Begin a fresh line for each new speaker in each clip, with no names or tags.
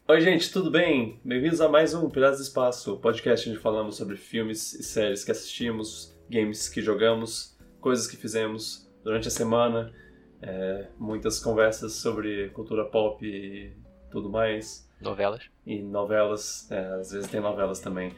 Oi, gente, tudo bem? Bem-vindos a mais um Piratas do Espaço, podcast onde falamos sobre filmes e séries que assistimos, games que jogamos, coisas que fizemos durante a semana, muitas conversas sobre cultura pop e tudo mais.
Novelas.
E novelas, às vezes tem novelas também.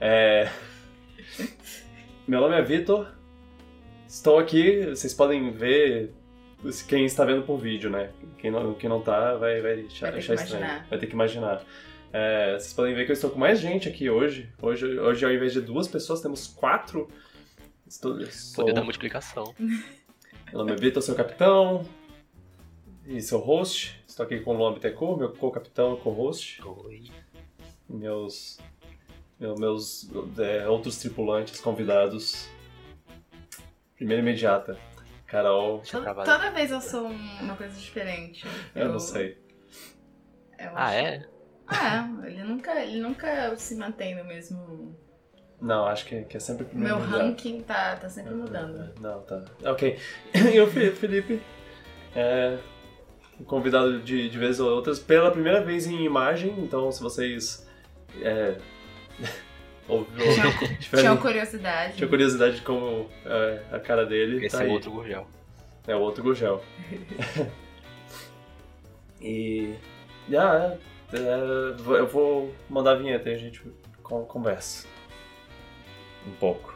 Meu nome é Vitor, estou aqui, vocês podem ver... Quem está vendo por vídeo, né? Quem não tá vai achar estranho. Vai ter que imaginar. Vocês podem ver que eu estou com mais gente aqui hoje. Hoje ao invés de 2 pessoas, temos 4.
Poder da multiplicação.
Meu nome é Vitor, seu capitão. E seu host. Estou aqui com o Luan Bittencourt, meu co-capitão e co-host.
Oi.
Meus outros tripulantes convidados. Primeira imediata. Carol.
Toda vez eu sou uma coisa diferente.
Eu não sei.
É?
Ele nunca se mantém no mesmo...
Não, acho que é sempre o primeiro.
Meu ranking tá sempre mudando.
Não, tá. Ok. E o Felipe convidado de vez ou outras pela primeira vez em imagem, então se vocês
Tinha curiosidade.
Tinha curiosidade de como a cara dele.
Esse
tá
é
aí.
o outro Gurgel.
É o outro Gurgel. E... eu vou mandar a vinheta e a gente conversa um pouco.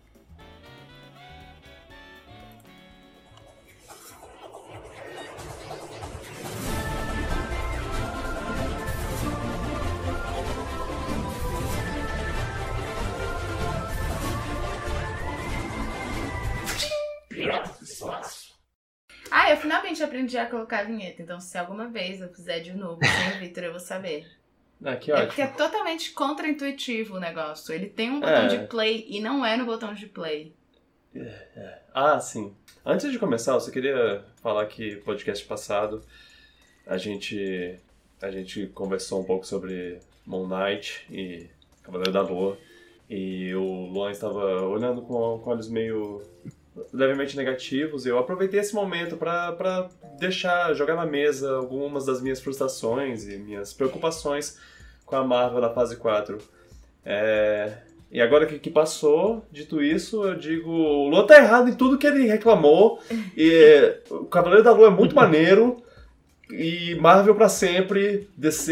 Eu finalmente aprendi a colocar a vinheta, então se alguma vez eu fizer de novo sem o Victor, eu vou saber.
Que ótimo.
Porque é totalmente contra-intuitivo o negócio. Ele tem um botão de play e não é no botão de play.
Sim. Antes de começar, eu só queria falar que no podcast passado a gente conversou um pouco sobre Moon Knight e Cavaleiro da Lua. E o Luan estava olhando com olhos meio levemente negativos, e eu aproveitei esse momento para jogar na mesa algumas das minhas frustrações e minhas preocupações com a Marvel na fase 4. E agora que passou, dito isso, eu digo, o Luan tá errado em tudo que ele reclamou, e o Cavaleiro da Lua é muito maneiro, e Marvel pra sempre,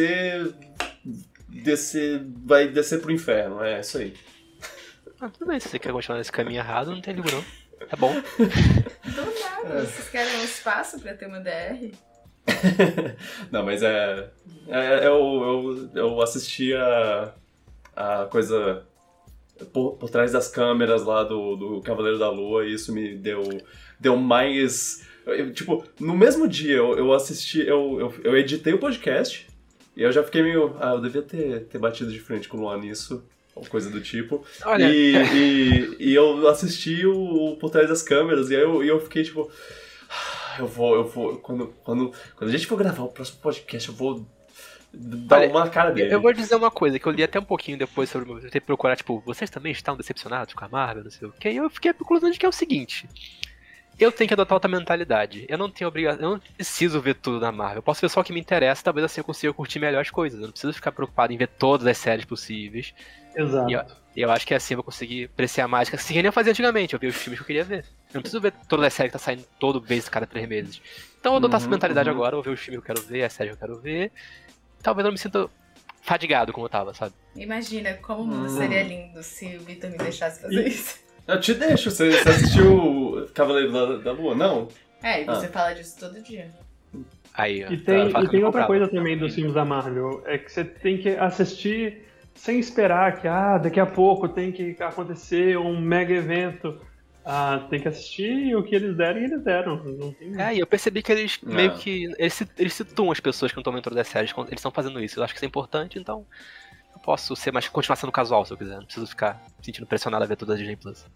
vai descer pro inferno, é isso aí.
Tudo bem, se você quer continuar nesse caminho errado, não tem livro não. É bom.
Do nada, vocês querem um espaço pra ter uma DR?
Não, mas eu assisti a coisa por trás das câmeras lá do Cavaleiro da Lua, e isso me deu mais... no mesmo dia eu assisti, eu editei o podcast, e eu já fiquei meio... eu devia ter batido de frente com o Luan nisso, ou coisa do tipo.
Olha.
E eu assisti o por trás das câmeras, e aí eu fiquei tipo... Eu vou... Quando a gente for gravar o próximo podcast, eu vou dar uma na cara dele.
Eu vou dizer uma coisa, que eu li até um pouquinho depois sobre... Eu tentei procurar, vocês também estão decepcionados com a Marvel, não sei o quê. E eu fiquei concluindo de que é o seguinte... Eu tenho que adotar outra mentalidade. Eu não tenho obrigação, eu não preciso ver tudo na Marvel. Eu posso ver só o que me interessa, talvez assim eu consiga curtir melhor as coisas. Eu não preciso ficar preocupado em ver todas as séries possíveis.
Exato.
E eu acho que assim eu vou conseguir apreciar mais, assim que nem eu fazia antigamente. Eu via os filmes que eu queria ver. Eu não preciso ver todas as séries que tá saindo todo mês, cada 3 meses. Então eu vou adotar essa mentalidade agora, eu vou ver os filmes que eu quero ver, as séries que eu quero ver. Talvez eu não me sinta fadigado como eu tava, sabe?
Imagina como o mundo seria lindo se o Victor me deixasse fazer isso.
Eu te deixo, você assistiu Cavaleiro da Lua, não?
E você fala disso todo dia.
Aí, ó.
E tem outra coisa também dos filmes da Marvel, é que você tem que assistir sem esperar que daqui a pouco tem que acontecer um mega evento. Tem que assistir o que eles derem, eles deram. Não tem...
E eu percebi que eles meio que... Eles situam as pessoas que não estão vendo todas as séries, eles estão fazendo isso. Eu acho que isso é importante, então... Eu posso continuar sendo casual se eu quiser. Não preciso ficar me sentindo pressionado a ver toda a Disney Plus.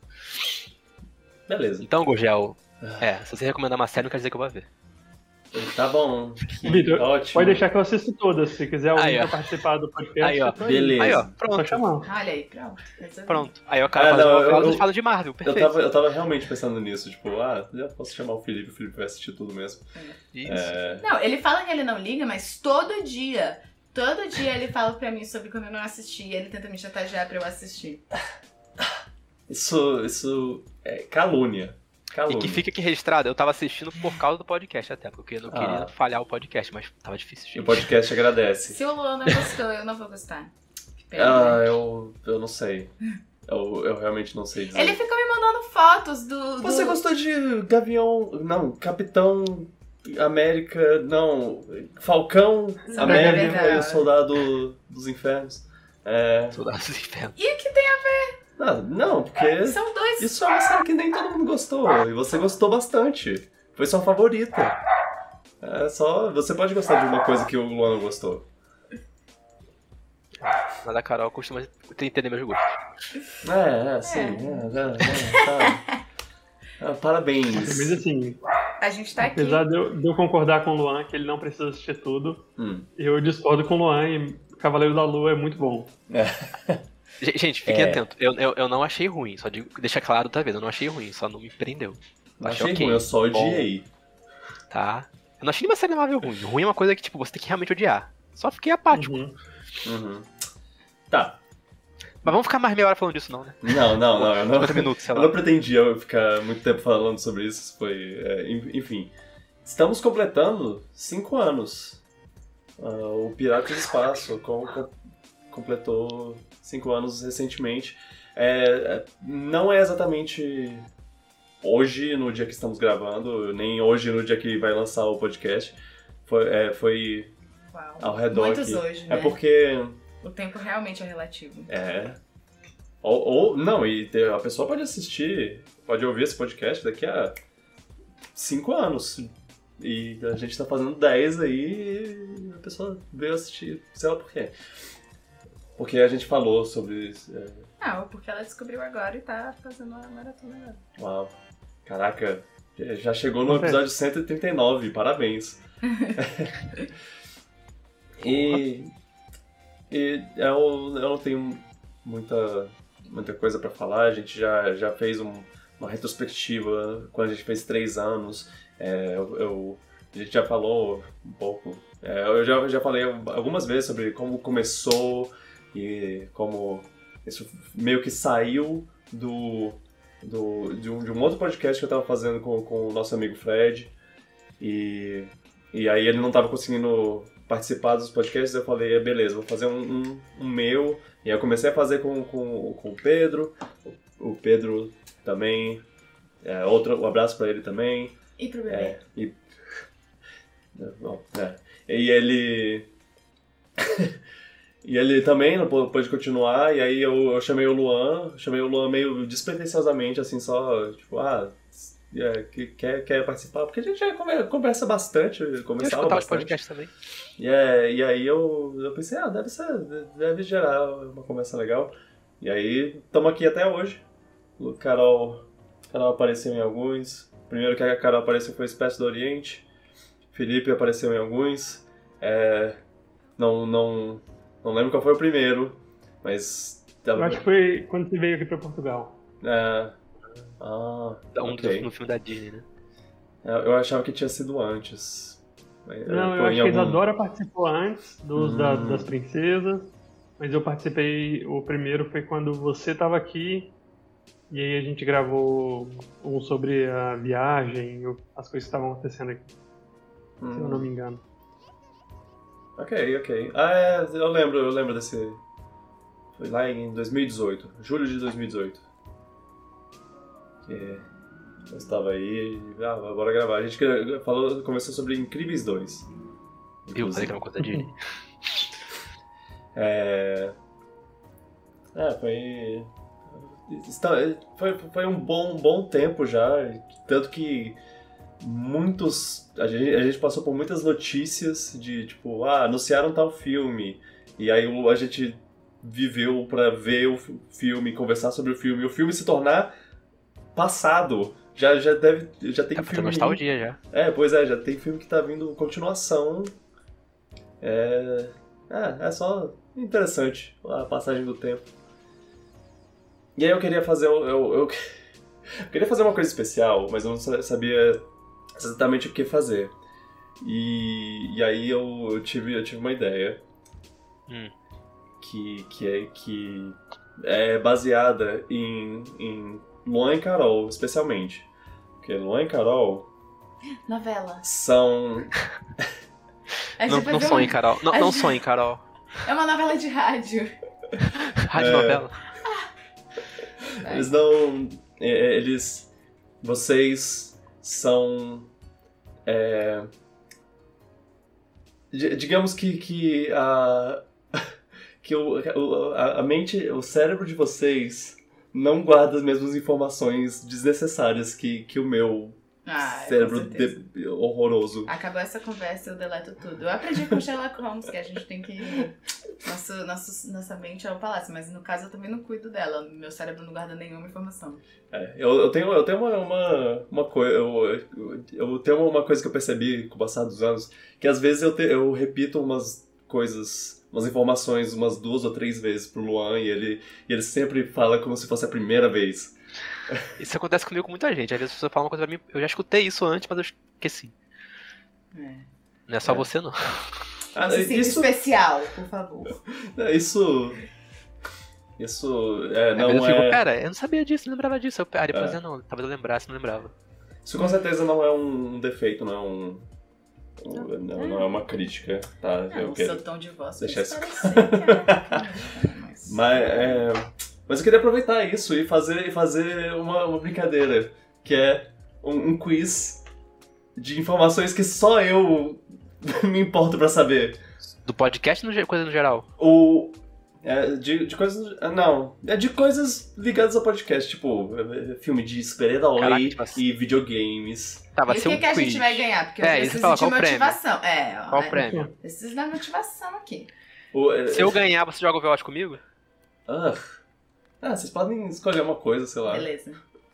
Beleza.
Então, Gurgel, se você recomendar uma série, não quer dizer que eu vou ver.
Tá bom.
Vitor,
Ótimo.
pode deixar que eu assisto todas. Se quiser alguém pra participar do podcast,
aí, ó.
Beleza.
Aí, ó,
só
pronto.
chamar.
Olha aí, pronto. Resolvi.
Pronto. Aí o cara fala de Marvel, perfeito.
Eu tava realmente pensando nisso, já posso chamar o Felipe vai assistir tudo mesmo.
Isso.
Não, ele fala que ele não liga, mas todo dia Todo dia ele fala pra mim sobre quando eu não assisti e ele tenta me chantagear pra eu assistir.
Isso é calúnia.
E que fica aqui registrado, eu tava assistindo por causa do podcast até, porque eu não queria falhar o podcast, mas tava difícil, gente.
E o podcast agradece.
Se o Luan não gostou, eu não vou gostar. Que pena, né?
Eu não sei. Eu realmente não sei dizer.
Ele ficou me mandando fotos do...
Você gostou de Gavião... Não, Capitão América... Não, Falcão América e o Soldado dos Infernos.
Soldado dos Infernos.
E o que tem a ver?
Não, porque...
São dois.
Isso é uma série que nem todo mundo gostou. E você gostou bastante. Foi sua favorita. Você pode gostar de uma coisa que o Luan não gostou.
Mas a Carol costuma entender meus gostos.
Sim. Parabéns.
Mas assim,
A gente tá aqui.
apesar de eu concordar com o Luan que ele não precisa assistir tudo, eu discordo com o Luan e Cavaleiro da Lua é muito bom.
Gente, fiquem atentos. Eu não achei ruim, só deixa claro outra vez, eu não achei ruim, só não me prendeu.
Não achei ruim, eu só odiei.
Tá. Eu não achei nenhuma série Marvel ruim. Ruim é uma coisa que, tipo, você tem que realmente odiar. Só fiquei apático.
Tá.
Mas vamos ficar mais meia hora falando disso, não, né?
Não. Eu não,
50 minutos, sei lá.
eu não pretendia ficar muito tempo falando sobre isso. Enfim. Estamos completando 5 anos. O Pirata do Espaço completou 5 anos recentemente. Não é exatamente hoje, no dia que estamos gravando, nem hoje, no dia que vai lançar o podcast. Foi
Uau.
ao redor
Muitos
aqui.
hoje, né?
É porque...
O tempo realmente é relativo.
Não, e a pessoa pode assistir, pode ouvir esse podcast daqui a 5 anos. E a gente tá fazendo 10 aí e a pessoa veio assistir, sei lá por quê. Porque a gente falou sobre isso.
Não, porque ela descobriu agora e tá fazendo uma maratona agora.
Uau. Caraca, já chegou no episódio 139, parabéns. E eu não tenho muita coisa pra falar. A gente já fez uma retrospectiva quando a gente fez 3 anos. A gente já falou um pouco. Eu já falei algumas vezes sobre como começou e como isso meio que saiu de um outro podcast que eu tava fazendo com o nosso amigo Fred. E aí ele não tava conseguindo participar dos podcasts, eu falei, beleza, vou fazer um meu. E aí eu comecei a fazer com o Pedro. O Pedro também. Um abraço pra ele também.
E pro bebê.
E ele... E ele também não pôde continuar, e aí eu chamei o Luan meio despretensiosamente, assim, só, tipo, quer participar? Porque a gente já conversa bastante, conversava bastante.
Os podcasts também.
E aí eu pensei, deve gerar uma conversa legal. E aí, estamos aqui até hoje. O Carol apareceu em alguns. O primeiro que a Carol apareceu foi o Espécie do Oriente. Felipe apareceu em alguns. Não lembro qual foi o primeiro, mas...
Eu acho que foi quando você veio aqui pra Portugal.
Ok.
No filme da Disney, né?
Eu achava que tinha sido antes.
Não, eu acho que a Isadora participou antes das princesas, mas eu participei, o primeiro foi quando você tava aqui, e aí a gente gravou um sobre a viagem, as coisas que estavam acontecendo aqui, se eu não me engano.
Ok. Eu lembro desse... Foi lá em 2018, julho de 2018. Que eu estava aí e... bora gravar. A gente conversou sobre Incríveis 2.
Eu falei que era uma coisa de...
Foi um bom tempo já, tanto que a gente passou por muitas notícias de, tipo, anunciaram tal filme, e aí a gente viveu pra ver o filme, conversar sobre o filme se tornar passado. Já tem filme...
nostalgia já.
Pois já tem filme que tá vindo continuação. É só interessante a passagem do tempo. E aí eu queria fazer eu queria fazer uma coisa especial, mas eu não sabia exatamente o que fazer. E aí eu tive uma ideia, que é baseada em Luan e Carol, especialmente. Porque Luan e Carol
Novela.
são...
Não sonhe, Carol. Não sonhe, Carol.
É uma novela de rádio.
Rádio novela.
Eles não... Vocês são... digamos que a mente, o cérebro de vocês não guarda as mesmas informações desnecessárias que o meu cérebro horroroso.
Acabou essa conversa, eu deleto tudo. Eu aprendi com Sherlock Holmes que a gente tem que... Nossa mente é o palácio, mas no caso eu também não cuido dela. Meu cérebro não guarda nenhuma informação.
Eu tenho uma coisa... Eu tenho uma coisa que eu percebi com o passar dos anos, que às vezes eu repito umas coisas... umas informações umas 2 ou 3 vezes pro Luan e ele sempre fala como se fosse a primeira vez.
Isso acontece comigo com muita gente. Às vezes a pessoa fala uma coisa pra mim, eu já escutei isso antes, mas eu esqueci. Não é só você, não.
Não se sinta especial, por favor.
Isso não
eu fico, cara, eu não sabia disso, não lembrava disso. Depois eu não, talvez eu lembrasse, não lembrava.
Isso com certeza não é um defeito, não é uma crítica, tá?
O seu tom de voz
deixar isso
mas
eu queria aproveitar isso e fazer uma brincadeira, que é um quiz de informações que só eu me importo pra saber.
Do podcast ou coisa no geral?
De coisas... Não, de coisas ligadas ao podcast, tipo filme de super-herói e videogames.
E o que a gente vai ganhar? Porque eu preciso de motivação.
Qual o prêmio?
Preciso da motivação aqui.
Se eu ganhar, você joga Overwatch comigo?
Vocês podem escolher uma coisa, sei lá.
Beleza.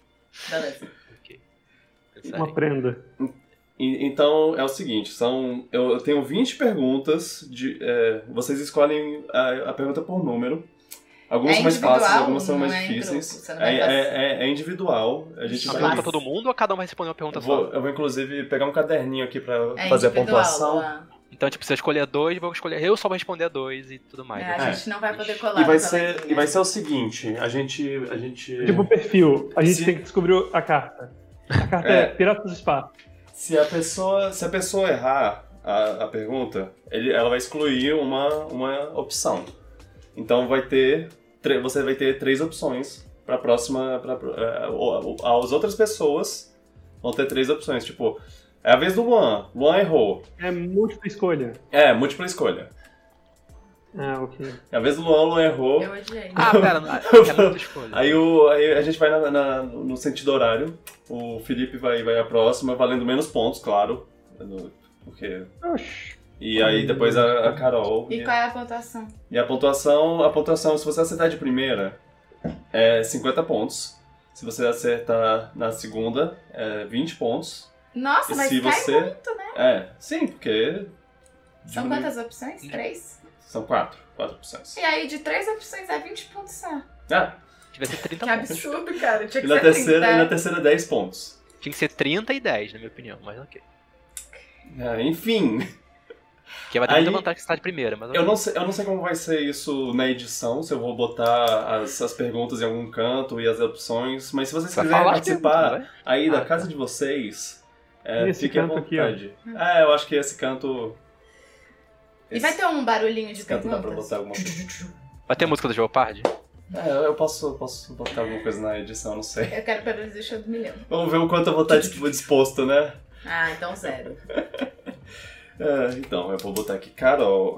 Okay.
Uma prenda.
Então é o seguinte, eu tenho 20 perguntas, vocês escolhem a pergunta por número. Algumas são mais fáceis, algumas são mais difíceis. É individual. A gente vai
pergunta pra todo mundo ou cada um vai responder uma pergunta só?
Eu vou inclusive pegar um caderninho aqui pra fazer a pontuação.
Então, tipo, se eu escolher 2, eu só vou responder 2 e tudo mais.
A gente não vai poder colar.
E vai ser o seguinte, a gente...
Tipo perfil, a gente tem que descobrir a carta. A carta é Piratas do Espaço.
Se a pessoa errar a pergunta, ela vai excluir uma opção. Então você vai ter 3 opções pra próxima... As outras pessoas vão ter 3 opções, tipo... É a vez do Luan. Luan errou.
É múltipla escolha.
Múltipla escolha.
Ok.
É a vez do Luan errou.
Eu odiei.
Pera, é múltipla escolha.
Aí a gente vai no sentido horário. O Felipe vai a próxima, valendo menos pontos, claro. Porque...
Oxi.
E aí depois a Carol.
E qual é a pontuação?
E a pontuação, se você acertar de primeira, é 50 pontos. Se você acertar na segunda, é 20 pontos.
Nossa, mas cai muito, né?
Sim, porque...
São quantas opções? 3?
São 4 opções.
E aí, de 3 opções é 20 pontos só.
Devia ser 30
que
pontos.
Absurdo, cara. Tinha que
ser 30. E na terceira, 10 pontos.
Tinha que ser 30 e 10, na minha opinião, mas ok.
Enfim...
Que vai ter muita vantagem que você tá de primeira, mas...
Eu não sei como vai ser isso na edição, se eu vou botar as perguntas em algum canto e as opções, mas se vocês quiserem participar aí da casa de vocês... fiquem à vontade. Aqui, eu acho que esse canto...
E vai ter um barulhinho de
perguntas? Dá pra botar alguma
coisa. Vai ter música do Jeopardy?
Eu posso botar alguma coisa na edição, não sei.
Eu quero pelo menos deixar do milhão.
Vamos ver o quanto eu vou estar disposto, né?
Então 0.
Então, eu vou botar aqui Carol.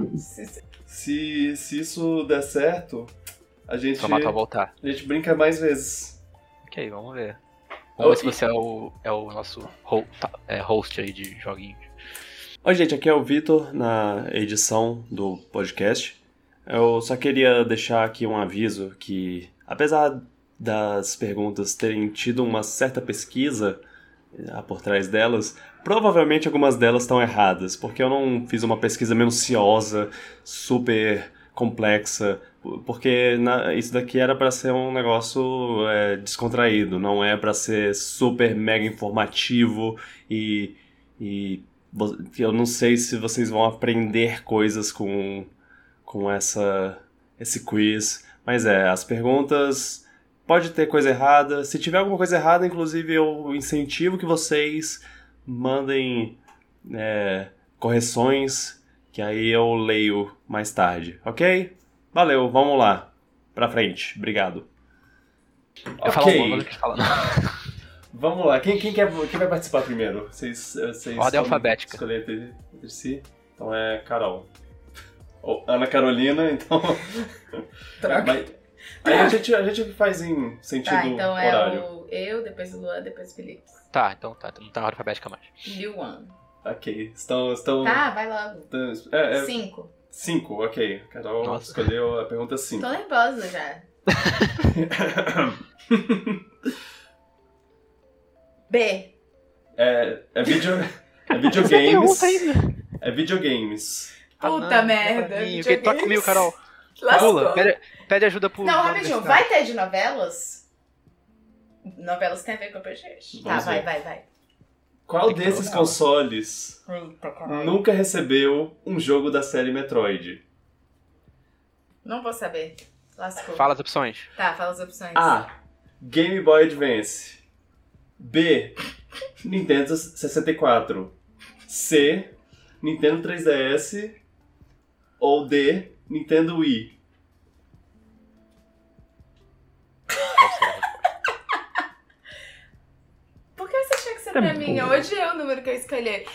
Se isso der certo, a gente brinca mais vezes.
Ok, vamos ver. Vamos ver se você é o nosso host aí de joguinhos.
Oi, gente, aqui é o Vitor na edição do podcast. Eu só queria deixar aqui um aviso que, apesar das perguntas terem tido uma certa pesquisa por trás delas, provavelmente algumas delas estão erradas, porque eu não fiz uma pesquisa minuciosa, super complexa, porque isso daqui era para ser um negócio descontraído, não é para ser super mega informativo e eu não sei se vocês vão aprender coisas com com esse quiz. Mas as perguntas... Pode ter coisa errada. Se tiver alguma coisa errada, inclusive, eu incentivo que vocês mandem correções, que aí eu leio mais tarde, ok? Valeu, vamos lá. Pra frente. Obrigado.
Eu falo o nome do que fala.
Vamos lá. Quem vai participar primeiro? Vocês
Ordem alfabética.
Escolher entre si. Então é Carol. Ou Ana Carolina, então...
Troca.
Aí a gente faz em sentido
então
horário.
eu, depois o Luan, depois o Felipe.
Tá, então tá. Não tá na ordem alfabética mais.
Luan.
Ok. Estão...
Tá, vai logo. 5.
5, ok. Carol escolheu a pergunta 5.
Tô nervosa já. B.
É videogames. É videogames.
Puta merda.
Toca comigo, Carol.
Lascou.
Pula, pede ajuda pro...
Não, rapidinho. Vai ter de novelas? Novelas tem a ver com a podcast. Tá, vai.
Qual desses consoles
Eita, caralho.
nunca recebeu um jogo da série Metroid?
Não vou saber. Lascou.
Fala as opções.
Tá, fala as opções.
A. Game Boy Advance. B. Nintendo 64. C. Nintendo 3DS. Ou D. Nintendo Wii.
Por que você tinha que ser
Tá
pra
bom.
mim? Eu odiei o número que eu escolhi.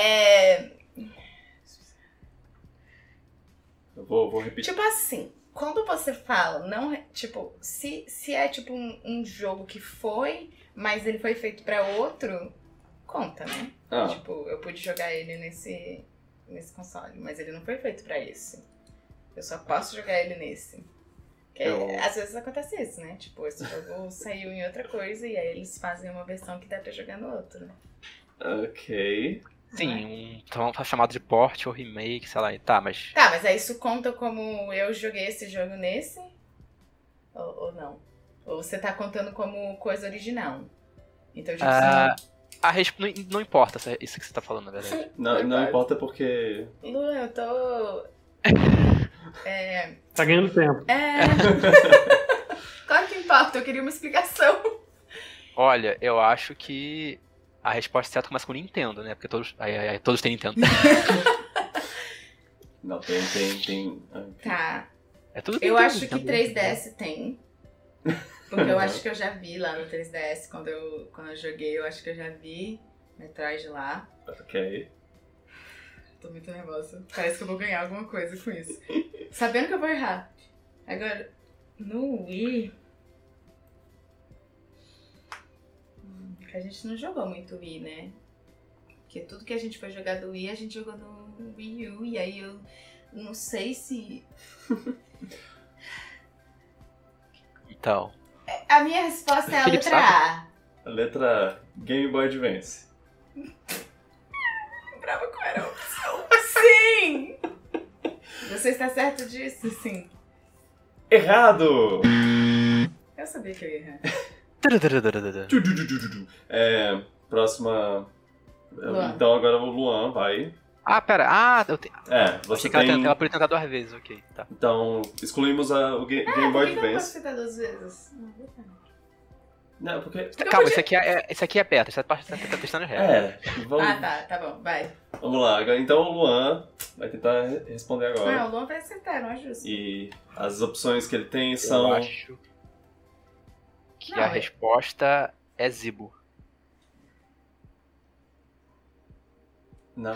Eu vou repetir.
Tipo assim, quando você fala, não, tipo, se é tipo um jogo que foi, mas ele foi feito pra outro, conta, né?
Ah,
Tipo, eu pude jogar ele nesse console, mas ele não foi feito pra esse. Eu só posso jogar ele nesse. Porque às vezes acontece isso, né? Tipo, esse jogo saiu em outra coisa e aí eles fazem uma versão que dá pra jogar no outro, né?
ok.
Sim, então chamado de port ou remake, sei lá. Tá, mas...
Tá, mas aí isso conta como eu joguei esse jogo nesse? Ou não? Ou você tá contando como coisa original? Então, tipo
Não importa isso que você tá falando, na verdade.
Não importa porque...
Lu, eu tô...
Tá ganhando tempo.
Claro que importa, eu queria uma explicação.
Olha, eu acho que a resposta certa começa com Nintendo, né? Porque todos têm Nintendo.
Não, tem...
Tá.
É tudo
Eu
Nintendo,
acho que
Nintendo.
3DS tem. Porque eu acho que eu já vi lá no 3DS, quando eu joguei, eu acho que eu já vi Metroid lá.
Ok.
Tô muito nervosa. Parece que eu vou ganhar alguma coisa com isso. Sabendo que eu vou errar. Agora, no Wii... a gente não jogou muito Wii, né? Porque tudo que a gente foi jogar do Wii, a gente jogou no Wii U. E aí eu não sei se...
Então,
A minha resposta é a
Felipe
letra A.
A letra Game Boy Advance.
Brava qual era a opção? Sim! Você está certo disso? Sim.
Errado!
Eu sabia que eu ia errar.
Próxima...
Luan.
Então agora o Luan vai.
pera. Eu tenho...
Você
Achei que
tem...
ela podia tentar 2 vezes, ok, tá.
Então, excluímos o Game
Por que
Boy
que eu não posso
Advance.
citar 2 vezes? Não, vou tentar.
Não, porque...
Calma, esse aqui é perto, você tá testando o resto.
Vamos...
Tá bom, vai.
Vamos lá. Então o Luan vai tentar responder agora.
Não, o Luan vai acertar, não é justo.
E as opções que ele tem
Eu
são...
acho que
Não,
a resposta é Zibo.
Não.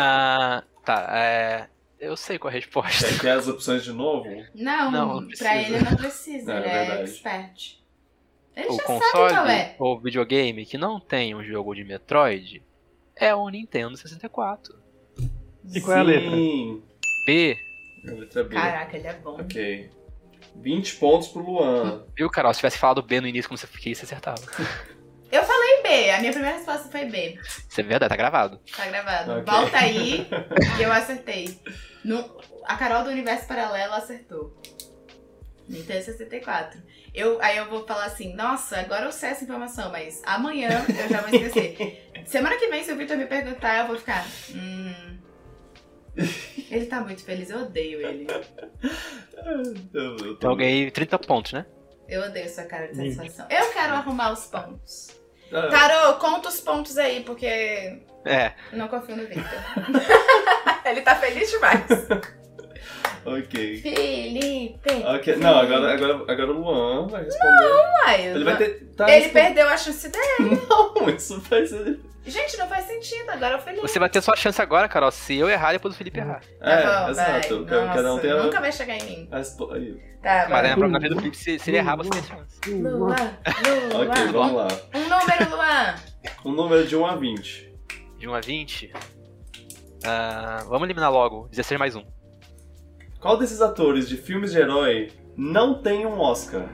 Eu sei qual é a resposta.
Quer as opções de novo?
Não,
Não
pra
precisa.
ele não precisa,
Não,
ele
é
é
verdade.
expert. Ele
O
já sabe
console
qual é.
ou videogame que não tem um jogo de Metroid é o Nintendo 64.
E qual é a letra?
Sim.
B.
A letra B.
Caraca, ele é bom.
Ok. 20 pontos pro Luan.
Viu, Carol? Se tivesse falado B no início, como você quis, você acertava.
Eu falei B, a minha primeira resposta foi B.
Isso é verdade, tá gravado.
Tá gravado.
Ok.
Volta aí e eu acertei. A Carol do Universo Paralelo acertou. Nintendo 64. Aí eu vou falar assim, nossa, agora eu sei essa informação, mas amanhã eu já vou esquecer. Semana que vem, se o Victor me perguntar, eu vou ficar... Ele tá muito feliz, eu odeio ele.
Então eu ganhei 30 pontos, né?
Eu odeio sua cara de satisfação. Eu quero arrumar os pontos. Tarô, conta os pontos aí, porque não confio no Victor. Ele tá feliz demais.
Ok.
Felipe.
Ok. Não, agora o Luan vai responder.
Uai,
Ele vai ter.
ele perdeu a chance dele.
Não, isso faz.
Gente, não faz sentido. Agora é o Felipe.
Você vai ter sua chance agora, Carol. Se eu errar, depois o Felipe errar.
Tá bom,
exato.
vai.
Cada um tem a.
Nunca vai chegar em mim.
Tá,
Mas na vez do Felipe, se ele errar, você tem chance.
Luan.
Ok, vamos lá.
Um número, Luan.
Um número de 1 a 20.
De 1 a 20. Vamos eliminar logo. 16 mais 1.
Qual desses atores de filmes de herói não tem um Oscar?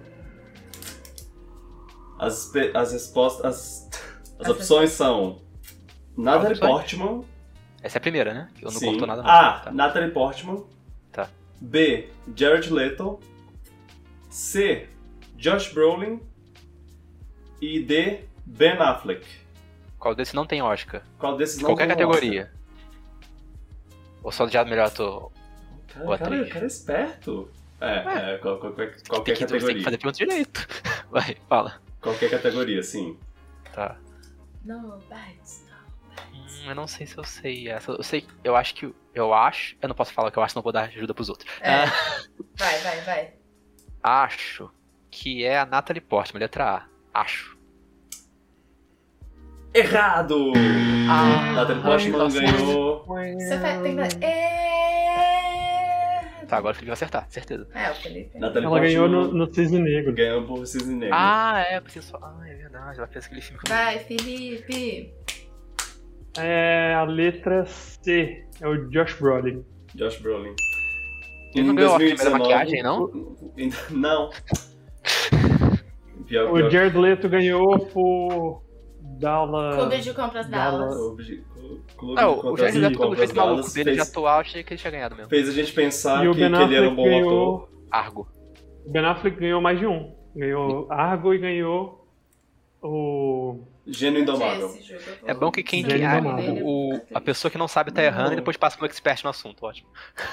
As respostas. As opções são Natalie Portman.
Essa é a primeira, né? Eu não conto nada
A.
mais. Tá.
Natalie Portman.
Tá.
B. Jared Leto. C. Josh Brolin. E D. Ben Affleck.
Qual desses não tem Oscar?
Qual desses não
Qualquer
tem
categoria. Ou só de melhor ator?
Oscar? Cara, o cara é esperto. Qualquer
Você tem que
categoria.
fazer pergunta direito. Vai, fala.
Qualquer categoria, sim.
Tá.
No bites.
Eu não sei se eu sei essa. Eu acho. Eu não posso falar o que eu acho, não vou dar ajuda pros outros.
Vai.
Acho que é a Natalie Portman, letra A. Acho.
Errado! Natalie Portman ganhou.
Você tem que...
Tá, agora o Felipe vai acertar, certeza.
O Felipe.
Ela ganhou no Cisne Negro.
Ganhou por Cisne Negro.
Eu preciso só. É verdade, ela fez aquele filme comigo.
Vai, Felipe.
É a letra C. É o Josh Brolin.
Josh Brolin.
Ele não ganhou a primeira maquiagem, não?
Não.
O Jared Leto ganhou por Dallas.
Clube de Compras Dallas.
O Jared Leto, pelo jeito maluco dele de atuar, achei que ele tinha ganhado mesmo.
Fez a gente pensar
E o
que
Ben
ele era um
Affleck
bom
ganhou...
ator.
Argo.
O Ben Affleck ganhou mais de um. Ganhou Argo e ganhou o...
Gênio Indomável.
É bom que quem a pessoa que não sabe tá errando e depois passa pro expert no assunto, ótimo.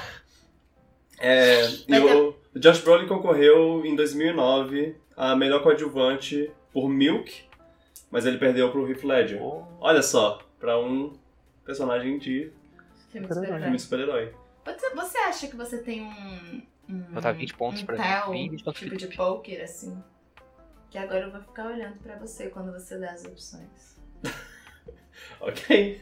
E o Josh Brolin concorreu em 2009 a melhor coadjuvante por Milk, mas ele perdeu pro Heath Ledger. Olha só, pra um personagem de filme super-herói.
Você acha que você tem um
Tá 20 pontos pra mim, 20 pontos
tipo de poker, assim? Que agora eu vou ficar olhando pra você quando você der as opções.
Ok.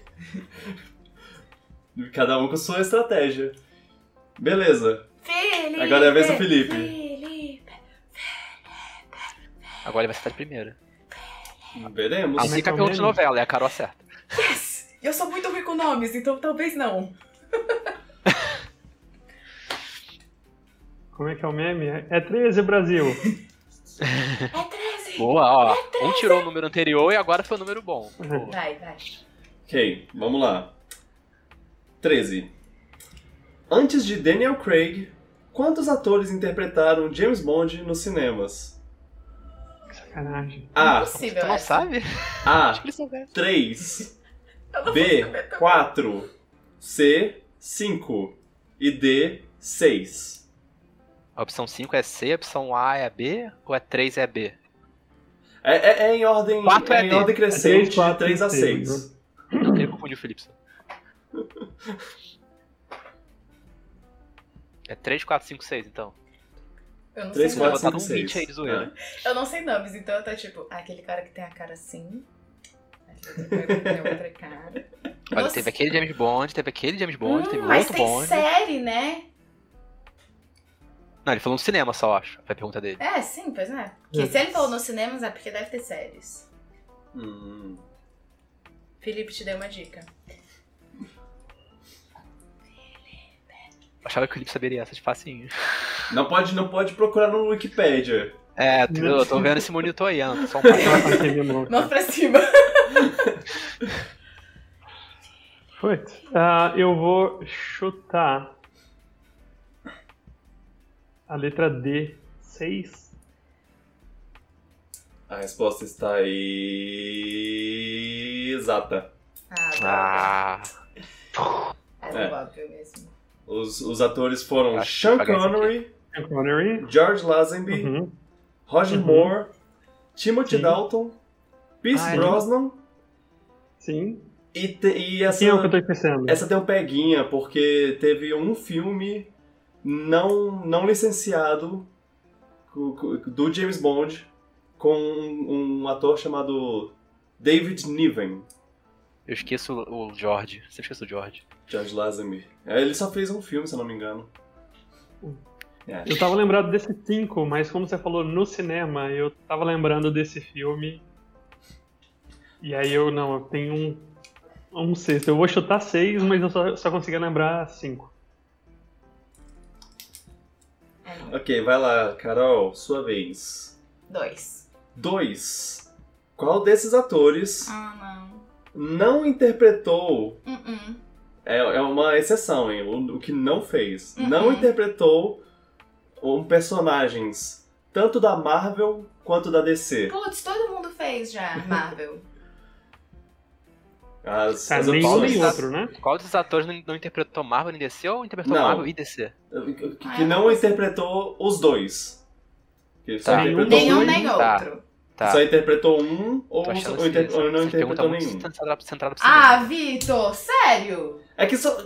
Cada um com sua estratégia. Beleza.
Felipe!
Agora é a vez do Felipe.
Agora ele vai acertar de primeira.
Veremos.
Assim que a pergunta de novela, é a Carol acerta.
Yes! Eu sou muito ruim com nomes, então talvez não.
Como é que é o meme? É 13, Brasil.
É 13!
Boa, ó. Um tirou o número anterior e agora foi o número bom. Boa.
Vai.
Ok, vamos lá. 13. Antes de Daniel Craig, quantos atores interpretaram James Bond nos cinemas?
Sacanagem.
A.
Impossível
Tu não
essa.
sabe?
A.
Acho que ele soubesse.
3.
Eu não
B.
vou saber também.
4. C. 5. E D. 6.
A opção 5 é C, a opção A é B ou é 3 é B?
É em ordem,
4 é
em
D.
ordem crescente,
É 3, 4,
de 3 a
6.
6.
Eu queria confundir o Felipe. É 3, 4, 5, 6, então.
Eu não
3,
sei
4,
nomes.
5,
5, 20 aí
6.
de zoeira.
Eu não sei nomes, então eu tô tipo, aquele cara que tem a cara assim. Aquele outro cara que tem outra cara.
Olha,
Nossa.
teve aquele James Bond, teve
Mas
outro
tem
Bond.
série, né?
Não, ele falou no cinema só, acho. Foi a pergunta dele.
É, sim, pois é. Porque se ele falou nos cinemas é porque deve ter séries. Felipe, te dei uma dica.
Achava que o Felipe saberia essa de facinho.
Não pode procurar no Wikipedia.
É, eu tô vendo esse monitor aí, Ana. Só um passo.
Aqui, meu nome.
Mão pra cima.
Putz. Eu vou chutar a letra D. 6.
A resposta está aí... exata.
Ah,
Ah,
é óbvio mesmo.
Os atores foram
Acho que
Sean
pagar isso
Connery,
Sean Connery.
George Lazenby,
Uhum.
Roger
Uhum.
Moore, Timothy
Sim.
Dalton, Pierce
Ah, é
Brosnan
Sim.
e essa,
Quem é o que eu tô esquecendo?
essa deu peguinha porque teve um filme não licenciado do James Bond com um ator chamado David Niven.
Eu esqueço o George. Você esquece o George.
George Lazenby. Ele só fez um filme, se eu não me engano. É.
Eu tava lembrado desse 5, mas como você falou no cinema, eu tava lembrando desse filme. E aí eu tenho um sexto. Eu vou chutar 6, mas eu só consegui lembrar 5.
Ok, vai lá, Carol, sua vez.
2.
Qual desses atores não interpretou... É uma exceção, hein? O que não fez. Não interpretou personagens tanto da Marvel quanto da DC.
Putz, todo mundo fez já, Marvel.
As
Nenhum
opções
nem outro, né?
Qual dos atores não interpretou Marvel e DC ou interpretou
Não.
Marvel e DC?
que não interpretou os dois. Que só
Tá.
interpretou
Nenhum
um,
nem
Tá.
outro.
Tá.
só interpretou um ou
Tô achando
não
essa
interpretou
pergunta muito
nenhum.
centrada pro cinema.
Ah, Vitor, sério?
É que só...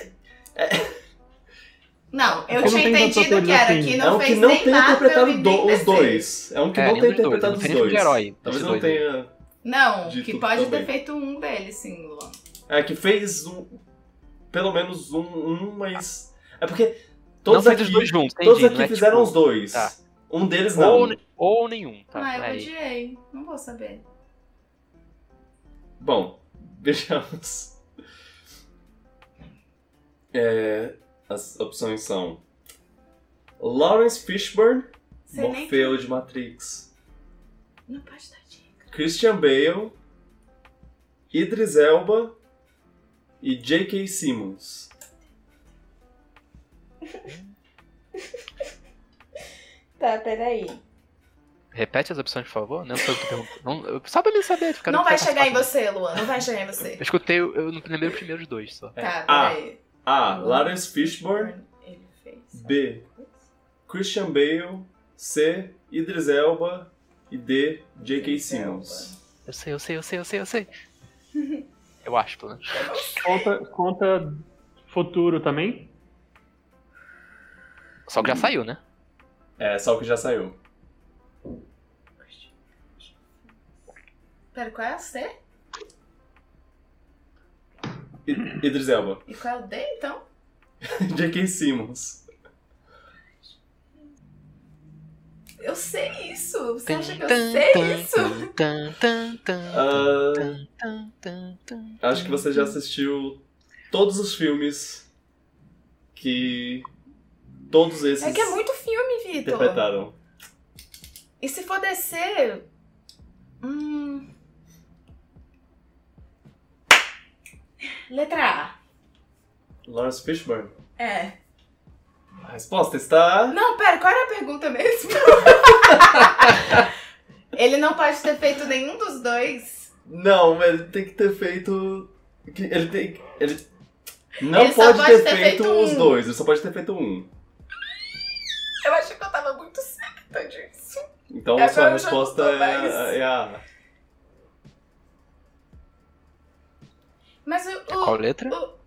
Não, eu
Como
tinha
tem tantos
entendido
atores
que era
assim?
que
É
não
um que
fez
não
nem
tem
Marvel
interpretado
e nem
os
DC.
dois. É um que não
nenhum
tem
dos dois,
interpretado
não
os
tem nem filme
dois.
de herói,
Talvez
esses
não
dois aí.
tenha...
Não,
De
que
tudo
pode
também.
ter feito um deles, sim, Luan.
É, que fez pelo menos mas... É porque
Não
todos
fez
aqui,
os dois juntos, entendi.
todos aqui
não é
fizeram
tipo,
os dois.
tá.
Um deles não.
Ou nenhum, tá?
Ah, eu
Aí.
odiei. Não vou saber.
Bom, vejamos. As opções são Lawrence Fishburne,
Sei nem
Morfeu de Matrix,
Não pode dar dica.
Christian Bale, Idris Elba e J.K. Simmons.
Tá, peraí.
Repete as opções, por favor. Não foi o que perguntou. Só pra mim saber. Ficar
Não vai chegar em você, Luan. Não vai chegar em você.
Eu escutei, eu não lembrei os primeiros dois só.
Tá,
A.
peraí.
A. Lawrence Fishburne.
Ele fez.
B. Christian Bale. C. Idris Elba. E D. J.K. Simmons.
Eu sei. Eu acho, pelo menos.
Conta futuro também?
Só que já saiu, né?
É, só o que já saiu.
Pera, qual é a C?
Idris Elba.
E qual é o D, então?
J.K. Simmons.
Eu sei isso. Você acha que eu sei isso?
Acho que você já assistiu todos os filmes que todos esses
É que é muito filme, Vitor.
interpretaram.
E se for descer... Letra A.
Lawrence Fishburne.
É.
A resposta está...
Não, pera, qual era a pergunta mesmo? Ele não pode ter feito nenhum dos dois.
Não, ele tem que ter feito... Ele não
Ele só
pode ter feito os
um.
dois, ele só pode ter feito um.
Eu achei que eu tava muito certa disso.
Então
Agora
a sua
eu já
resposta
não tô mais.
é a...
Mas
Qual letra?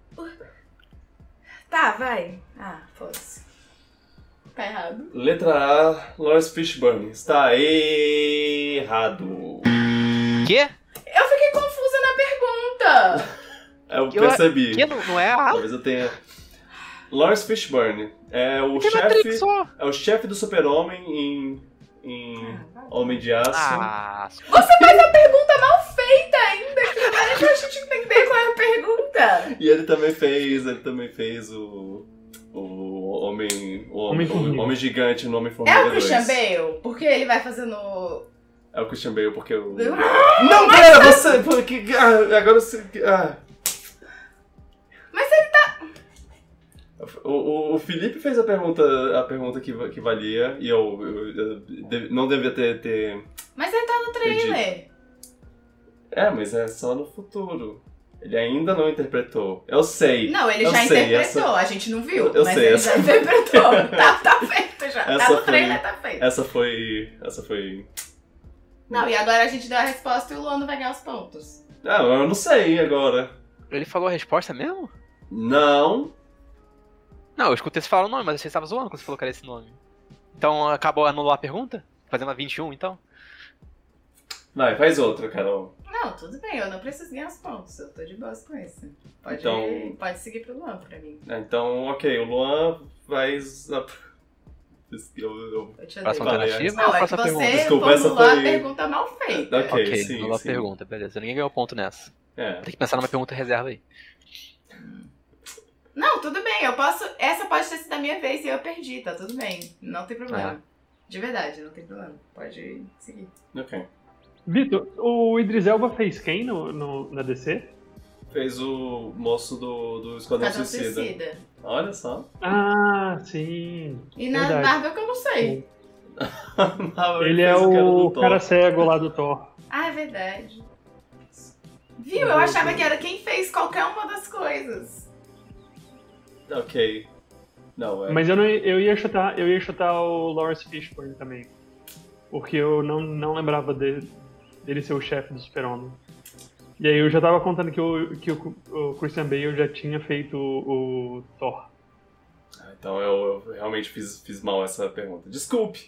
Tá, vai. Ah, foda-se. Tá errado.
Letra A, Lawrence Fishburne. Está errado.
Quê?
Eu fiquei confusa na pergunta.
Eu percebi.
Quê? Não é a...
Talvez eu tenha... Lawrence Fishburne é o
Tem Matrix
chefe...
só.
É o chefe do Super-Homem em Homem de Aço.
Ah,
Você faz a pergunta mal feita ainda, que não é pra gente entender qual é a pergunta.
E ele também fez o Homem Gigante no Homem-Formiga
É
2.
o Christian Bale, porque ele vai fazendo...
É o Christian Bale, porque o... Não, pera, você... Porque, agora você...
Mas ele tá...
O Felipe fez a pergunta que valia, e eu não devia ter...
Mas ele tá no trailer.
É, mas é só no futuro. Ele ainda não interpretou. Eu sei.
Não, ele
eu
já
sei,
interpretou, a gente não viu,
Eu
mas
sei,
ele
essa-
já interpretou. Tá feito já.
Essa
Tá no
foi-
trailer, tá feito.
Essa foi...
Não, e agora a gente deu a resposta e o Luan não vai ganhar os pontos.
Ah, eu não sei agora.
Ele falou a resposta mesmo?
Não.
Não, eu escutei você falar o nome, mas achei que você tava zoando quando você falou que era esse nome. Então acabou anulou a pergunta? Fazendo a 21, então?
Vai, faz outra, Carol.
Não, tudo bem, eu não preciso ganhar os pontos. Eu tô de boa com isso. Pode,
Então-
pode seguir pro Luan pra mim.
Então, ok, o Luan faz... Eu
Eu te
Próxima
odeio.
Falei,
alternativa
Não,
ou
é que
próxima pergunta?
você
Desculpa, essa
formulou
foi-
a pergunta mal feita.
Ok.
Ok,
sim,
anulou a
sim.
pergunta, beleza. Ninguém ganhou ponto nessa.
É.
Tem que pensar numa pergunta reserva aí.
Não, tudo bem, eu posso. Essa pode ter sido a minha vez e eu perdi, tá tudo bem. Não tem problema. De verdade, não tem problema. Pode seguir.
Ok.
Vitor, o Idris Elba fez quem na DC?
Fez o moço do Esquadrão
Cada
Suicida.
suicida.
Olha só.
Ah, sim.
E na
Verdade.
Marvel que eu não sei.
Ele é o cara cego lá do Thor.
Ah, é verdade. Viu? Eu achava que era quem fez qualquer uma das coisas.
Ok. Não, é.
Mas eu ia chutar o Lawrence Fishburne também. Porque eu não lembrava dele ser o chefe do Super-Homem. E aí eu já tava contando que o Christian Bale já tinha feito o Thor.
Então eu realmente fiz mal essa pergunta. Desculpe.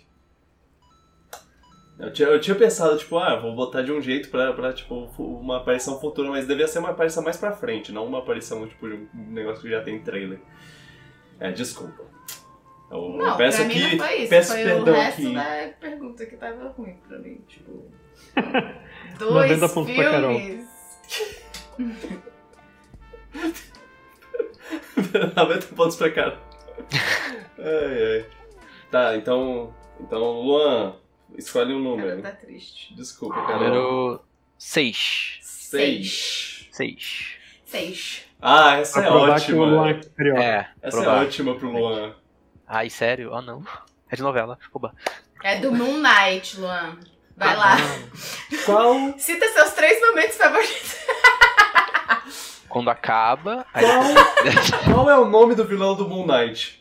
Eu tinha pensado, tipo, vou botar de um jeito pra tipo, uma aparição futura, mas devia ser uma aparição mais pra frente, não uma aparição, tipo, de um negócio que já tem trailer. Desculpa. Eu
Não,
peço
pra mim
aqui,
não foi isso.
peço
Foi
perdão
o resto
aqui.
da pergunta que tava ruim pra mim. Tipo,
90
dois
pontos pra Carol.
filmes.
90 pontos pra cara. Ai. Tá, então, Luan, escolhe um
Ela
número.
tá triste.
Desculpa, cara.
Número 6.
6.
6.
Ah, essa é
Aprovar que o Luan
ótima.
é carioca.
É,
Essa é
provar.
ótima pro Luan.
Ai, sério? Ah, não. É de novela. Oba.
É do Moon Knight, Luan. Vai lá.
Qual
Cita seus 3 momentos favoritos.
Quando acaba... Aí
Qual é o nome do vilão do Moon Knight?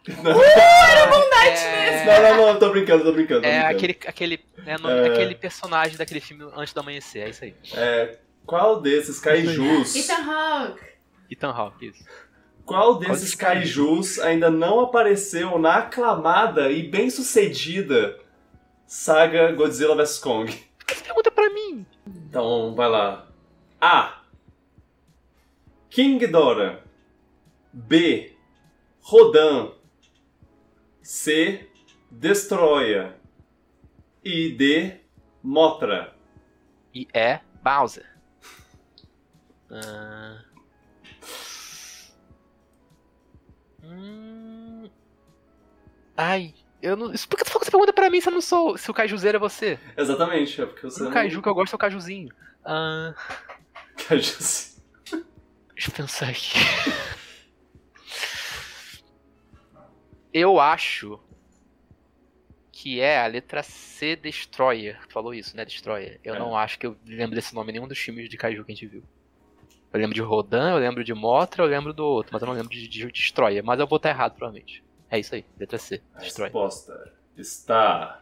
é,
Não, tô brincando.
é aquele personagem daquele filme Antes do Amanhecer, é isso aí.
Qual desses kaijus...
Ethan Hawke.
Ethan Hawke, isso.
Qual desses kaijus ainda não apareceu na aclamada e bem-sucedida saga Godzilla vs Kong?
Essa pergunta é pra mim.
Então, vai lá. A. King Ghidorah. B. Rodan. C. Destroyer. E D. Mothra.
E é Bowser. Ai, eu não... Por que tu falou que essa pergunta é pra mim se eu não sou... Se o Caijuzeiro é você?
Exatamente, é porque você
O Kaiju que eu gosto é o Caijuzinho.
Kaiju.
Deixa eu pensar aqui. Eu acho que é a letra C, Destroyer. Tu falou isso, né? Destroyer. Eu não acho que eu lembro desse nome em nenhum dos filmes de Kaiju que a gente viu. Eu lembro de Rodan, eu lembro de Mothra, eu lembro do outro, mas eu não lembro de Destroyer. Mas eu vou estar errado, provavelmente. É isso aí, letra C,
A
Destroyer.
resposta está...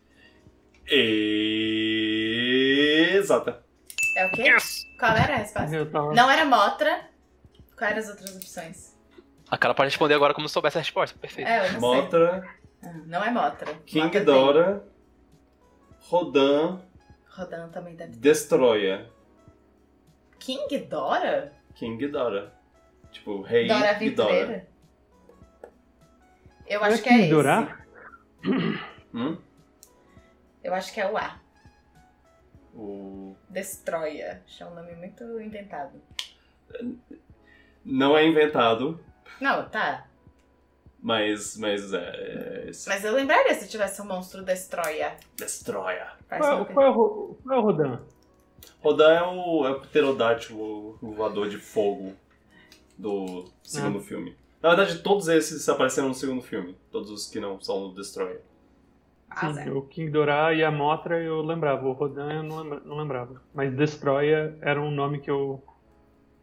exata.
É o quê?
Yes!
Qual era a resposta?
Eu tava...
Não era Mothra. Quais eram as outras opções?
A cara pode responder agora como se soubesse a resposta, perfeito.
Eu não sei.
Mothra,
Não é Mothra.
King
Mothra
Ghidorah, Rodan,
tem. Rodan também deve ter.
Destroyer.
King Ghidorah?
King Ghidorah. Tipo, Rei
Dora
Ghidorah.
Aventureira? Eu
Não
acho
é
que é
King
esse.
Ghidorah?
Eu acho que é o A.
O...
Destroyer. Acho um nome muito inventado.
Não é inventado,
Não, tá.
mas é esse.
Mas eu lembraria se tivesse um monstro Destroyer.
Destroyer.
Faz
Qual
sentido.
é o Rodan?
Rodan é o pterodátilo, o voador de fogo do segundo filme. Na verdade, todos esses apareceram no segundo filme. Todos os que não são o Destroyer.
Ah,
Sim,
Zé.
o King Ghidorah e a Mothra eu lembrava, o Rodan eu não lembrava. Mas Destroyer era um nome que eu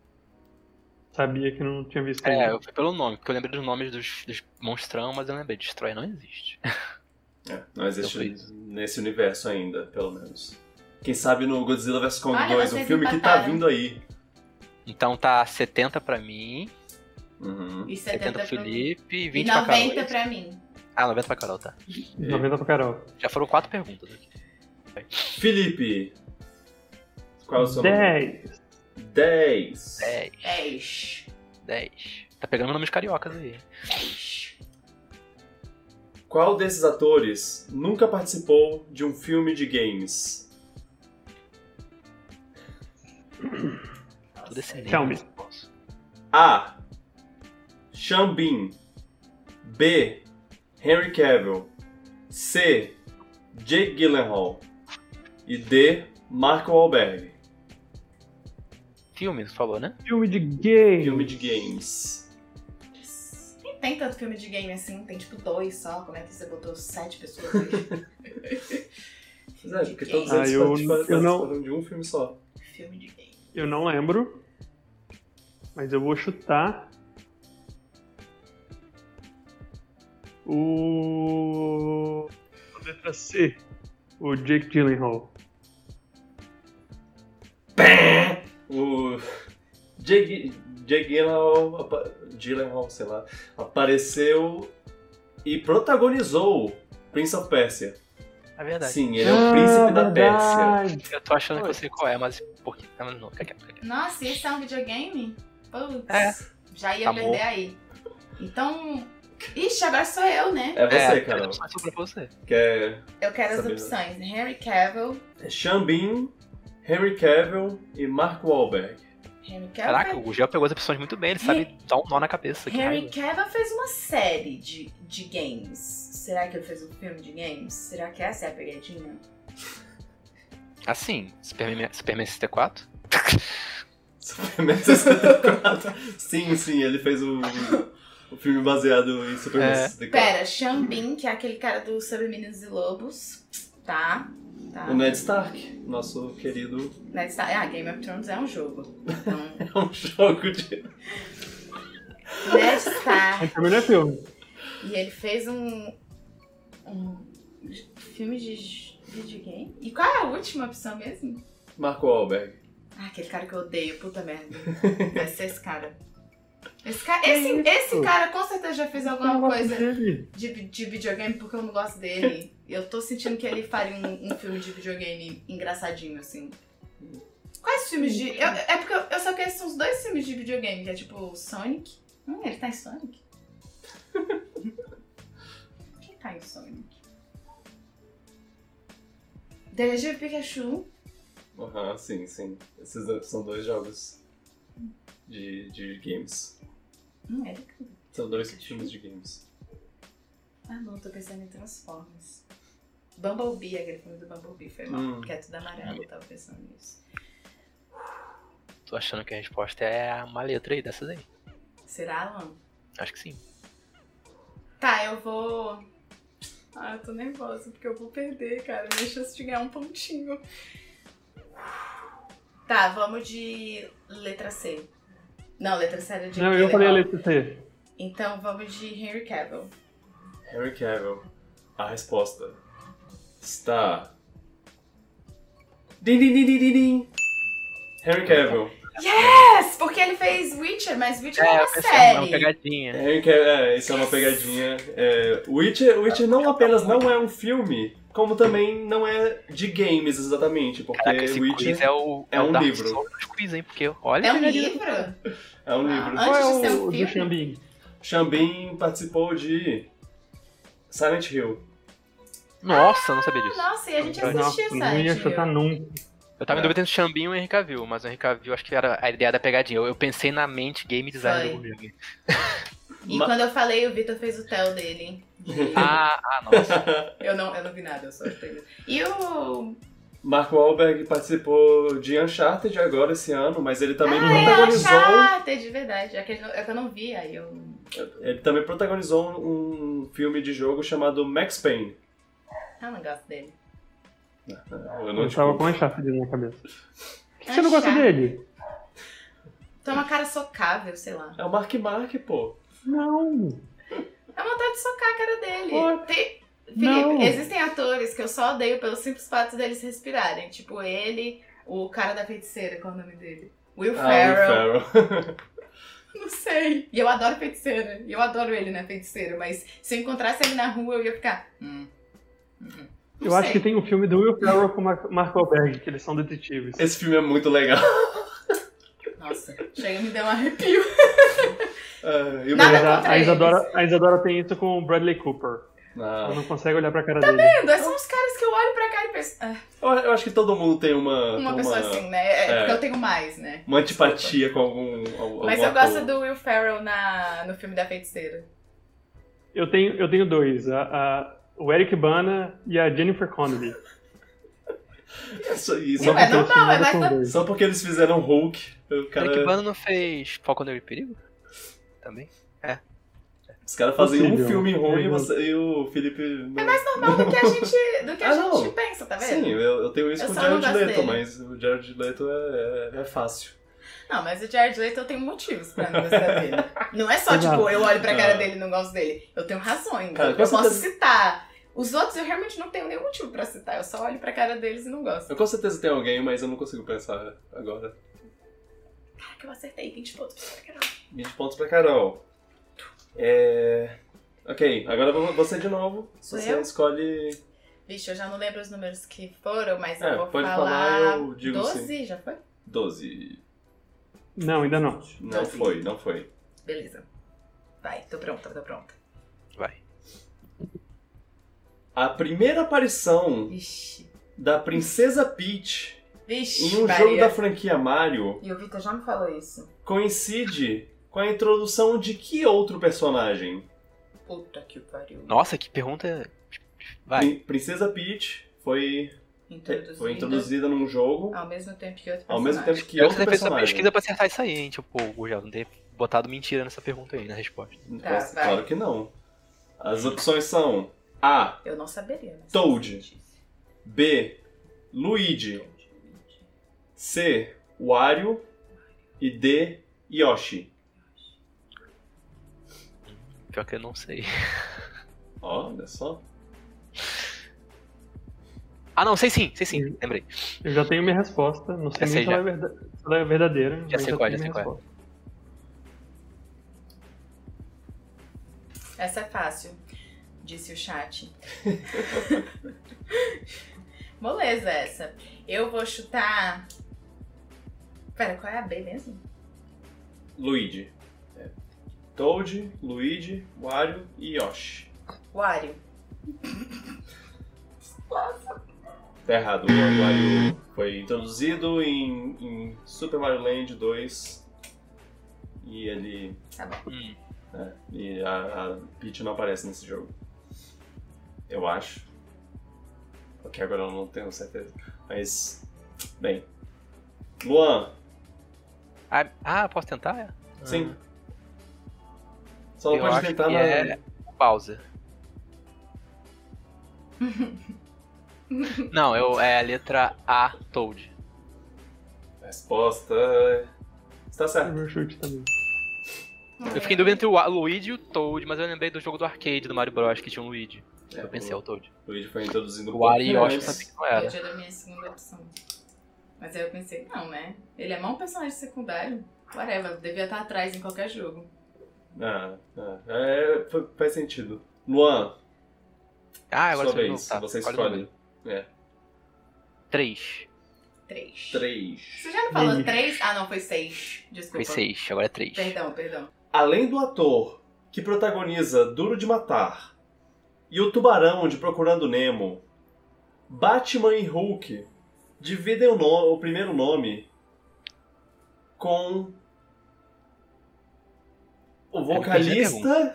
sabia que não tinha visto ainda.
Eu fui pelo nome, porque eu lembrei dos nomes dos monstrão, mas eu lembrei, Destroy não existe.
Não existe nesse universo ainda, pelo menos. Quem sabe no Godzilla vs Kong 2, um filme que tá vindo aí.
Então tá 70 pra mim,
e
70 pro Felipe e 20
e
pra Carol.
90 pra mim.
90 pra Carol, tá.
90 pra Carol.
Já foram 4 perguntas aqui.
Felipe, qual é o seu nome?
10.
10.
Tá pegando nomes cariocas aí.
10.
Qual desses atores nunca participou de um filme de games?
Tudo esse
Tell me.
A. Sean Bean. B. Henry Cavill. C. Jake Gyllenhaal. E D. Mark Wahlberg.
Filme, você falou, né?
Filme de game.
Filme de games.
Nem tem tanto filme de game assim, tem tipo 2 só. Como é que você botou 7 pessoas hoje? Filme de
Porque
game.
todos eles
eu
participaram
não-
de um filme só.
Filme de game.
Eu não lembro, mas eu vou chutar a letra C, o Jake Gyllenhaal.
O Jake Gyllenhaal, sei lá, apareceu e protagonizou Prince of Persia.
É verdade.
Sim, ele é o príncipe da Pérsia.
Pérsia.
Eu tô achando que eu sei qual é, mas por quê? Não, fica quieto.
Nossa, e esse é um videogame? Putz,
É.
já ia
Amor.
perder aí. Então... Ixi, agora sou eu, né?
É você,
Eu
Carol.
tô pra você.
Que é
Eu quero as
Sabe,
opções. Henry Cavill.
Sean Bean, Henry Cavill e Mark Wahlberg.
Henry Cavill.
Caraca, o Gel pegou as opções muito bem, ele sabe dar um nó na cabeça. Que
Henry
raiva.
Cavill fez uma série de games. Será que ele fez um filme de games? Será que essa é a pegadinha?
Assim, Superman 64?
Superman 64. Sim, ele fez o filme baseado em Superman 64.
Pera, Sean Bean, que é aquele cara do Sobre Meninos e Lobos. Tá.
O Ned Stark, nosso querido.
Ned Stark. Game of Thrones é um jogo. Então,
É um jogo de.
Ned Stark.
Esse também não é filme.
E ele fez um filme de videogame. E qual é a última opção mesmo?
Mark Wahlberg.
Ah, aquele cara que eu odeio, puta merda. Vai ser esse cara. Esse cara com certeza já fez alguma coisa de videogame porque eu não gosto dele. Eu tô sentindo que ele faria um filme de videogame engraçadinho, assim. Quais filmes de... é porque eu só conheço uns 2 filmes de videogame, que é tipo Sonic. Ele tá em Sonic? Quem tá em Sonic? Detetive Pikachu.
Aham, sim. Esses são 2 jogos de games.
Ele...
São 2 filmes de games.
Ah, não, tô pensando em Transformers. Bumblebee, aquele filme do Bumblebee, foi mal. Que é tudo amarelo, eu tava pensando nisso.
Tô achando que a resposta é uma letra aí dessas aí.
Será, Alan?
Acho que sim.
Tá, eu vou... Ah, eu tô nervosa, porque eu vou perder, cara. Minha chance de ganhar um pontinho. Tá, vamos de letra C. Não, letra C era de...
Não, eu falei a letra C.
Então vamos de Henry Cavill.
Henry Cavill. A resposta está... Din. Henry Cavill.
Yes! Porque ele fez Witcher, mas Witcher é uma
eu pensei, é uma
série.
pegadinha.
Henry Cavill, isso é uma pegadinha. Witcher não apenas não é um filme, como também não é de games exatamente, porque
Caraca, esse
Witcher
quiz é o
um
Dark
livro.
Souls dos quiz, hein? Porque olha
É
a
um
pegadinha.
livro?
É um livro.
Ah,
Qual é
Antes de ser um
o do
filme?
Xambin?
Sean Bean participou de Silent Hill.
Nossa, eu não sabia disso.
Nossa, e a gente
Nossa,
assistia
não ia
Silent
chutar
Hill.
nunca.
Eu tava em dúvida entre o Xambin e o Henry Cavill, mas o Henry Cavill acho que era a ideia da pegadinha. Eu pensei na mente game design
Foi.
do governo.
E quando eu falei, o Vitor fez o tel dele.
Nossa.
Eu não vi nada, eu só achei. E o...
Mark Wahlberg participou de Uncharted agora esse ano, mas ele também
é
protagonizou.
Uncharted, de verdade. É que eu não vi, aí eu...
Ele também protagonizou um filme de jogo chamado Max Payne.
Eu não gosto dele.
Eu não
Eu
te
tava
culpo.
com a chave na cabeça. Por que você não gosta dele?
Tem uma cara socável, sei lá.
É o Mark Mark, pô.
Não.
É vontade de socar a cara dele.
Pô,
Felipe,
não.
existem atores que eu só odeio pelo simples fato deles respirarem. Tipo ele, o cara da feiticeira, qual é o nome dele? Will Ferrell.
Will Ferrell.
Não sei. E eu adoro feiticeira. E eu adoro ele na feiticeira. Mas se eu encontrasse ele na rua, eu ia ficar...
Eu acho que tem um filme do Will Ferrell com o Mark Wahlberg, que eles são detetives.
Esse filme é muito legal.
Nossa, chega e me deu um arrepio.
E o
Nada
melhor-
contra
A Isadora tem isso com o Bradley Cooper. Ela não consegue olhar pra cara dele.
Esses são os caras que eu olho pra cá e penso...
Eu acho que todo mundo tem uma
pessoa assim, né? Porque eu tenho mais, né?
uma antipatia com algum
Mas eu gosto do Will Ferrell no filme da feiticeira.
Eu tenho dois. O Eric Bana e a Jennifer Connelly.
Não é normal, é mais...
Só porque eles fizeram Hulk, o cara...
Eric Bana não fez Falcão e Perigo? Também?
Os caras fazem um
Possível.
filme ruim e o Felipe... Não...
É mais normal do que a gente pensa, tá vendo?
Sim, eu tenho isso
Eu
com o
só não
Jared
gosto
Leto,
dele.
mas o Jared Leto é fácil.
Não, mas o Jared Leto eu tenho motivos pra não gostar dele. Não é só,
Exato.
tipo, eu olho pra cara dele e não gosto dele. Eu tenho razões.
Cara,
eu
com
posso
certeza-
citar. Os outros eu realmente não tenho nenhum motivo pra citar. Eu só olho pra cara deles e não gosto.
Eu com certeza tenho alguém, mas eu não consigo pensar agora.
Caraca, eu acertei 20 pontos pra caramba.
20 pontos pra Carol. Ok, agora você de novo.
Sou
Você
eu?
escolhe...
Vixe, eu já não lembro os números que foram, mas
É,
eu vou
pode
falar...
falar, eu digo
12,
sim.
já foi?
12.
Não, ainda não.
Não
12.
não foi.
Beleza. Vai, tô pronta.
Vai.
A primeira aparição
Vixe.
da Princesa Peach
Vixe,
em um
Maria.
jogo da franquia Mario
E o Vitor já me falou isso.
coincide com a introdução de que outro personagem?
Puta que pariu.
Nossa, que pergunta... Vai.
Princesa Peach foi
Introduzida
num jogo
ao mesmo tempo que outro
ao mesmo tempo que
Eu
outro
que fez sua
personagem.
pesquisa pra acertar isso aí, hein? Tipo, Gurgel, não ter botado mentira nessa pergunta aí, na resposta.
Tá,
Nossa,
vai.
claro que não. As opções são A.
Eu não saberia. Mas
Toad. B. Luigi. C. Wario. E D. Yoshi.
Pior que eu não sei.
Olha só.
Ah, não, sei sim, lembrei.
Eu já tenho minha resposta. Não sei
Já
nem
sei,
se ela é verdadeira.
Já
mas
sei qual é,
tenho
já sei
minha
qual é.
resposta.
essa é fácil, disse o chat. Moleza essa. Eu vou chutar... Pera, qual é a B mesmo?
Luigi. Toad, Luigi, Wario e Yoshi.
Wario.
Tá errado. O Wario foi introduzido em Super Mario Land 2. E ele...
Tá bom.
E a Peach não aparece nesse jogo. Eu acho. Ok, agora eu não tenho certeza. Mas... Bem. Luan.
Posso tentar?
Sim. Só não
Eu
pode
acho
tentar
que
na...
é o Bowser. Não, é a letra A, Toad.
Resposta... Está
É
certo.
meu chute também.
Eu fiquei em dúvida entre o Luigi e o Toad, mas eu lembrei do jogo do arcade do Mario Bros. Que tinha um Luigi. Eu pensei, é o Toad.
O Luigi foi introduzido um
O Wario e
pouco
Yoshi eu
antes.
sabia que não
Eu
era.
já da minha segunda opção. Mas aí eu pensei, não, né? Ele é mal um personagem secundário. Whatever, devia estar atrás em qualquer jogo.
Faz sentido. Luan,
Agora
sua vez.
tá,
Você
escolhe o
escolhe.
número. 3.
3.
3.
Você já não falou 3? Ah, não, foi 6. Desculpa.
Foi 6, agora é 3.
Perdão.
Além do ator que protagoniza Duro de Matar e o tubarão de Procurando Nemo, Batman e Hulk dividem o primeiro nome com o vocalista...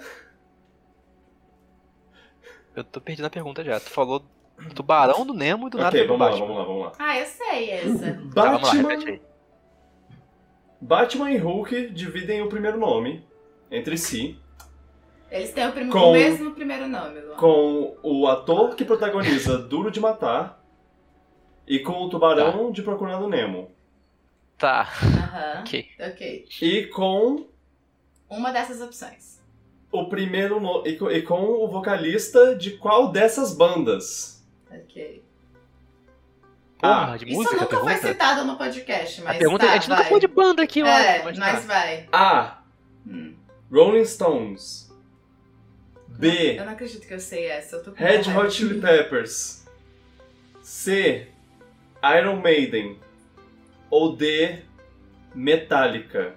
Eu tô perdendo a pergunta já. Tu falou tubarão do Nemo e do nada
Ok,
foi pro
vamos
Batman.
lá, vamos lá.
Ah, eu sei essa.
Tá, vamos lá, repete aí.
Batman e Hulk dividem o primeiro nome entre si
Eles têm
Com-
o mesmo primeiro nome, Luan.
com o ator que protagoniza Duro de Matar e com o tubarão de Procurando Nemo.
Tá.
Aham.
Ok.
E com
uma dessas opções.
o primeiro e com o vocalista de qual dessas bandas?
Ok.
Porra, de
Isso
música,
nunca foi
pergunta?
citado no podcast, mas
A pergunta,
tá,
a gente nunca
vai.
falou de banda aqui, eu acho. Mas
mas
tá.
vai.
A. Rolling Stones. B.
Eu não acredito que eu sei essa. Eu tô com
Red
raiva.
Hot Chili Peppers. C. Iron Maiden. Ou D. Metallica.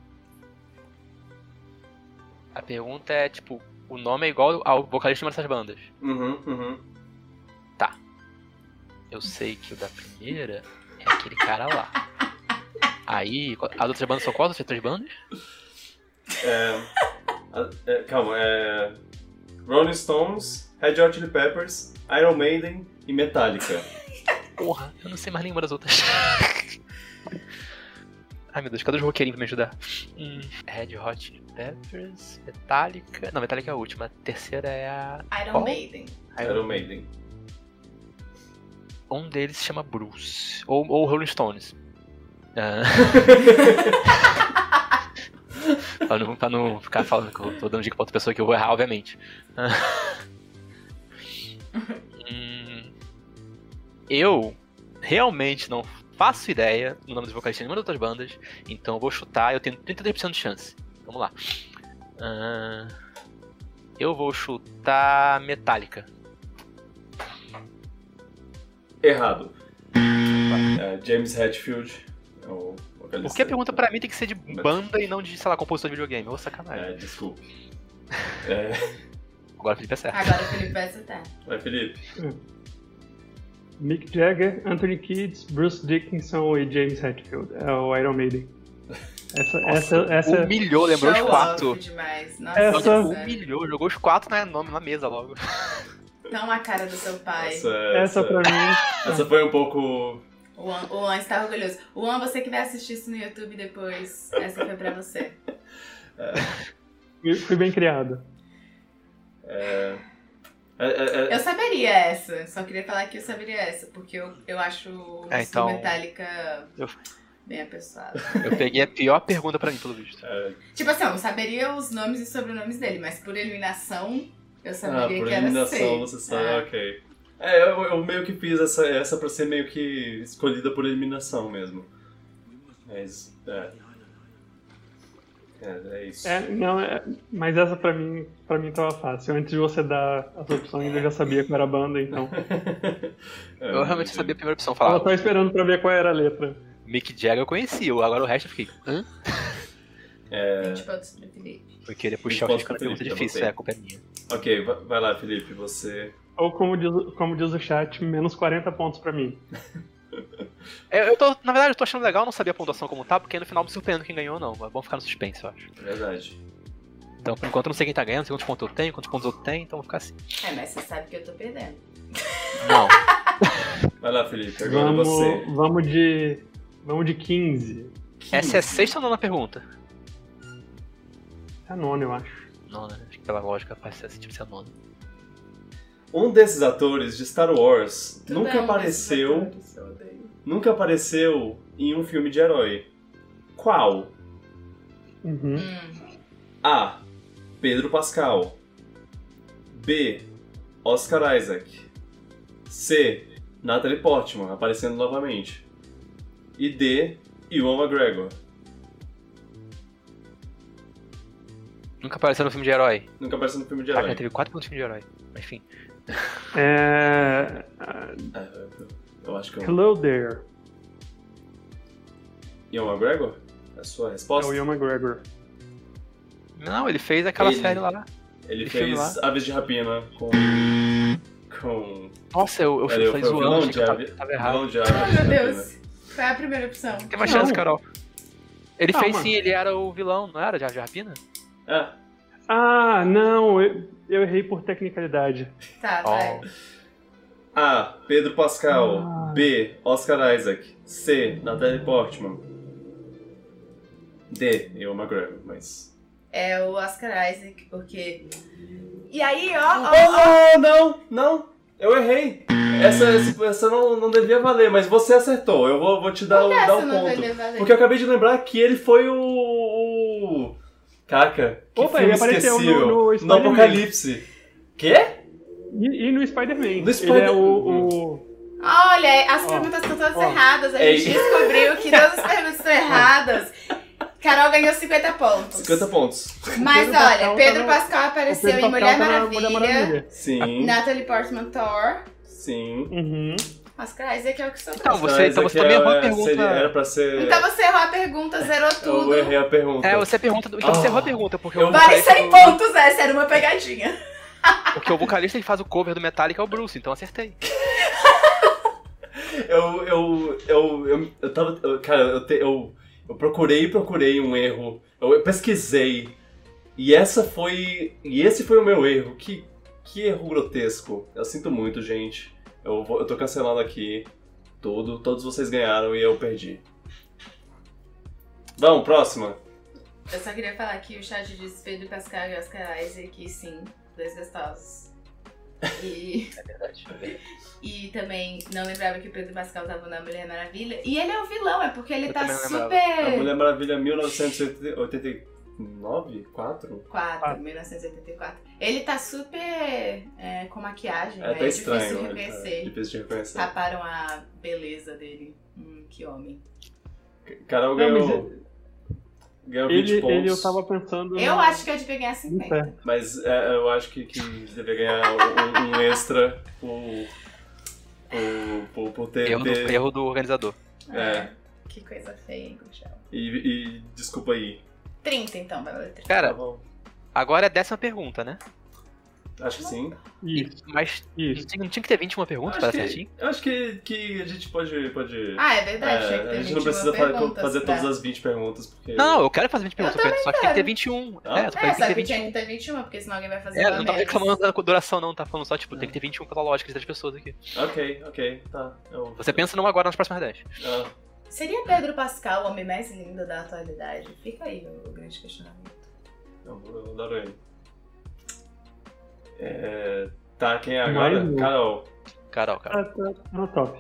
A pergunta é, tipo, o nome é igual ao vocalista de uma dessas bandas.
Uhum.
Eu sei que o da primeira é aquele cara lá. Aí, as outras bandas são quais? As outras bandas?
Calma, Rolling Stones, Red Hot Chili Peppers, Iron Maiden e Metallica.
Porra, eu não sei mais nenhuma das outras. Ai meu Deus, cadê os roqueirinhos pra me ajudar? Red Hot Chili Peppers, Metallica... Não, Metallica é a última. A terceira é a...
Iron
Qual?
Maiden.
Iron Maiden.
Um deles se chama Bruce. Ou Rolling Stones. Pra não ficar falando que eu tô dando dica pra outra pessoa que eu vou errar, obviamente. Eu realmente não faço ideia do nome dos vocalistas de nenhuma das outras bandas, então eu vou chutar, eu tenho 33% de chance. Vamos lá. Eu vou chutar Metallica.
Errado. James Hetfield. É o vocalista.
Por que a pergunta pra mim tem que ser de banda e não de, sei lá, compositor de videogame? Eu vou sacanagem.
Desculpe.
Agora o Felipe é certo.
Agora o Felipe vai acertar.
Vai, Felipe.
Mick Jagger, Anthony Kiedis, Bruce Dickinson e James Hetfield. É o Iron Maiden. Essa
Humilhou, lembrou os
Show
quatro.
off demais. Nossa,
Essa-
Humilhou, jogou os quatro na mesa logo.
Tão a cara do seu pai.
essa pra mim.
Essa foi um pouco...
O Juan está orgulhoso. Juan, você que vai assistir isso no YouTube depois, essa foi pra você.
Fui bem criado.
Eu saberia essa, só queria falar que eu saberia essa, porque eu acho o
então,
Metallica bem apessoado.
Eu peguei a pior pergunta pra mim, pelo visto.
Tipo assim, eu não saberia os nomes e sobrenomes dele, mas por eliminação, eu saberia
por
que era
eliminação
C.
você sabe, ok. Eu meio que fiz essa pra ser meio que escolhida por eliminação mesmo. Mas, é isso.
Mas essa pra mim tava fácil. Antes de você dar as opções, eu já sabia qual era a banda, então.
Eu realmente sabia a primeira opção.
Tava
Falava,
só esperando pra ver qual era a letra.
Mick Jagger eu conhecia, agora o resto eu fiquei, hã?
20 pontos pro Felipe.
Eu queria puxar o
Pontos
risco na
pro
pergunta
Felipe,
difícil,
já botei.
a culpa é minha.
Ok, vai lá, Felipe, você...
Ou como diz o chat, menos 40 pontos pra mim.
Na verdade, eu tô achando legal não saber a pontuação como tá, porque no final me surpreendo quem ganhou ou não. É bom ficar no suspense, eu acho.
Verdade.
Então, por enquanto, eu não sei quem tá ganhando, não sei quantos pontos eu tenho, quantos pontos eu tenho, então vou ficar assim.
Mas você sabe que eu tô perdendo.
Não.
Vai lá, Felipe, agora você.
Vamos de 15.
Essa é a sexta ou nona pergunta?
É a nona, eu acho.
Nona, acho que pela lógica faz sentido ser a nona.
Um desses atores de Star Wars
Tudo
nunca
é um
apareceu
desses atores, eu odeio.
nunca apareceu em um filme de herói. Qual?
Uhum.
A. Pedro Pascal. B. Oscar Isaac. C. Natalie Portman, aparecendo novamente. E D. Ewan McGregor.
Nunca apareceu no filme de herói.
Nunca apareceu no filme de
Caraca,
herói.
teve 4 pontos no filme de herói. Mas, enfim.
Eu acho que é o
Hello there.
Ewan McGregor? É a sua
É
resposta?
o Ian McGregor.
Não, ele fez aquela
Ele-
série lá.
Ele
filme
fez Aves de Rapina com...
Nossa, eu
Ele
falei
foi o
zoando,
vilão
achei
de
que eu
Aves
tava errado.
de
Ai,
Rapina.
meu Deus. Foi a primeira opção.
Tem mais chance,
Não.
Carol. Ele
Calma.
fez sim, ele era o vilão, não era? De Ave de Rapina?
Ah, não, eu errei por tecnicalidade.
Tá, vai.
Ó.
A. Pedro Pascal.
Ah.
B. Oscar Isaac. C. Natalie Portman. D. Ewan McGregor, mas...
É o Oscar Isaac, porque... E aí, ó...
Oh, não! Eu errei! Essa não devia valer, mas você acertou. Eu vou te dar, dar um ponto. Porque eu acabei de lembrar que ele foi o... Caraca, que filme esquecível. No Apocalipse. Quê?
E no Spider-Man.
Ele é
Olha, as perguntas estão todas erradas. A gente descobriu que todas as perguntas estão erradas. Carol ganhou 50 pontos.
50 pontos.
Mas olha, Pedro Pascal apareceu em Mulher Maravilha.
Sim.
Natalie Portman, Thor.
Sim.
Oscar Isaac é o que sobrou.
Então você também errou a pergunta.
Era pra ser...
Então você errou a pergunta, zerou tudo.
Eu errei a pergunta.
Você pergunta... Então você errou a pergunta, porque
Vale 100 pontos, essa era uma pegadinha.
Porque o vocalista que faz o cover do Metallica é o Bruce, então acertei.
Eu procurei um erro. Eu pesquisei. E esse foi o meu erro. Que erro grotesco. Eu sinto muito, gente. Eu tô cancelando aqui tudo. Todos vocês ganharam e eu perdi. Vamos, próxima.
Eu só queria falar que o chat disse Pedro Pascal e Oscar Isaac, sim, dois gostosos.
É verdade.
E também não lembrava que o Pedro Pascal tava na Mulher Maravilha. E ele é o vilão, é porque ele tá super...
A Mulher Maravilha 1989?
1984. Ele tá super com maquiagem,
tá estranho,
difícil de reconhecer. Taparam a beleza dele. Que homem.
Carol ganhou 20 pontos.
Eu tava pensando...
Eu acho que eu devia ganhar 50.
Mas eu acho que devia ganhar um extra por ter...
Erro do organizador.
Que coisa feia, hein, Gurgel.
E desculpa aí.
30 então, vai valer 30.
Cara, agora é a 10ª pergunta, né?
Acho que sim.
Isso.
Mas não tinha que ter 21 perguntas para certinho?
Eu acho que a gente pode...
Ah, é verdade. Tinha que ter
a gente não precisa fazer todas as 20 perguntas, porque...
Não, eu quero fazer 20 perguntas, só que tem que ter 21.
Só que tinha que ter 21, porque senão alguém vai fazer
não tava reclamando da duração não, tá falando só, tem que ter 21 pela lógica das pessoas aqui.
Ok, tá.
Você pensa não agora, nas próximas 10.
Seria Pedro Pascal o homem mais lindo da atualidade? Fica aí o grande questionamento.
Eu adoro ele. Tá, quem é agora? Carol.
Tá no top.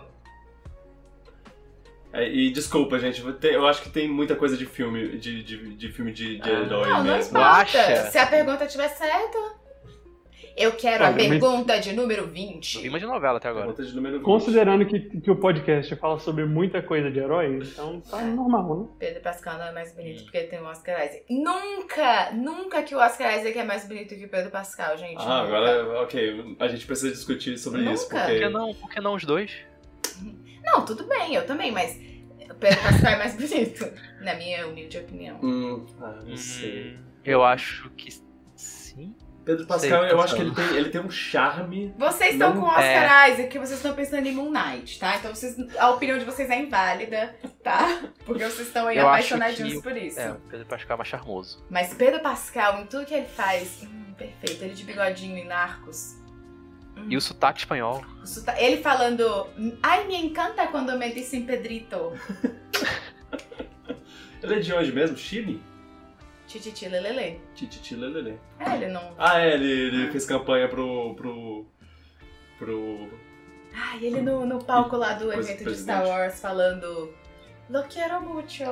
E desculpa, gente, eu acho que tem muita coisa de filme, de filme de herói
não
mesmo.
Não importa. Se a pergunta estiver certa... Eu quero a pergunta de número 20.
Não vi mais de novela até agora.
Pergunta de número 20.
Considerando que o podcast fala sobre muita coisa de herói, então tá normal, né?
Pedro Pascal não é mais bonito porque ele tem o Oscar Isaac. Nunca que o Oscar Isaac é mais bonito que o Pedro Pascal, gente.
Agora, ok. A gente precisa discutir sobre isso. Porque...
Por que não os dois?
Não, tudo bem, eu também, mas o Pedro Pascal é mais bonito, na minha humilde opinião.
Não sei.
Eu acho que sim.
Pedro Pascal, eu acho que ele tem um charme.
Vocês estão com Oscar Isaac, que vocês estão pensando em Moon Knight, tá? Então a opinião de vocês é inválida, tá? Porque vocês estão aí apaixonadinhos por isso.
O Pedro Pascal é mais charmoso.
Mas Pedro Pascal, em tudo que ele faz, perfeito. Ele de bigodinho em Narcos.
E o sotaque espanhol.
Ele falando, ai, me encanta quando me dizem Pedrito.
Ele é de onde mesmo? Chile?
Tititi-lelele.
Tititi-lelele.
Ele não...
ele fez campanha pro...
Ele no palco lá do evento de Star Wars falando Los quiero mucho.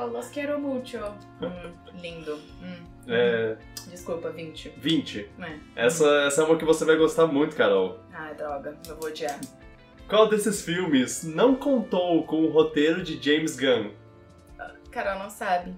Lindo. Desculpa, 20.
20? Essa é uma que você vai gostar muito, Carol.
Droga, eu vou odiar.
Qual desses filmes não contou com o roteiro de James Gunn?
Carol não sabe.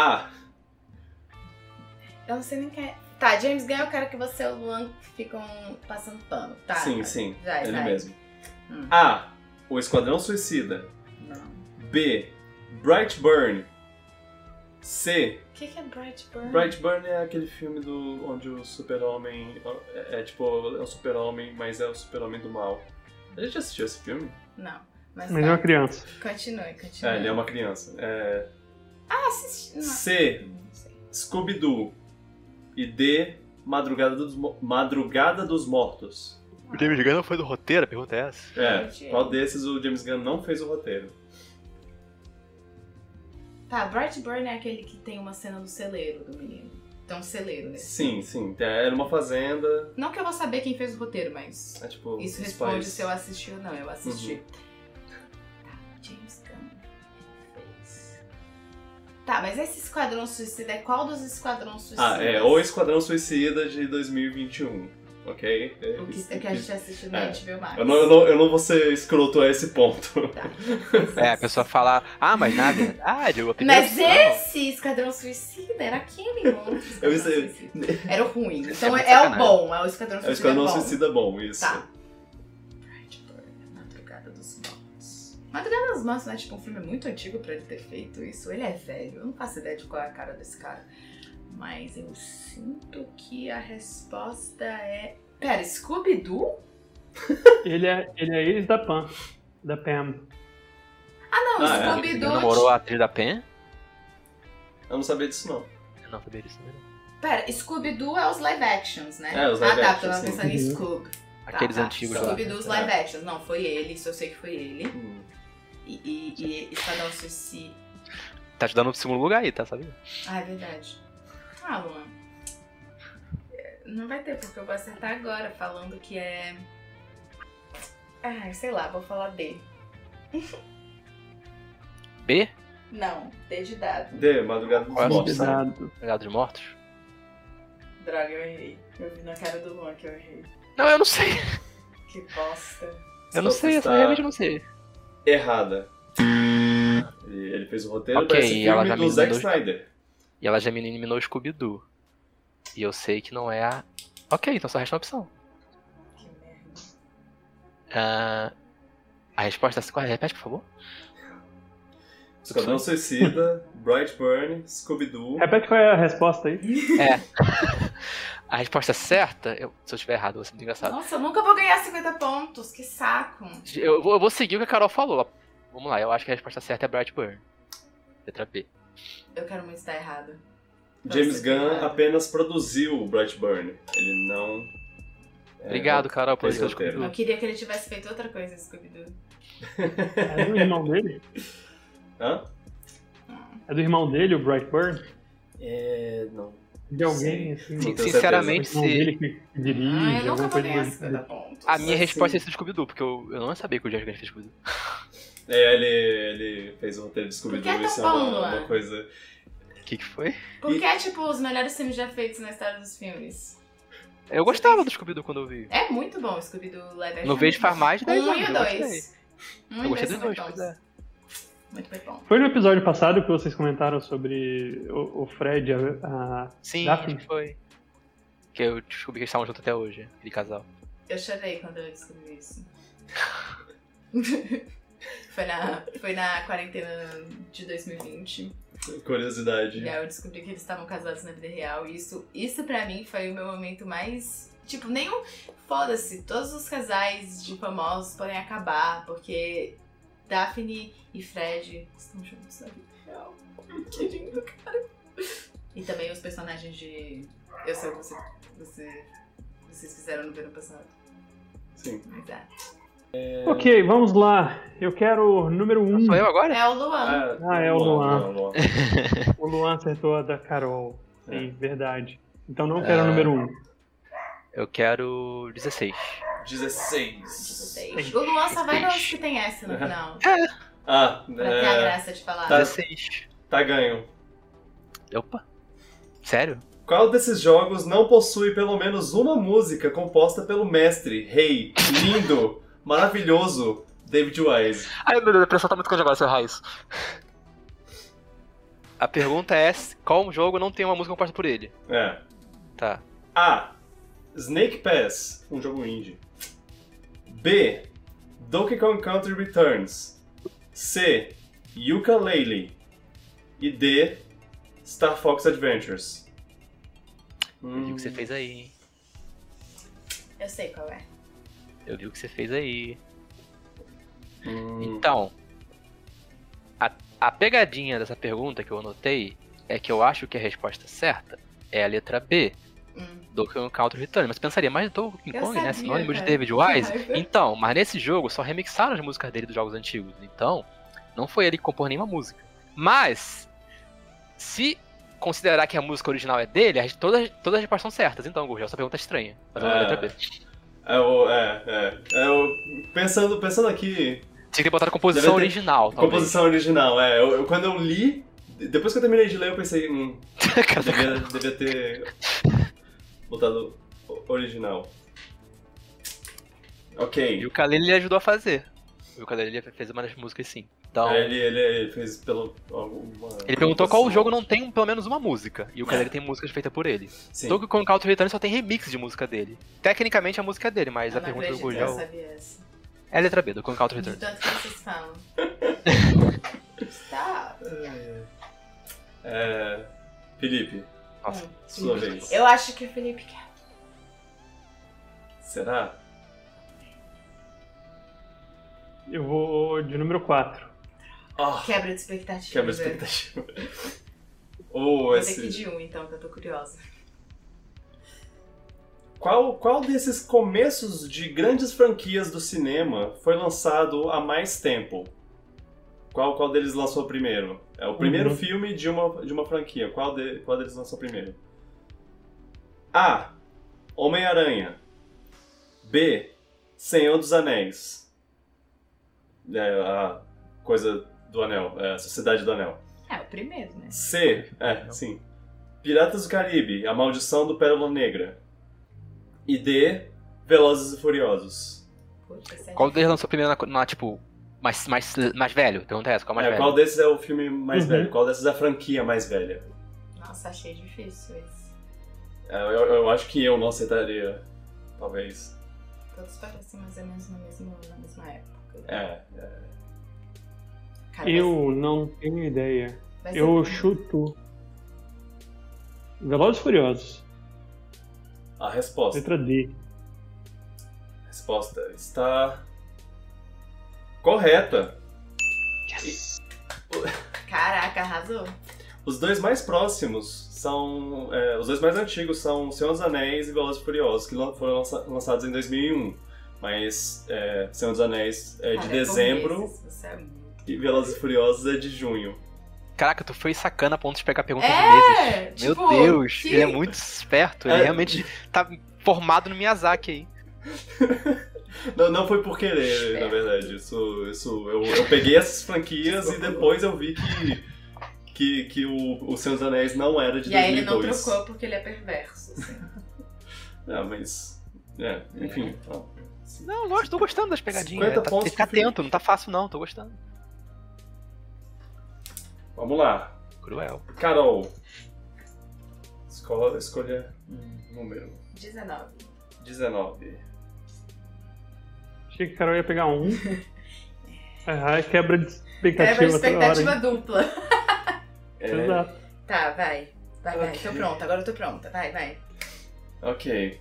Eu não sei nem quem é. Tá, James Gunn é o cara que você e o Luan ficam passando pano. Tá.
Sim. Ele mesmo.
Hum.
A. O Esquadrão Suicida.
Não.
B. Brightburn. C.
O que é Brightburn?
Brightburn é aquele filme onde o super-homem é o super-homem, mas é o super-homem do mal. A gente já assistiu esse filme?
Não. Mas
é uma criança.
Continue.
Ele é uma criança.
Assisti.
C. Scooby-Doo. E D. Madrugada dos Mortos.
O James Gunn não foi do roteiro? A pergunta é essa?
Qual desses o James Gunn não fez o roteiro?
Tá, Brightburn é aquele que tem uma cena no celeiro do menino. Tem um celeiro nesse.
Sim. Era uma fazenda.
Não que eu vou saber quem fez o roteiro, mas
É tipo.
isso
os
responde
pais.
se eu assisti ou não. Eu assisti.
Uhum.
Tá, James Gunn fez. Tá, mas esse Esquadrão Suicida é qual dos Esquadrão Suicidas?
O Esquadrão Suicida de 2021, ok?
O que a gente assistiu no HBO Max.
Eu não vou ser escroto a esse ponto.
Tá.
A pessoa fala, mas na verdade, eu
Mas esse Esquadrão Suicida era aquele outro Esquadrão Suicida. Era o ruim. Então é o bom, é o Esquadrão
É o
Suicida
Esquadrão
bom.
Suicida bom, isso.
Tá. Madrugada dos Mortos. Madrugada dos Mortos não é tipo um filme muito antigo pra ele ter feito isso. Ele é velho, eu não faço ideia de qual é a cara desse cara. Mas eu sinto que a resposta é... Pera, Scooby-Doo?
Ele é ex da Pam. Da Pam.
Ah não,
é.
Ele
Scooby-Doo...
namorou a atriz da Pen?
Eu não sabia disso, não.
Eu não sabia disso também.
Pera, Scooby-Doo é os live actions, né?
É, os live
tá,
actions,
tava
sim.
pensando em Scoob.
Aqueles antigos lá.
Scooby-Doo, os live actions. Não, foi ele, isso eu sei que foi ele.
Hum.
E Esquadrão Suicida...
Tá te dando o segundo lugar aí, tá sabendo?
Ah, é verdade. Ah, Luan. Não vai ter, porque eu vou acertar agora, falando que é... sei lá, vou falar D.
B?
Não, D de dado.
D, Madrugada dos
Quase
Mortos.
Cuidado.
Legado de Mortos?
Droga, eu errei. Eu vi na cara do Luan que eu errei.
Não, eu não sei.
Que bosta.
Eu não sei, essa realmente eu não sei.
Errada. Ele fez o roteiro
Ok,
pra esse
ela
filme
já
do
me
Zack
mandou-
Snyder.
E ela já me eliminou o Scooby-Doo. E eu sei que não é a... Ok, então só resta uma opção.
Que merda.
A resposta é... Repete, por favor.
Esquadrão Suicida, Brightburn, Scooby-Doo.
Repete qual é a resposta aí.
A resposta certa... Se eu estiver errado, vai ser muito engraçado.
Nossa, eu nunca vou ganhar 50 pontos. Que saco.
Eu vou seguir o que a Carol falou. Vamos lá, eu acho que a resposta certa é Brightburn. Letra B.
Eu quero muito estar errado.
James
Nossa,
Gunn
que
apenas produziu Brightburn. Ele não...
Obrigado, Carol, por
fez
isso que eu
roteiro.
Eu
Scooby-Doo.
queria que ele tivesse feito outra coisa, Scooby-Doo.
É do irmão dele?
Hã?
É do irmão dele, o Brightburn?
Não.
De alguém, assim.
Sim,
O
tenho
Sinceramente,
irmão dele que dirige,
Eu nunca
alguma
vou
coisa
ganhar
do
50 pontos.
A minha
Assim.
resposta é esse do Scooby-Doo, porque eu não sabia que o James Gunn fez Scooby-Doo.
Ele fez o roteiro de
Por que
Scooby-Doo.
é tão
Isso é
bom,
uma
Luan?
coisa...
O que foi?
Porque é tipo os melhores filmes já feitos na história dos filmes.
Eu gostava do Scooby-Doo quando eu vi.
É muito bom o Scooby-Doo live action.
Não vejo faz mais de 10
1
anos.
e o
eu
2.
gostei.
1
Eu
e
gostei
2
dos
são
dois,
muito
pois é.
bons. Muito bom.
Foi no episódio passado que vocês comentaram sobre o Fred, a
Sim,
Daphne?
acho que foi. Que eu descobri que eles estavam juntos até hoje, aquele casal.
Eu chorei quando eu descobri isso. Foi na quarentena de 2020.
Curiosidade.
E aí eu descobri que eles estavam casados na vida real. E isso pra mim foi o meu momento mais... Tipo, nenhum... Foda-se, todos os casais de famosos podem acabar, porque Daphne e Fred estão juntos na vida real. Que lindo, cara. E também os personagens de... Eu sei o que vocês fizeram no verão passado.
Sim.
Mas
Ok, vamos lá. Eu quero o número 1.
Sou eu agora?
é o Luan.
É o Luan.
Luan.
O Luan acertou a da Carol. Sim, verdade. Então não quero o número 1.
Eu quero 16.
16.
16. O Luan só vai nos que tem S no final.
Ah,
Pra ter a graça de falar.
Tá.
16.
tá ganho.
Opa. Sério?
Qual desses jogos não possui pelo menos uma música composta pelo mestre, rei, lindo, maravilhoso David Wise?
Ai meu Deus, a pressão tá muito grande agora, seu raiz. A pergunta é qual jogo não tem uma música composta por ele?
É.
Tá.
A. Snake Pass, um jogo indie. B. Donkey Kong Country Returns. C. Yooka-Laylee. E D. Star Fox Adventures.
Eu vi o que você fez aí, hein?
Eu sei qual é.
Eu vi o que você fez aí.
Hum.
Então, a pegadinha dessa pergunta que eu anotei é que eu acho que a resposta certa é a letra B, Donkey Kong Country Returns. Mas pensaria, mas Donkey
Eu
Kong, né?
sabia,
Sinônimo de
cara.
David Wise?
Que raiva.
Então, mas nesse jogo só remixaram as músicas dele dos jogos antigos. Então, não foi ele que compôs nenhuma música. Mas, se considerar que a música original é dele, todas as respostas são certas. Então, Gurgel, essa pergunta é estranha. Mas a letra B.
Pensando aqui...
Tinha que botar a composição original, talvez.
Composição original, quando eu li, depois que eu terminei de ler, eu pensei, devia ter botado original. Ok.
E o Khalil ele ajudou a fazer. O Khalil ele fez uma das músicas sim. Então,
ele fez alguma...
Ele perguntou qual jogo não tem pelo menos uma música. E o Khalil tem músicas feitas por ele.
Sim.
Donkey Kong Country Returns só tem remix de música dele. Tecnicamente a música é dele, mas a pergunta do Gurgel...
Eu sabia essa.
É a letra B, do Kong Country
De
Returns.
tanto que vocês falam. Tá.
Felipe,
Nossa.
sua vez.
Eu acho que o Felipe quer.
Será?
Eu vou de número 4.
Quebra de expectativa.
Quebra de expectativa.
Vou ter que ir de 1, então, que eu tô curiosa.
Qual desses começos de grandes franquias do cinema foi lançado há mais tempo? Qual deles lançou primeiro? É o primeiro filme de uma franquia. Qual deles lançou primeiro? A. Homem-Aranha. B. Senhor dos Anéis. A coisa do Anel. A Sociedade do Anel.
É, o primeiro, né?
C. Sim. Piratas do Caribe. A Maldição do Pérola Negra. E D. Velozes e Furiosos.
Puta,
Qual deles lançou primeiro tipo, mais velho? Pergunta é essa, qual mais velho?
Qual desses é o filme mais velho? Qual desses é a franquia mais velha?
Nossa, achei difícil esse.
Eu acho que eu não aceitaria, talvez.
Todos parecem mais ou menos na mesma época. Cara,
Eu não tenho ideia.
vai ser
Eu
bom.
chuto. Velozes e Furiosos.
A resposta.
Letra D.
A resposta está correta.
Yes.
Caraca, arrasou.
Os dois mais próximos são... os dois mais antigos são Senhor dos Anéis e Velozes e Furiosos, que foram lançados em 2001. Mas Senhor dos Anéis é de
Cara,
dezembro
você é muito...
e Velozes e Furiosos é de junho.
Caraca, tu foi sacana a ponto de pegar perguntas
É,
de meses.
tipo,
Meu Deus,
que-
ele é muito esperto. Ele realmente tá formado no Miyazaki aí.
Não foi por querer, na verdade. Eu peguei essas franquias e depois eu vi que o Senhor dos Anéis não era de 2002.
E aí ele não trocou porque ele é perverso, assim.
Mas... enfim...
Não, eu tô gostando das pegadinhas.
50 pontos
Fica
pro Felipe.
atento, não tá fácil não, tô gostando.
Vamos lá.
Cruel.
Carol. Escolha um número.
19.
19.
Achei que a Carol ia pegar um. Quebra de expectativa.
Quebra de
toda hora,
expectativa
hein?
dupla.
Exato.
Tá, vai. Vai,
Ok.
tô pronta, agora eu tô pronta. Vai.
Ok.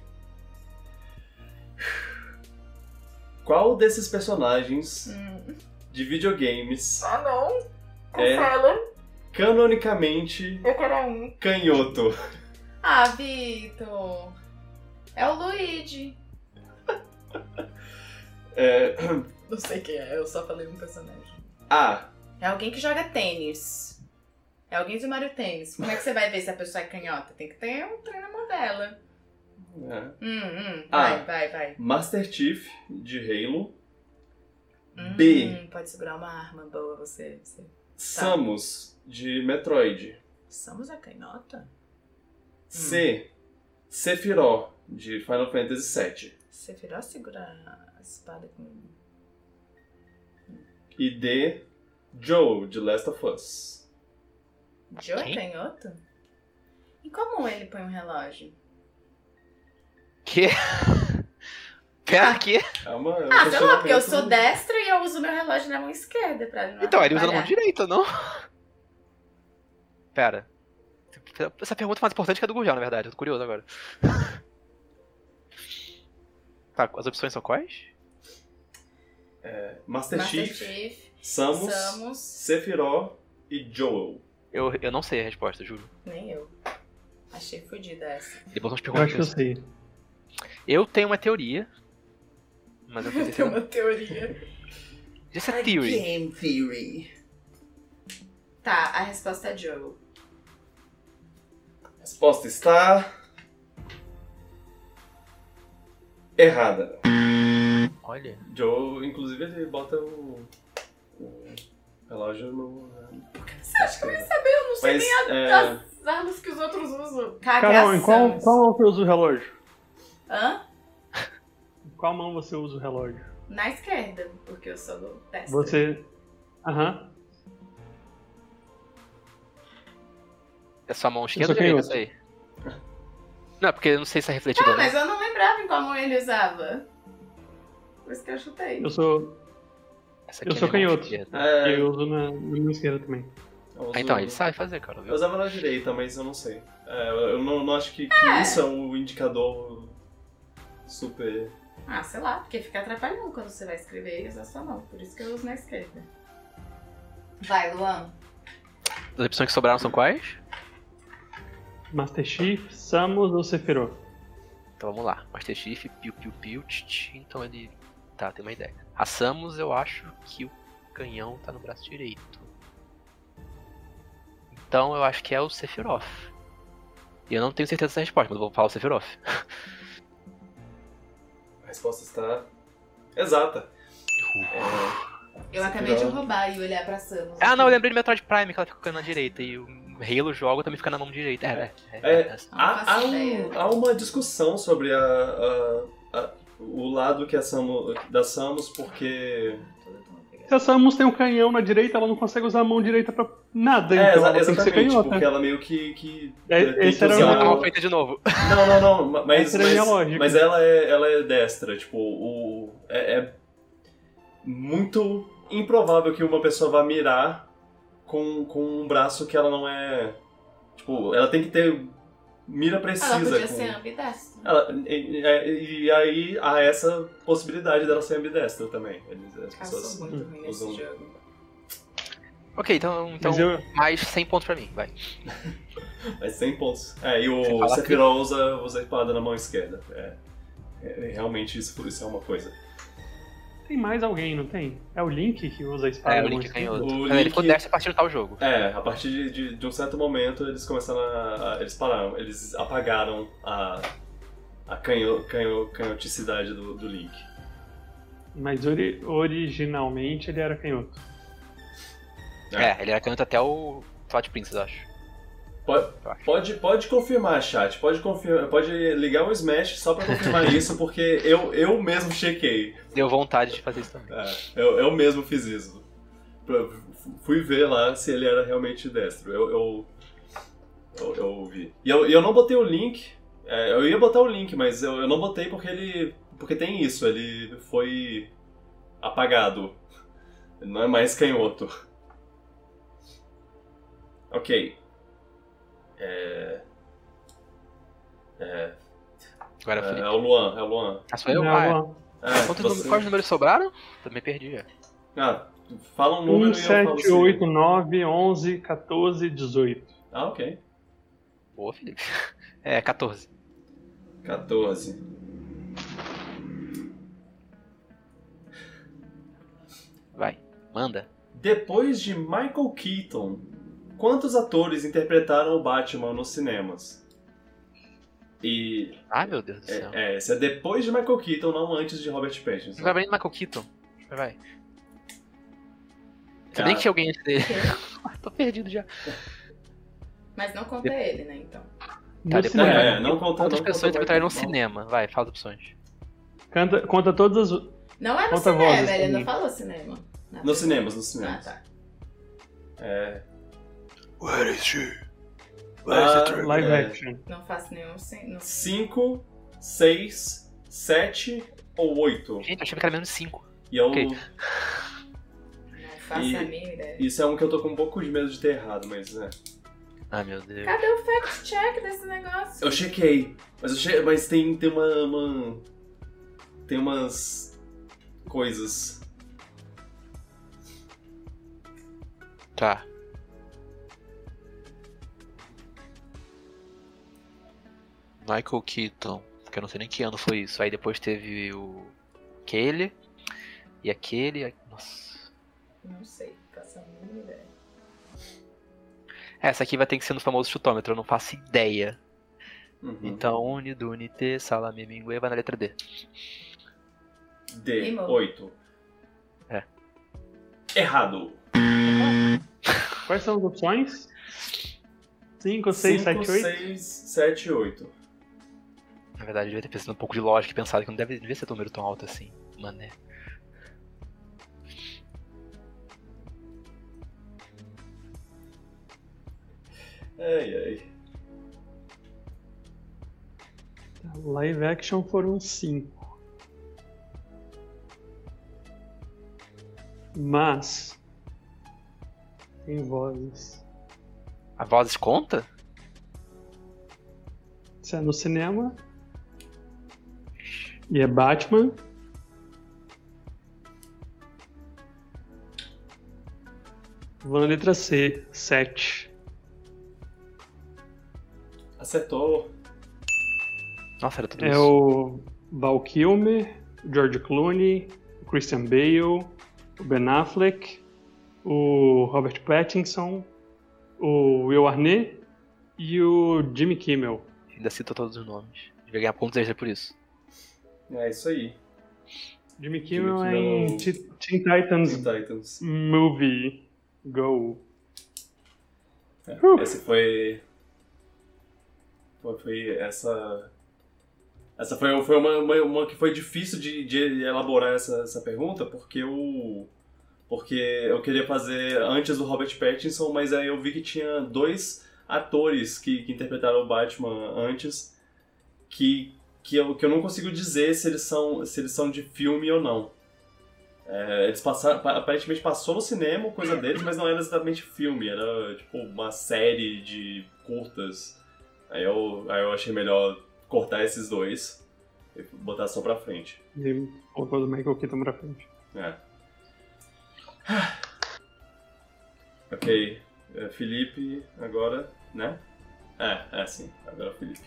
Qual desses personagens de videogames
não.
É.
Cancela.
canonicamente
Eu quero um.
canhoto?
Ah, Vitor. É o Luigi. Não sei quem é, eu só falei um personagem.
A.
É alguém que joga tênis. É alguém do Mario Tênis. Como é que você vai ver se a pessoa é canhota? Tem que ter um trem na mão dela. Vai.
Master Chief de Halo. B.
Pode segurar uma arma boa, você.
Samus de Metroid.
Somos a canhota?
C. Sephiroth de Final Fantasy VII.
Você virou a segurar a espada com...
E D. Joe de Last of Us.
Joe é
Quem?
canhoto? E como ele põe um relógio?
Que? Pera, que?
Sei lá, porque eu sou destra e eu uso meu relógio na mão esquerda pra não
Então, ele usa na mão
atrapalhar.
direita, não? Pera. Essa pergunta é mais importante que a do Gurgel, na verdade. Eu tô curioso agora. Tá, as opções são quais?
Master Chief,
Chief,
Samus, Sephiroth e Joel.
Eu não sei a resposta, juro.
nem eu. Achei fodida essa.
Depois vamos
Eu acho que eu
perguntar.
sei.
Eu tenho uma teoria. Mas eu não sei se
Tem uma teoria.
Just a theory.
Game Theory.
Tá, a resposta é Joe.
Resposta está errada.
Olha.
Joe, inclusive, ele bota o relógio no...
Você acha que eu ia saber? Eu não sei nem as armas que os outros usam.
Carol, em qual mão você usa o relógio?
Hã?
Em qual mão você usa o relógio?
Na esquerda, porque eu sou do destra.
Você... Aham.
É sua mão esquerda
Eu
ou
sou
direita isso aí? Não, porque eu não sei se é refletido ou não.
Mas eu não lembrava em qual mão ele usava. Por isso que eu chutei.
Eu sou
Essa aqui é
sou
minha mão
canhoto.
esquerda.
Eu uso na minha esquerda também.
Ah, então, ele sabe fazer, cara.
Eu
Viu?
usava na direita, mas eu não sei. Eu não acho que isso é um indicador super...
Ah, sei lá, porque fica atrapalhando quando você vai escrever e usar sua mão. Por isso que eu uso na esquerda. Vai, Luan.
As opções que sobraram são quais?
Master Chief, Samus ou Sephiroth?
Então vamos lá. Master Chief, Piu Piu Piu, Tch. Então ele... Tá, tem uma ideia. A Samus, eu acho que o canhão tá no braço direito. Então eu acho que é o Sephiroth. E eu não tenho certeza dessa resposta, mas eu vou falar o Sephiroth.
A resposta está exata.
Eu acabei de roubar e olhar pra Samus.
Ah, não, eu lembrei do Metroid Prime, que ela fica na direita. E o Halo joga também fica na mão direita.
Há uma discussão sobre o lado que da Samus, porque...
Se a Samus tem um canhão na direita, ela não consegue usar a mão direita pra nada, então ela tem que ser canhota.
Porque ela meio que
Esse era
Ela tava feita de novo.
Não, mas ela é destra, tipo, é muito improvável que uma pessoa vá mirar com um braço que ela não é... Tipo, ela tem que ter mira precisa.
Ela podia ser ambidestra.
E aí há essa possibilidade dela ser ambidestra também. As pessoas
muito ruim nesse jogo.
Ok, então mais 100 pontos pra mim, vai.
Mais 100 pontos. E o Sephiroth usa a espada na mão esquerda. Realmente isso é uma coisa.
Tem mais alguém, não tem? É o Link que usa a espada na mão esquerda?
O Link ele ficou dessa a partir do tal jogo.
A partir de um certo momento eles começaram eles pararam, eles apagaram a canhoticidade do Link.
Mas originalmente ele era canhoto.
Ele era canhoto até o Twilight Princess, eu acho.
Pode confirmar, chat. Pode ligar o Smash só pra confirmar isso, porque eu mesmo chequei.
Deu vontade de fazer isso também.
Eu mesmo fiz isso. Fui ver lá se ele era realmente destro. Eu vi. E eu não botei o link. Eu ia botar o link, mas eu não botei porque tem isso. Ele foi apagado. Ele não é mais canhoto. Ok.
Agora eu fui.
É o Luan.
Ah, sou eu? Quais números sobraram? Também perdi.
Fala um número
1, 7, 8, 9, 11, 14, 18.
Ok.
Boa, Felipe. 14.
14.
Vai, manda.
Depois de Michael Keaton, quantos atores interpretaram o Batman nos cinemas?
Ai, meu Deus do céu.
Esse é depois de Michael Keaton, não antes de Robert Pattinson.
Vai bem do Michael Keaton. Vai. Se bem que tinha alguém antes dele. Tô perdido já.
Mas não conta ele, né, então.
Tá, depois
não conta.
Quantas pessoas interpretaram no cinema? Vai, fala as opções.
Conta todas as...
Não é no
Conta
cinema,
vozes,
ele
sim.
não falou cinema.
Nos cinemas.
Ah, tá.
Where is she?
Live action.
Não faço nenhum...
5, 6, 7 ou 8.
Gente, eu achei que era menos 5.
E é o...
Ok.
Não faço a mínima ideia.
Isso é um que eu tô com um pouco de medo de ter errado, mas
Ai, meu Deus.
Cadê o fact check desse negócio?
Eu chequei, mas tem tem umas coisas.
Tá. Michael Keaton, que eu não sei nem que ano foi isso. Aí depois teve aquele e aquele. Nossa.
Não sei, faço a mínima ideia.
Essa aqui vai ter que ser no famoso chutômetro, eu não faço ideia.
Uhum.
Então, uni, duni, te, salame, mingue, vai na letra D.
D,
Rimou.
8.
É.
Errado.
Quais são as opções? 5, 6, 7, 8?
6, 7, 8.
Na verdade, eu devia ter pensado um pouco de lógica e pensado que não devia ser um número tão alto assim, mané.
Ai, ai.
Live action foram 5. Mas tem vozes.
A voz conta?
Se é no cinema e é Batman, vou na letra C, 7.
Acertou.
Nossa, era tudo
É
isso.
o Val Kilmer, o George Clooney, o Christian Bale, o Ben Affleck, o Robert Pattinson, o Will Arnett e o Jimmy Kimmel.
Ainda citou todos os nomes. Devia ganhar pontos extra por isso.
É isso aí.
Jimmy Kimmel é
Kimmel
em Teen Titans
Titans.
Movie Go.
Esse foi essa. Essa foi uma que foi difícil de elaborar essa pergunta, porque eu queria fazer antes do Robert Pattinson, mas aí eu vi que tinha 2 atores que interpretaram o Batman antes, que eu não consigo dizer se eles são de filme ou não. Eles aparentemente passou no cinema, coisa deles, mas não era exatamente filme, era tipo uma série de curtas. Aí eu achei melhor cortar esses 2 e botar só pra frente.
E colocou do Michael Keaton pra frente.
Ok, Felipe agora, né? Sim, agora é o Felipe.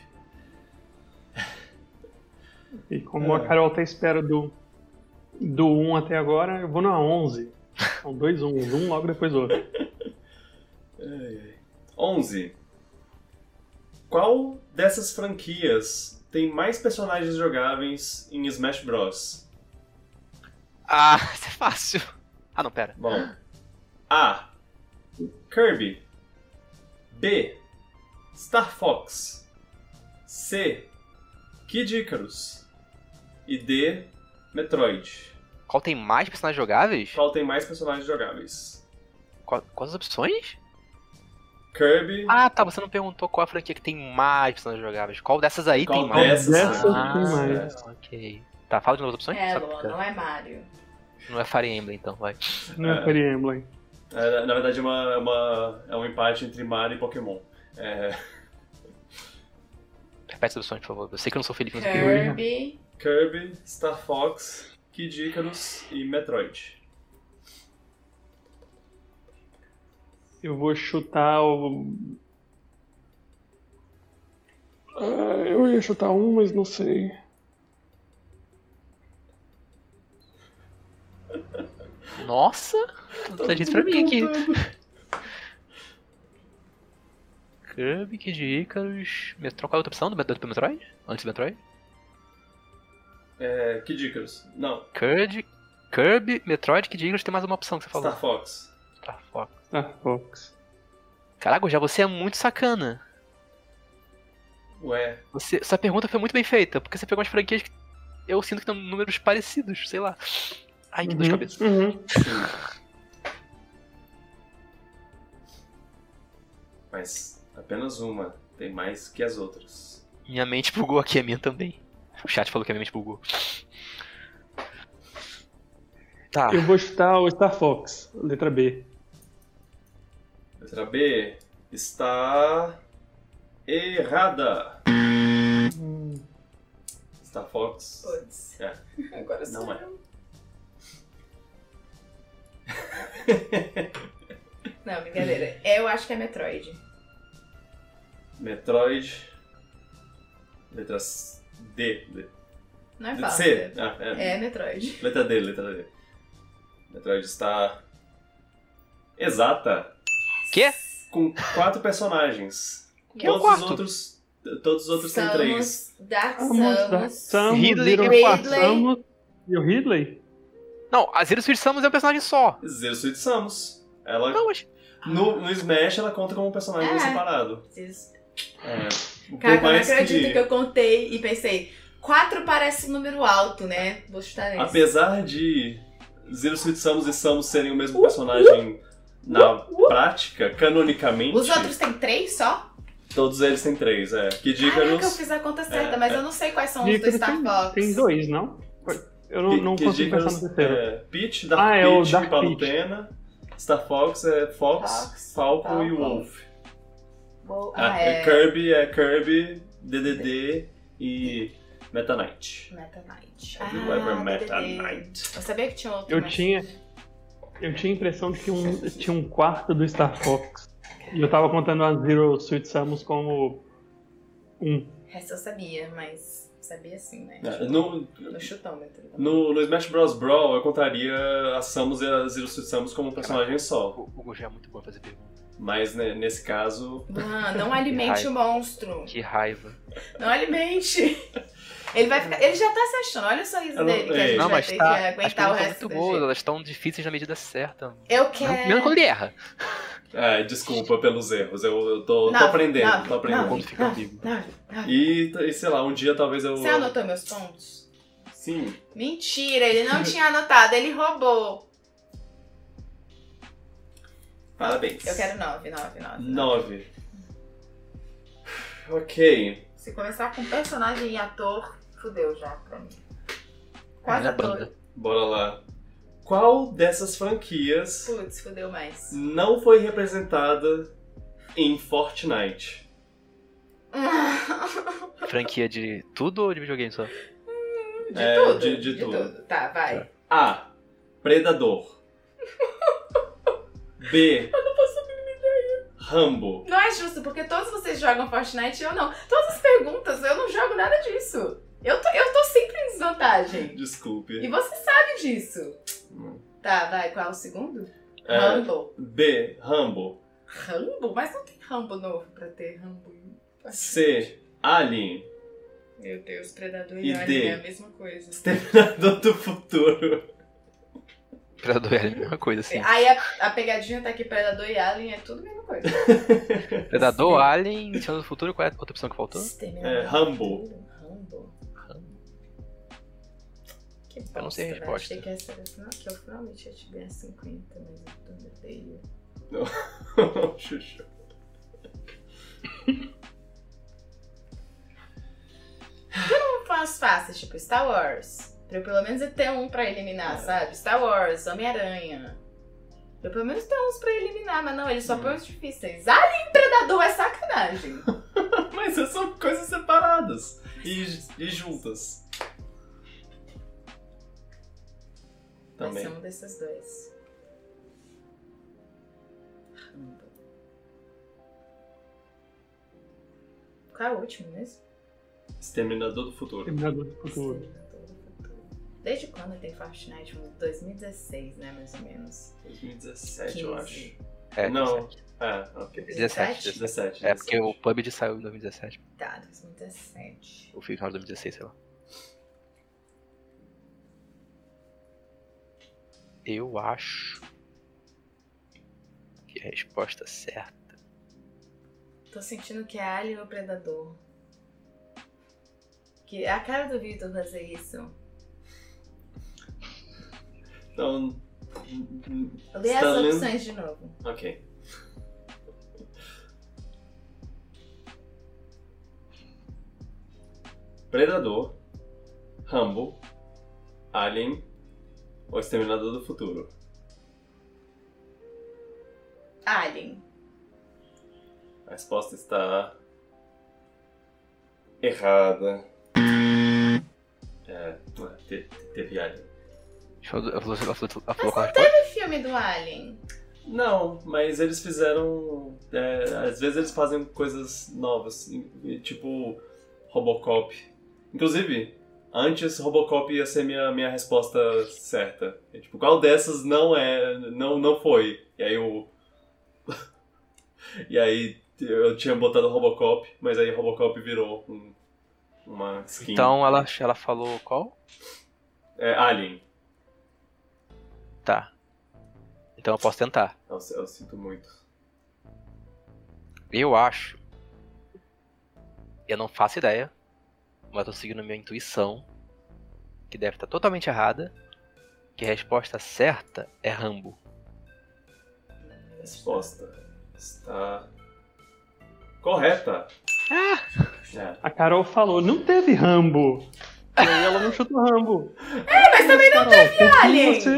E como a Carol tá à espera do 1 até agora, eu vou na 11. São 2 1s, um logo depois do outro.
11. Qual dessas franquias tem mais personagens jogáveis em Smash Bros?
Ah, isso é fácil. Ah, não, pera.
Bom, A. Kirby. B. Star Fox. C. Kid Icarus. E D. Metroid.
Qual tem mais personagens jogáveis?
Qual tem mais personagens jogáveis?
Quais as opções?
Kirby.
Ah, tá, você não perguntou qual a franquia que tem mais personagens jogáveis. Qual dessas aí
Qual
tem mais?
dessas
tem
mais?
Ok. Tá, fala de novo as opções? Sabe?
Luan, não é Mario.
Não é Fire Emblem, então, vai.
Não é Fire Emblem.
Na verdade é um empate entre Mario e Pokémon.
Repete as opções, por favor. Eu sei que eu não sou Felipe, mas eu
Kirby.
Kirby, Star Fox, Kid Icarus e Metroid.
Eu vou chutar o... eu ia chutar um, mas não sei.
Nossa! Você disse pra mim aqui. Kirby, Kid Icarus... Qual é a outra opção do Metroid? Antes do Metroid?
Kid Icarus. Não,
Kirby, Metroid, Kid Icarus, tem mais uma opção que você falou.
Star Fox.
Star Fox.
Star Fox.
Caraca, já você é muito sacana.
Ué,
Essa pergunta foi muito bem feita, porque você pegou umas franquias que eu sinto que tem números parecidos, sei lá. Ai, que dor de cabeça.
sim. Mas apenas uma. Tem mais que as outras.
Minha mente bugou aqui, a minha também. O chat falou que a minha mente bugou. Tá.
Eu vou chutar o Star Fox, letra B.
Letra B está errada. Star Fox.
Putz. Agora sou
Não é.
eu. Não, brincadeira. Eu acho que é Metroid.
Metroid. Letra D.
Não é fácil.
C.
É Metroid.
Letra D. Metroid está exata.
Quê?
com 4 personagens.
Que é o
Todos os
quarto?
outros têm 3.
Dark Samus.
Ridley,
Little
Ridley.
Samus e o Ridley?
Não, a Zero Suit Samus é um personagem só.
Zero Suit Samus. Ela,
Não, mas...
no Smash ela conta como um personagem separado. Por
Cara, eu não
mais
acredito que eu contei e pensei, 4 parece um número alto, né? Vou chutar nesse.
Apesar de Zero Suit Samus e Samus serem o mesmo personagem na prática, canonicamente,
Os outros têm 3 só?
todos eles têm 3, Kid
Caraca, eu
Icarus,
fiz a conta certa, mas eu não sei quais são os do
Icarus
Star Fox.
tem 2, não? Eu não
Kid
consigo pensar
Icarus,
no terceiro.
Peach, Dark
Ah, é o
Peach
Dark
e Palutena, Star Fox é Fox, Falco e Wolf. Kirby, DDD e Meta Knight.
Meta Knight.
Have you ever met a
DDD.
knight?
Eu sabia que tinha outro.
Eu
mas-
tinha a impressão de que tinha um quarto do Star Fox. E eu tava contando a Zero Suit Samus como
Essa eu sabia, mas sabia sim, né?
No
Chutômetro.
Smash Bros. Brawl, eu contaria a Samus e a Zero Suit Samus como um personagem só.
O Hugo já é muito bom fazer pergunta.
Mas né, nesse caso,
Não alimente
raiva.
o monstro.
Que raiva.
Não alimente. Ele vai ficar. Ele já tá se achando. Olha o sorriso
Eu não-
dele, que a gente
Não,
vai
mas
ter
tá.
que
As
aguentar o
perguntas
resto
estão
da
muito boas,
gente.
elas estão difíceis na medida certa.
Eu quero.
Menos quando ele erra.
desculpa pelos erros, eu tô
Não,
aprendendo,
não,
tô aprendendo.
Quando fica amigo.
Não.
E sei lá, um dia talvez eu...
Você anotou meus pontos?
Sim.
Mentira, ele não tinha anotado, ele roubou.
Parabéns.
Eu quero 9.
9. Ok.
Se começar com personagem e ator, fudeu já pra mim. Quase
Minha
ator.
banda.
Bora lá. Qual dessas franquias
Putz, fudeu mais.
não foi representada em Fortnite?
Franquia de tudo ou de videogame só?
De
tudo.
tudo. Tá, vai.
A. Predador. B. Eu não posso Rambo.
Não é justo, porque todos vocês jogam Fortnite e eu não. Todas as perguntas, eu não jogo nada disso. Eu tô sempre em desvantagem.
Desculpe.
E você sabe disso. Tá, vai, qual é o segundo?
É,
Rambo.
B. Rambo.
Rambo? Mas não tem Rambo novo pra ter Rambo.
C. Alien.
Meu Deus, Predador
E
e Alien
D.
é a mesma coisa.
Exterminador do Futuro.
Predador é a mesma coisa, assim.
Aí a pegadinha tá aqui, Predador e Alien é tudo a mesma coisa.
Predador, Alien, Exterminador do Futuro, qual é a outra opção que faltou?
Rambo. Que bosta,
Eu não sei a
velho.
resposta.
Achei que essa era que eu finalmente ia te ganhar 50, mas eu tô odeio.
Xuxa.
Não faço fáceis, tipo Star Wars. Pra eu pelo menos ter um pra eliminar, sabe? Star Wars, Homem-Aranha. Pra eu pelo menos ter uns pra eliminar, mas não, eles só põem os difíceis. Alien e Predador é sacanagem.
Mas são coisas separadas e juntas.
Vai
Também.
ser um desses dois. Rambo. Qual é o último mesmo?
Exterminador do Futuro.
Terminador do Futuro.
Exterminador do Futuro. Desde quando tem Fortnite? 2016, né, mais ou menos.
2017, eu
15.
acho.
É,
Não. Ok.
17.
17.
É porque o PUBG saiu em 2017.
Tá, 2017.
Ou final de 2016, sei lá. Eu acho que a resposta certa...
Tô sentindo que é Alien ou Predador. Que é a cara do Victor fazer isso.
Então.
Lê
Você
as
tá lendo?
opções de novo.
Ok. Predador, Rambo, Alien ou Exterminador do Futuro?
Alien.
A resposta está errada. Teve Alien.
Ela falou com a resposta.
Que filme do Alien?
Não, mas eles fizeram. Às vezes eles fazem coisas novas, tipo Robocop. Inclusive, antes Robocop ia ser minha resposta certa. Tipo, qual dessas não foi? E aí E aí eu tinha botado Robocop, mas aí Robocop virou uma skin.
Então ela falou qual?
Alien.
Tá. Então eu posso tentar.
Eu sinto muito.
Eu acho. Eu não faço ideia. Mas eu tô seguindo a minha intuição. Que deve estar totalmente errada. Que a resposta certa é Rambo.
A resposta está correta.
A Carol falou, não teve Rambo. E aí ela não chutou Rambo.
Mas também não
Carol,
teve
confio em
Alien.
você.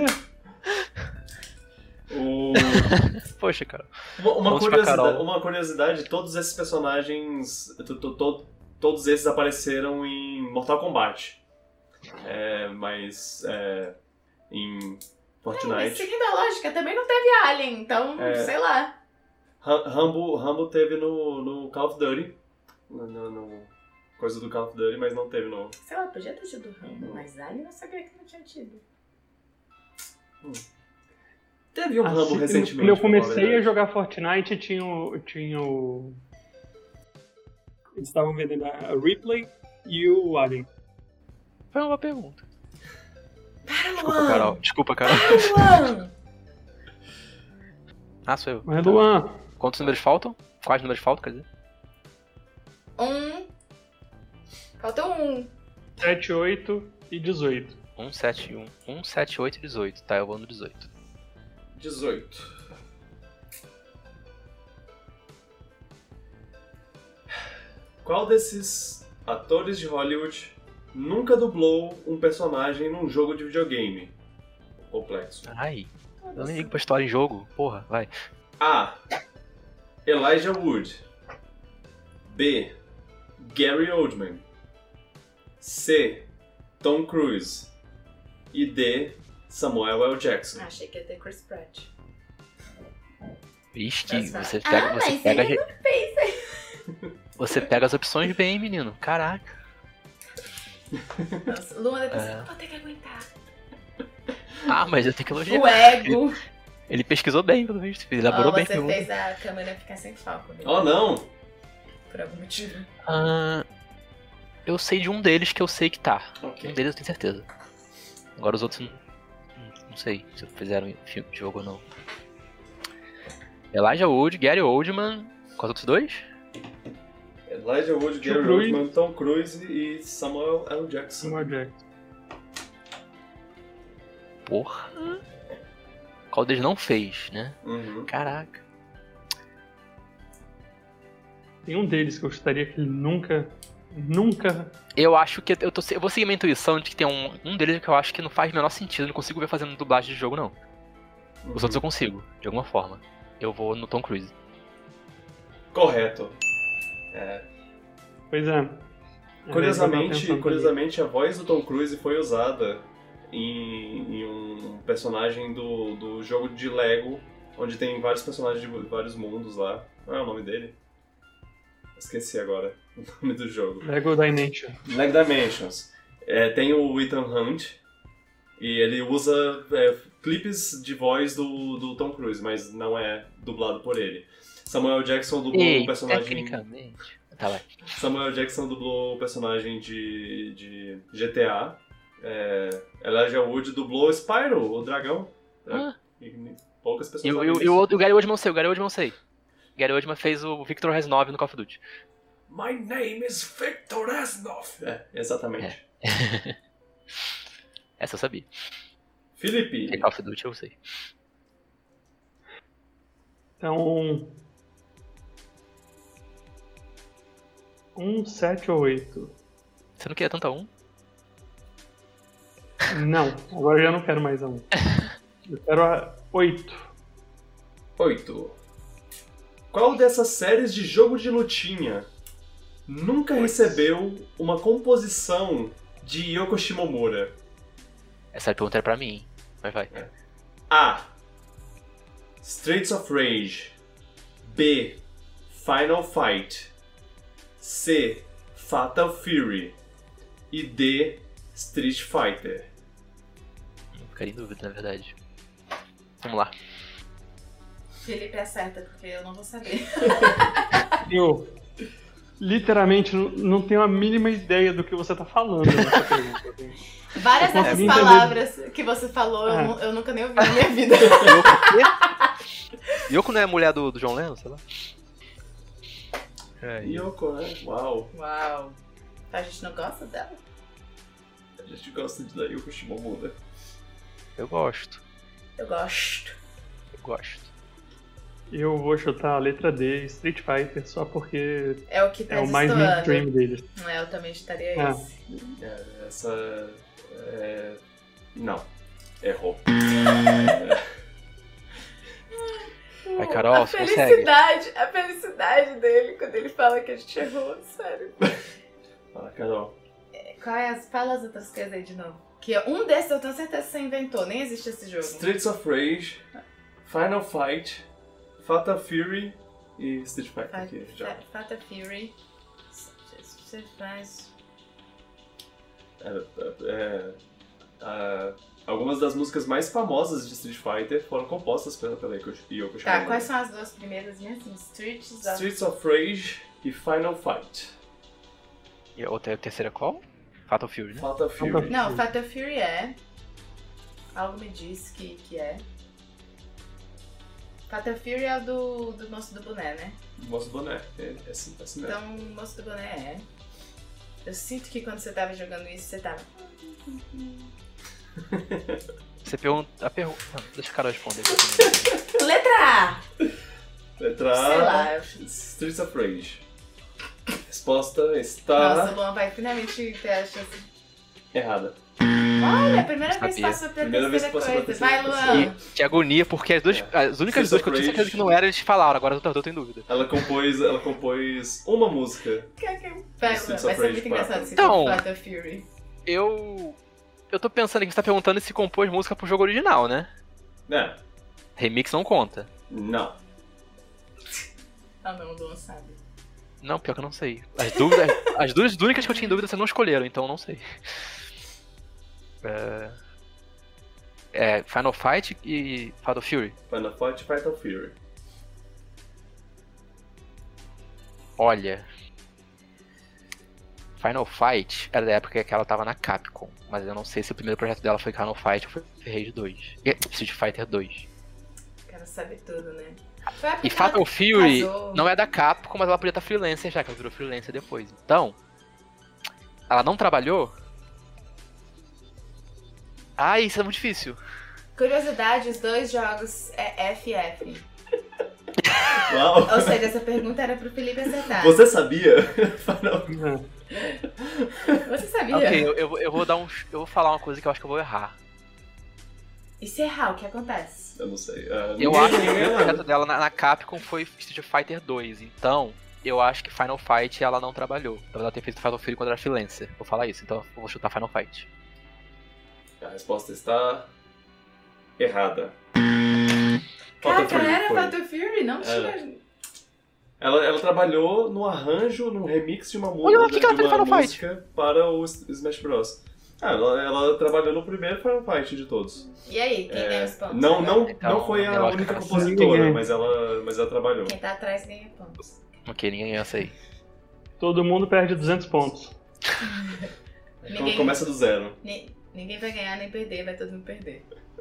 Poxa, cara.
Uma curiosidade, todos esses personagens, todos esses apareceram em Mortal Kombat. Mas em Fortnite.
Mas seguindo a lógica, também não teve Alien, então, sei lá.
Rambo teve no Call of Duty. No coisa do Call of Duty, mas não teve no...
Sei lá, podia ter tido Rambo, mas Alien eu sabia que não tinha tido.
Teve um Rambo recentemente.
Quando eu comecei a jogar Fortnite, tinha o... Eles estavam vendendo a Ripley e o Alien.
Foi uma boa pergunta.
Para,
Desculpa,
Luan!
Carol. Desculpa, Carol.
Luan!
Sou eu.
Mas, Luan...
Quantos números faltam? Quais números faltam, quer dizer?
Faltou 1.
7, 8 e 18.
1, 7, 8 e 18. Tá, eu vou no 18.
18. Qual desses atores de Hollywood nunca dublou um personagem num jogo de videogame? Complexo.
Ai, eu nem ligo pra história em jogo. Porra, vai.
A. Elijah Wood. B. Gary Oldman. C. Tom Cruise. E D. Samuel L. Jackson.
Achei que ia ter Chris Pratt.
Vixe, que
Mas
você pega.
mas
Você pega,
ele não fez.
você pega as opções bem, menino. Caraca.
Nossa, Luan, depois eu vou ter que aguentar.
Ah, mas eu tenho que elogiar.
O ego.
Ele pesquisou bem, pelo visto. Ele elaborou bem.
Você fez a câmera ficar sem foco. Né?
Oh, não!
Por algum motivo.
Eu sei de um deles que eu sei que tá.
Ok.
Um deles eu tenho certeza. Agora os outros não sei se fizeram filme, jogo ou não. Elijah Wood, Gary Oldman. Quais outros dois?
Elijah Wood, Gary
Cruise.
Oldman, Tom Cruise e Samuel L. Jackson.
Samuel Jackson.
Porra. Qual deles não fez, né?
Uhum.
Caraca.
Tem um deles que eu gostaria que ele nunca...
Eu acho que eu vou seguir minha intuição de que tem um deles que eu acho que não faz o menor sentido. Eu não consigo ver fazendo dublagem de jogo, não. Os outros eu consigo, de alguma forma. Eu vou no Tom Cruise.
Correto.
Pois é.
Curiosamente, a voz do Tom Cruise foi usada em um personagem do jogo de Lego, onde tem vários personagens de vários mundos lá. Qual é o nome dele? Esqueci agora o nome do jogo.
Lego Dimension.
Lego Dimensions. Tem o Ethan Hunt, e ele usa clipes de voz do Tom Cruise, mas não é dublado por ele. Samuel Jackson dublou o personagem...
Tecnicamente... Tá, vai.
Samuel Jackson dublou o personagem de GTA. Elijah Wood dublou Spyro, o dragão. E poucas pessoas sabem
E
disso.
o Gary Oldman eu sei. Gary Oldman fez o Victor Reznov no Call of Duty.
My name is Victor Reznov. Exatamente.
Essa eu sabia.
Felipe.
Call of Duty eu sei.
Então... 7 ou 8?
Você não queria tanto a 1?
Não, agora eu já não quero mais a 1. Eu quero a 8.
8. Qual dessas séries de jogo de lutinha nunca recebeu uma composição de Yoko Shimomura?
Essa pergunta é pra mim, hein? Mas vai.
A. Streets of Rage. B. Final Fight. C. Fatal Fury. E D. Street Fighter.
Não ficaria em dúvida, na verdade. Vamos lá.
Felipe acerta, porque eu não vou saber.
Eu literalmente não tenho a mínima ideia do que você tá falando nessa pergunta.
Várias
Eu
dessas
consegui
palavras que você falou, eu nunca nem ouvi na minha vida.
Yoko não é a mulher do John Lennon, sei lá?
Yoko, né? Uau.
Uau. A gente não gosta dela?
A gente gosta da Yoko Shimomura.
Eu gosto.
Eu gosto.
Eu gosto.
Eu vou chutar a letra D, Street Fighter, só porque
É o que tá
é o mais
destoando.
mainstream deles.
Eu também chutaria esse.
Essa... Não. Errou.
Vai, Carol,
a
você
felicidade dele quando ele fala que a gente errou, sério.
Fala, Carol.
Fala as outras coisas aí de novo. Que um desses eu tenho certeza que você inventou, nem existe esse jogo.
Streets of Rage, Final Fight, Fatal Fury e Street Fighter aqui já.
Fatal Fury. Você faz.
Algumas das músicas mais famosas de Street Fighter foram compostas pela Yoko Shimomura.
Tá, quais são as duas primeiras mesmo?
Streets of Rage e Final Fight.
E a terceira qual? Fatal Fury, né?
Fatal Fury.
Não, Fatal Fury é. Algo me diz que é. Fatal Fury é o do moço do boné, né?
Moço do boné, é assim mesmo.
Então, o moço do boné é. Eu sinto que quando você tava jogando isso, você tava.
Você pergunta. Deixa a Carol responder.
Letra A!
Letra A.
Sei lá.
Streets of Rage. Resposta está.
Nossa, o Luan vai finalmente ter a chance.
Errada.
Olha, a primeira vez que
Sabia.
passou pra
Primeira vez que
terceira
passou pra
coisa.
terceira
Vai,
coisa.
Luan!
Que agonia, porque as únicas duas que eu tinha certeza que não eram, eles falaram, agora as outras duas eu tenho dúvida.
Ela compôs uma música.
Vai,
Streets
Luan, vai
of
ser
Rage
muito engraçado
4.
esse
Então,
Fatal Fury.
Eu tô pensando aqui, você tá perguntando se compôs música pro jogo original, né? Remix não conta.
Não.
Ah não, o Luan sabe.
Não, pior que eu não sei. As duas únicas que eu tinha dúvida, vocês não escolheram, então eu não sei. Final Fight e Fatal Fury.
Final Fight e Fatal Fury.
Olha. Final Fight era da época que ela tava na Capcom, mas eu não sei se o primeiro projeto dela foi Final Fight ou foi Rage 2. Street Fighter 2.
O cara sabe tudo, né?
E Fatal Fury não é da Capcom, mas ela podia estar freelancer já, que ela virou freelancer depois. Então, ela não trabalhou? Isso é muito difícil.
Curiosidade, os dois jogos é FF.
Uau.
Ou seja, essa pergunta era pro Felipe acertar.
Você sabia?
Você sabia?
Ok, eu vou falar uma coisa que eu acho que eu vou errar.
E se errar, o que acontece?
Eu não sei.
Eu acho que o primeiro projeto dela na Capcom foi Street Fighter 2, então eu acho que Final Fight ela não trabalhou. Talvez ela tenha feito Fatal Fury quando era freelancer. Vou falar isso, então eu vou chutar Final Fight.
A resposta está errada.
Caraca, era Fatal Fury? Não tinha.
Ela trabalhou no arranjo, no remix de uma
Olha, o que ela fez no Final
música para o Smash Bros. Ela trabalhou no primeiro Final Fight de todos.
E aí, quem ganha os pontos?
Não foi a única compositora, mas ela trabalhou.
Quem tá atrás ganha pontos.
Ok, ninguém ganhou essa aí.
Todo mundo perde 200 pontos.
Então começa do zero.
Ninguém vai ganhar nem perder, vai todo mundo perder.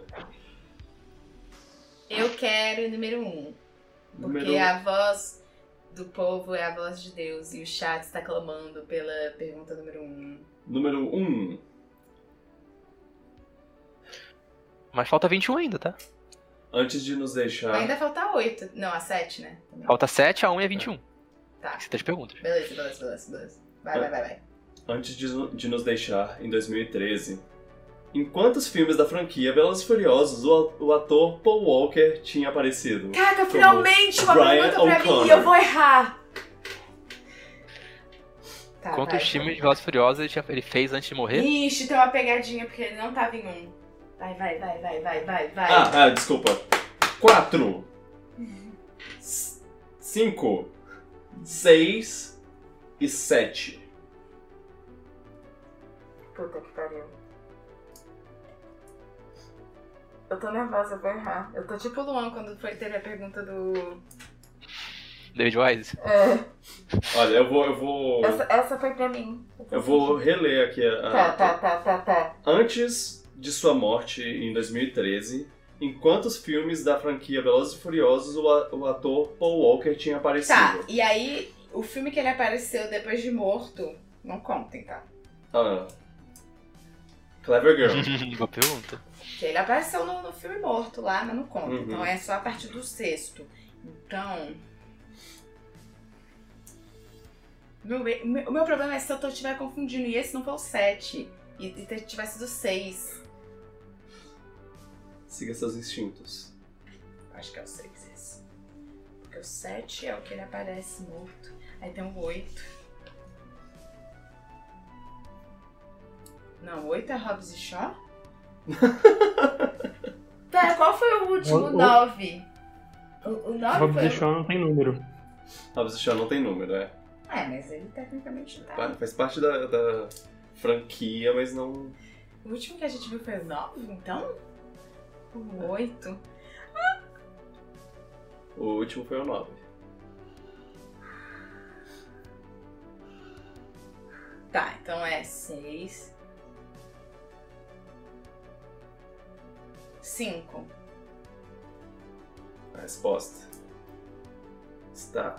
Eu quero o número 1. Porque a voz do povo é a voz de Deus e o chat está clamando pela pergunta número 1.
Número 1.
Mas falta 21 ainda, tá?
Antes de nos deixar...
Ainda falta 8. Não, a 7, né? Também.
Falta 7, a 1 e a 21.
Tá.
Você tem as perguntas.
Beleza. Vai.
Antes de nos deixar, em 2013, em quantos filmes da franquia Velozes e Furiosos o ator Paul Walker tinha aparecido?
Caraca, finalmente uma
Brian
pergunta pra
O'Connor.
mim e eu vou errar! Tá,
Quantos times de Velozes e Furiosos ele fez antes de morrer?
Ixi, tem uma pegadinha porque ele não tava em um. Vai.
Desculpa. 4, 5, 6 e 7.
Puta que pariu. Eu tô nervosa, eu vou errar. Eu tô tipo o Luan quando teve a pergunta do...
David Wise?
É.
Olha, eu vou...
Essa foi pra mim.
Eu vou reler aqui
Tá.
Antes de sua morte, em 2013, em quantos filmes da franquia Velozes e Furiosos o ator Paul Walker tinha aparecido?
Tá, e aí, o filme que ele apareceu depois de morto, não contem, tá?
Clever Girl.
Boa pergunta.
Porque ele apareceu no filme morto lá, mas não conta.
Uhum.
Então é só a partir do 6º. Então... O meu problema é se eu estiver confundindo. E esse não foi o 7. E tivesse sido 6.
Siga seus instintos.
Acho que é o 6 esse. Porque o 7 é o que ele aparece morto. Aí tem o 8. Não, o 8 é Hobbs e Shaw? Pera, qual foi o último? 9. O 9
Hobbs
foi...
e Shaw não tem número.
Hobbs e Shaw não tem número, é.
É, mas ele tecnicamente tá.
Faz parte da franquia, mas não...
O último que a gente viu foi o 9, então? O 8?
O último foi o 9.
Tá, então é 6. 5.
A resposta está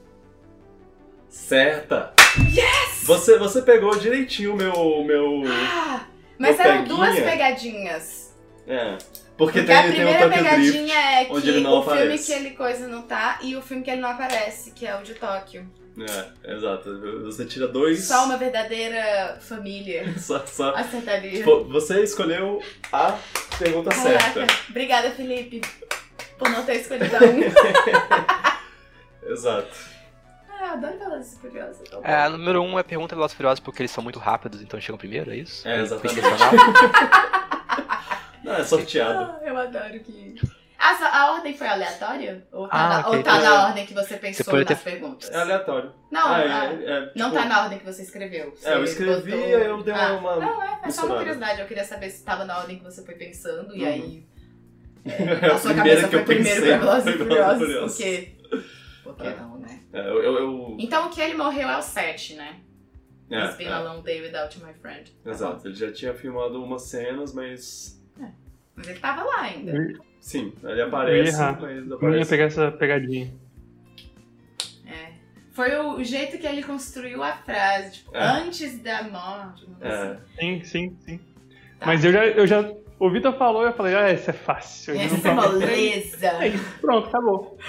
certa.
Yes!
Você pegou direitinho o meu...
Mas
Uma
eram
peguinha.
2 pegadinhas.
É. Porque
a
tem o
primeira
Tokyo
pegadinha
Drift,
é que
onde ele não
o filme
aparece.
que ele coisa não tá e o filme que ele não aparece, que é o de Tóquio.
É, exato. Você tira 2...
Só uma verdadeira família
Só...
acertaria.
Você escolheu a pergunta
Caraca,
certa.
obrigada, Felipe, por não ter escolhido a 1.
Exato.
Eu adoro Velozes e Furiosos.
A número 1 é pergunta Velozes e Furiosos porque eles são muito rápidos, então chegam primeiro, é isso?
É, exatamente.
Foi selecionado?
Não, é sorteado.
Eu adoro que... A ordem foi aleatória? Ou tá,
ok.
ou tá na ordem que você pensou
Você pode
nas perguntas?
É aleatório.
Não, não
tipo,
tá na ordem que você escreveu. Você
eu escrevi e
botou...
eu dei uma...
Não, é só uma
misturada.
curiosidade. Eu queria saber se tava na ordem que você foi pensando e aí...
A
a sua
primeira
cabeça
que eu
foi primeiro
pensei
pra Velozes e
foi Velozes e
Furiosos.
Furiosos.
Por que não, né?
Eu...
Então o que ele morreu é o 7, né?
É,
It's been a long day without my friend. Tá
exato.
bom.
Ele já tinha filmado umas cenas, mas...
Mas ele tava lá ainda.
Sim, ele aparece,
errar.
mas
Não ia
aparece...
pegar essa pegadinha.
Foi o jeito que ele construiu a frase, tipo, antes da morte.
Sim.
Tá.
Mas o Vitor falou e eu falei, esse é fácil.
Essa é moleza.
Pronto, acabou.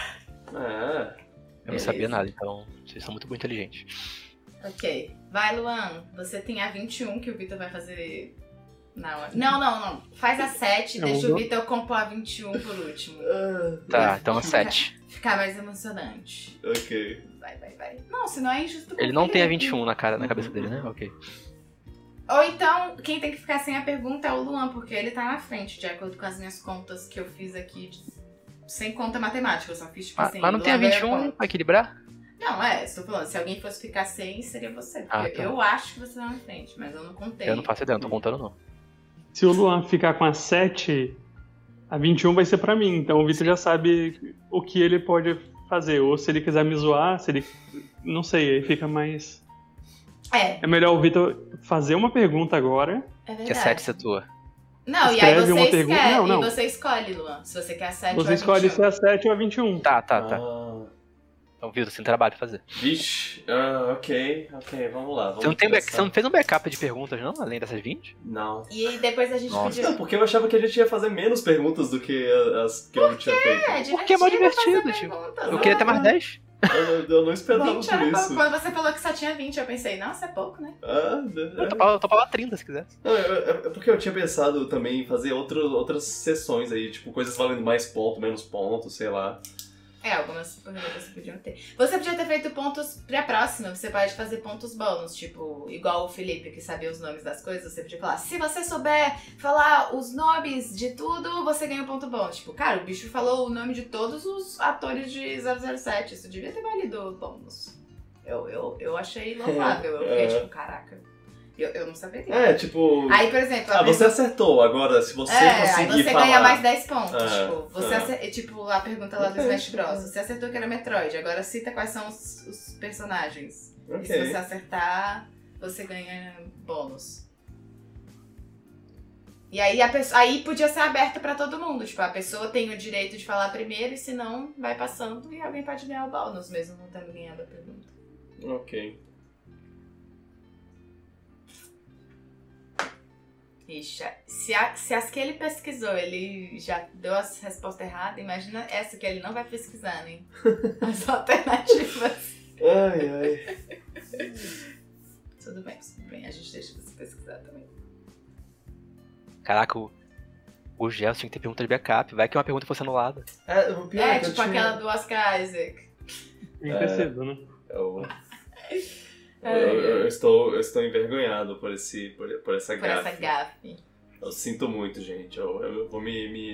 Eu não sabia nada, então vocês são muito inteligentes.
Ok. Vai, Luan. Você tem a 21 que o Vitor vai fazer na hora. Não. Faz a 7 e deixa o Vitor compor a 21 por último.
Tá, então a 7.
Ficar mais emocionante.
Ok.
Vai. Não, senão é injusto com
Ele
o
não tem a
Felipe.
21 na cabeça dele, né? Ok.
Ou então, quem tem que ficar sem a pergunta é o Luan, porque ele tá na frente, de acordo com as minhas contas que eu fiz aqui, sem conta matemática, eu só fiz tipo assim...
Mas não tem a
Luan ganha
21
ponto.
pra equilibrar?
Não, estou falando, se alguém fosse ficar sem, seria você. Porque
tá.
eu acho que você tá na frente, mas eu não contei.
Eu não faço ideia, não tô contando não.
Se o Luan ficar com a 7, a 21 vai ser pra mim. Então o Vitor já sabe o que ele pode fazer. Ou se ele quiser me zoar, se ele... Não sei, aí fica mais... É melhor o Vitor fazer uma pergunta agora.
É verdade.
Que a 7 ser tua.
Não, e aí
Escreve uma
você
pergunta.
escreve,
Não.
e você escolhe, Luan, se você quer a 7 ou a
Você escolhe
21.
se é a 7 ou a 21.
Tá.
Ah,
Então, Vitor, você tem trabalho pra fazer.
vixe. Ok, vamos lá. Vamos
Você não fez um backup de perguntas, não? Além dessas 20?
Não.
E aí depois a gente
Nossa.
podia...
Não, porque eu achava que a gente ia fazer menos perguntas do que as que eu tinha feito.
Porque é mó divertido,
fazer
tipo.
perguntas,
Eu
né?
queria ter mais 10.
Eu não esperava
20
por
era pouco.
isso.
Quando você falou que só tinha 20, eu pensei, nossa, é pouco, né?
Eu tô pra lá 30, se quiser.
Não, é porque eu tinha pensado também em fazer outras sessões aí, tipo, coisas valendo mais ponto, menos ponto, sei lá.
Algumas perguntas podiam ter. Você podia ter feito pontos pra próxima, você pode fazer pontos bônus, tipo, igual o Felipe que sabia os nomes das coisas, você podia falar, se você souber falar os nomes de tudo, você ganha um ponto bônus. Tipo, cara, o bicho falou o nome de todos os atores de 007, isso devia ter valido bônus. Eu achei louvável, eu fiquei tipo, caraca. Eu não saberia.
É, tipo...
Aí, por exemplo...
você acertou. Agora, se você conseguir
aí você
falar...
ganha mais 10 pontos. Tipo, a pergunta lá do Smash Bros. Você acertou que era Metroid. Agora cita quais são os personagens. E se você acertar, você ganha bônus. E aí, aí podia ser aberto pra todo mundo. Tipo, a pessoa tem o direito de falar primeiro, e se não, vai passando e alguém pode ganhar o bônus, mesmo não tendo ganhado a pergunta.
Ok.
Ixi, se as que ele pesquisou, ele já deu as respostas erradas, imagina essa que ele não vai pesquisar, né? As alternativas.
Ai.
Tudo bem, a gente deixa você pesquisar também.
Caraca, o Gelson tinha que ter pergunta de backup. Vai que uma pergunta fosse anulada.
Tipo aquela do Oscar Isaac.
Empecilho, né?
Eu estou envergonhado por essa gafe.
Por essa gafe.
Eu sinto muito, gente. Eu vou me...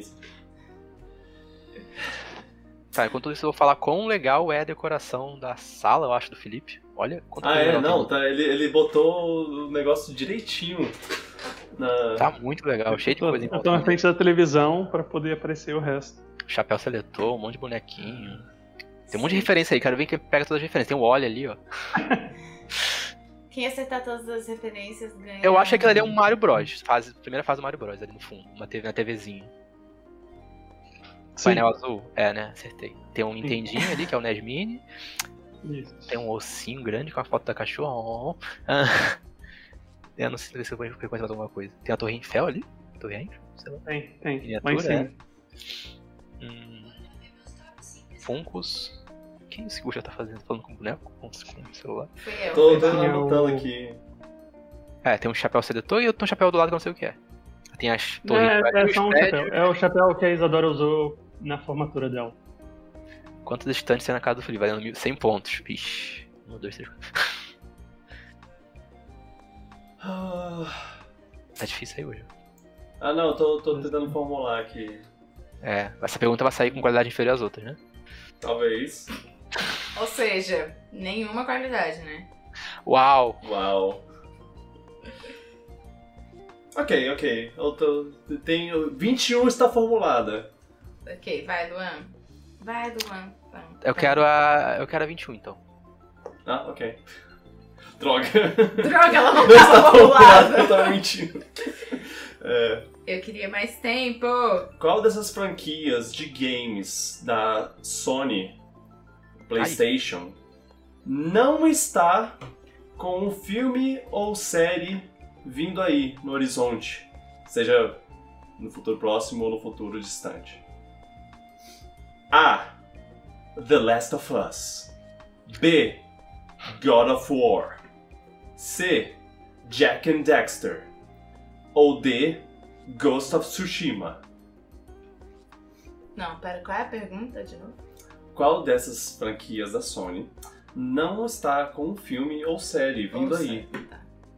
Tá, enquanto isso eu vou falar quão legal é a decoração da sala, eu acho, do Felipe. Olha quanto legal.
Não, tá, ele botou o negócio direitinho.
Tá muito legal, cheio de coisa em volta.
Eu tô na frente da televisão pra poder aparecer o resto.
Chapéu seletor, um monte de bonequinho. Tem um monte de referência aí, quero ver quem pega todas as referências. Tem um Wally ali, ó.
Quem acertar todas as referências ganha...
Eu acho que aquilo ali é um Mario Bros. Primeira fase do Mario Bros. Ali no fundo, na TVzinha. Painel azul? É, né? Acertei. Tem um Nintendinho ali, que é o NES Mini.
Isso.
Tem um ossinho grande com a foto da cachorra. Eu não sei se eu vou reconhecer mais alguma coisa. Tem a Torre Eiffel ali? Torre Eiffel? Sei lá.
Tem.
Miniatura,
Lá em cima.
Funkos. Quem esse já tá fazendo? Falando com boneco? Com celular?
Fui eu.
Tô anotando aqui.
Tem um chapéu seletor e eu tenho um chapéu do lado que eu não sei o que é. Tem as torres.
É só um chapéu. É o chapéu que a Isadora usou na formatura dela.
Quantos estantes tem na casa do Felipe? Valendo 100 pontos. Ixi. 1, 2, 3, 4. Tá difícil aí hoje.
Não, eu tô tentando formular aqui.
Essa pergunta vai sair com qualidade inferior às outras, né?
Talvez.
Ou seja, nenhuma qualidade, né?
Uau!
Ok. Tenho 21 está formulada.
Ok, vai, Luan.
Eu quero a 21, então.
Ok. Droga,
ela não tá formulada.
Eu tava mentindo.
Eu queria mais tempo.
Qual dessas franquias de games da Sony PlayStation não está com um filme ou série vindo aí no horizonte? Seja no futuro próximo ou no futuro distante. A. The Last of Us. B. God of War. C. Jak and Daxter. Ou D. Ghost of Tsushima.
Não, pera, qual é a pergunta de novo?
Qual dessas franquias da Sony não está com um filme ou série vindo aí?
Tá.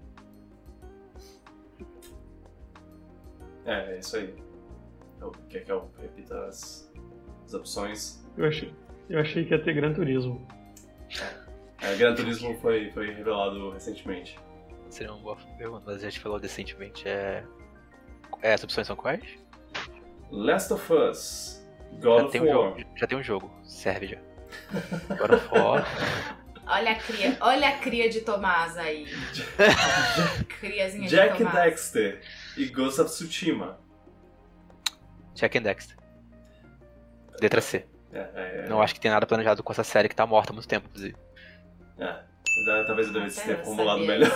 É isso aí. Quer que eu repita as opções?
Eu achei que ia ter Gran Turismo.
Gran Turismo foi revelado recentemente.
Seria uma boa pergunta, mas a gente falou recentemente. As opções são quais?
Last of Us, God of War.
Já tem um jogo, serve já. God of War.
Olha a cria de Tomás aí. Criazinha de
Jak
Tomás.
and Daxter e Ghost of Tsushima.
Jak and Daxter. Letra C.
É.
Não acho que tem nada planejado com essa série que tá morta há muito tempo, inclusive.
Talvez eu devesse ter formulado melhor.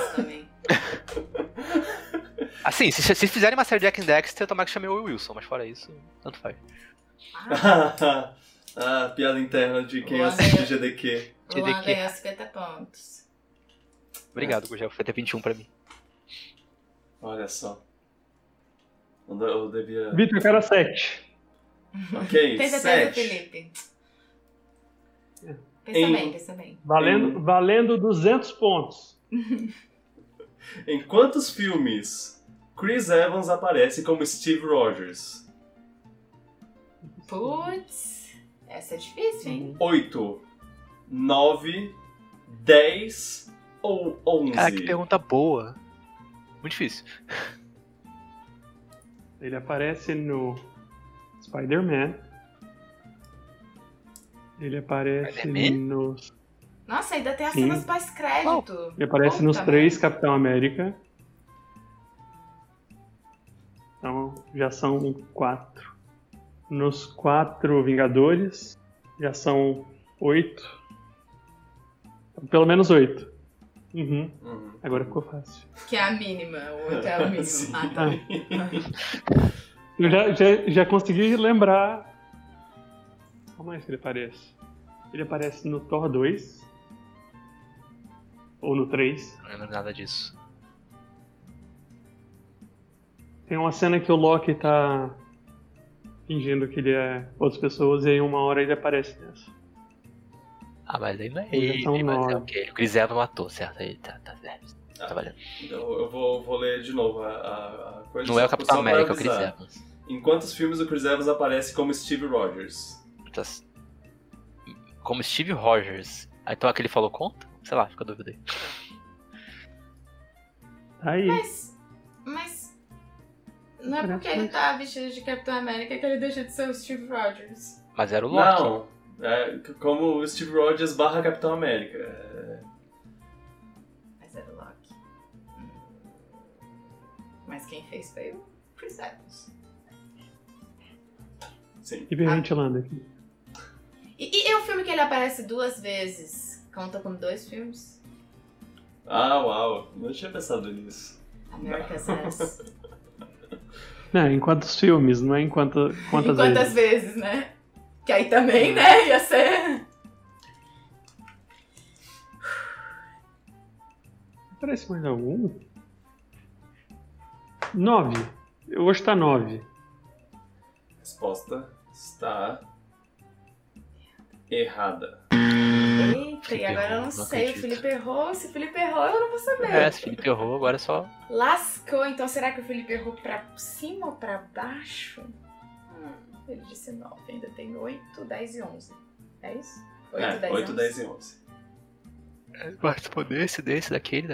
Assim, se fizerem uma série de Jak and Daxter, tomara que chamei o Wilson, mas fora isso, tanto faz.
Piada interna de quem assiste GDQ.
Luan ganhou 50 pontos.
Obrigado, Gugel, foi até 21 pra mim.
Olha só. Eu devia...
Vitor, eu quero 7.
Ok,
Tem certeza,
7.
Felipe? Pensa bem.
Valendo 200 pontos.
Em quantos filmes Chris Evans aparece como Steve Rogers?
Putz, essa é difícil, hein?
8, 9, 10 ou 11?
Cara, que pergunta boa. Muito difícil.
Ele aparece no Spider-Man. Ele aparece nos...
Nossa, ainda tem as
Sim.
cenas pós-crédito.
Ele aparece nos 3 Capitão América. Então, já são 4. Nos 4 Vingadores, já são 8. Pelo menos 8. Uhum. Agora ficou fácil.
Que é a mínima, o 8 é o mínimo.
Sim.
Ah, tá.
Eu já consegui lembrar. Qual mais que ele aparece? Ele aparece no Thor 2. Ou no 3.
Não lembro nada disso.
Tem uma cena que o Loki tá fingindo que ele é outras pessoas e aí uma hora ele aparece nessa.
Ah, mas aí não é
Ainda
ele,
são
mas é
9.
o quê? O Chris Evans matou, certo? Aí tá certo. Tá valendo.
Então eu vou ler de novo a coisa.
Não é o Capitão
só pra
América, é o Chris
avisar.
Evans.
Em quantos filmes o Chris Evans aparece como Steve Rogers?
Tá- Como Steve Rogers. Ah, então aquele falou conta? Sei lá, fica a dúvida aí.
Tá aí.
Mas não é porque ele tá vestido de Capitão América que ele deixa de ser o Steve Rogers.
Mas era o Loki.
Não, é como o Steve Rogers / Capitão América.
Mas era o Loki. Mas quem fez foi o Chris Evans.
Sim.
Hiperventilando aqui.
E o filme que ele aparece 2 vezes? Conta como 2 filmes?
Ah, uau. Não tinha pensado nisso.
America's Ass.
Não, em quantos filmes, não é em quantas
E quantas
vezes.
vezes, né? Que aí também, né? Ia ser...
Aparece mais algum? 9. Eu vou estar 9.
Resposta está errada.
Eita, e agora eu não
Não
sei.
acredito.
O Felipe errou. Se o Felipe errou, eu não vou saber.
É, se Felipe errou, agora é só.
Lascou. Então será que o Felipe errou pra cima ou pra baixo? Ele disse 9. Ainda tem 8, 10 e 11. É isso?
8, 10 e 11.
Participou desse, daquele.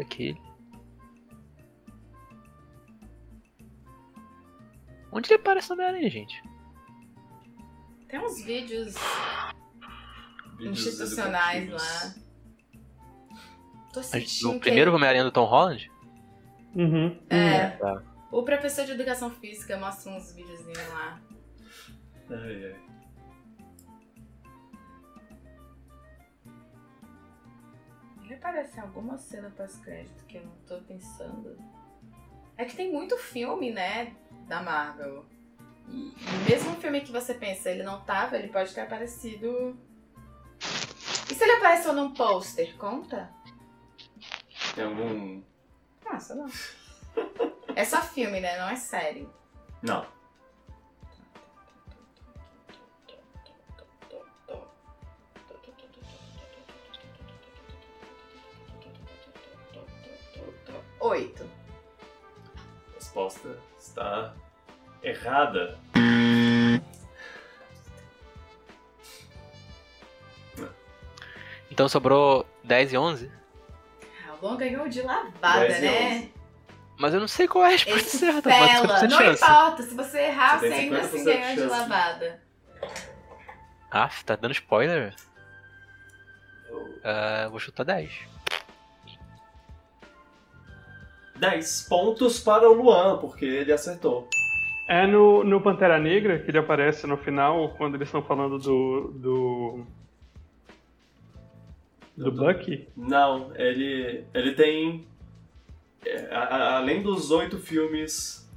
Onde ele aparece no Homem-Aranha, gente?
Tem uns vídeos
Vídeos
institucionais
educativos.
lá. Tô assistindo.
No primeiro Homem-Aranha do Tom Holland?
Uhum.
É.
Tá.
O professor de educação física mostra uns videozinhos lá.
Ai, ai.
Ele aparece em alguma cena pós-crédito que eu não tô pensando. É que tem muito filme, né, da Marvel. E mesmo o filme que você pensa, ele não tava, ele pode ter aparecido... E se ele apareceu num pôster, conta?
Tem algum...
Nossa, não. É só filme, né, não é série.
Não.
Oito.
Resposta está errada.
Então sobrou 10 e 11?
Ah, o Luan ganhou de lavada,
10 e
né?
11.
Mas eu não sei qual é a resposta
Esse
certa, mas
fela,
50% de
não
chance.
importa, se você errar,
Você
você
tem
ainda assim
50% de
ganhou de
chance.
lavada.
Ah, tá dando spoiler? Vou chutar 10.
10 pontos para o Luan, porque ele acertou.
É no Pantera Negra que ele aparece no final, quando eles estão falando do Bucky.
Não, ele tem... além dos 8 filmes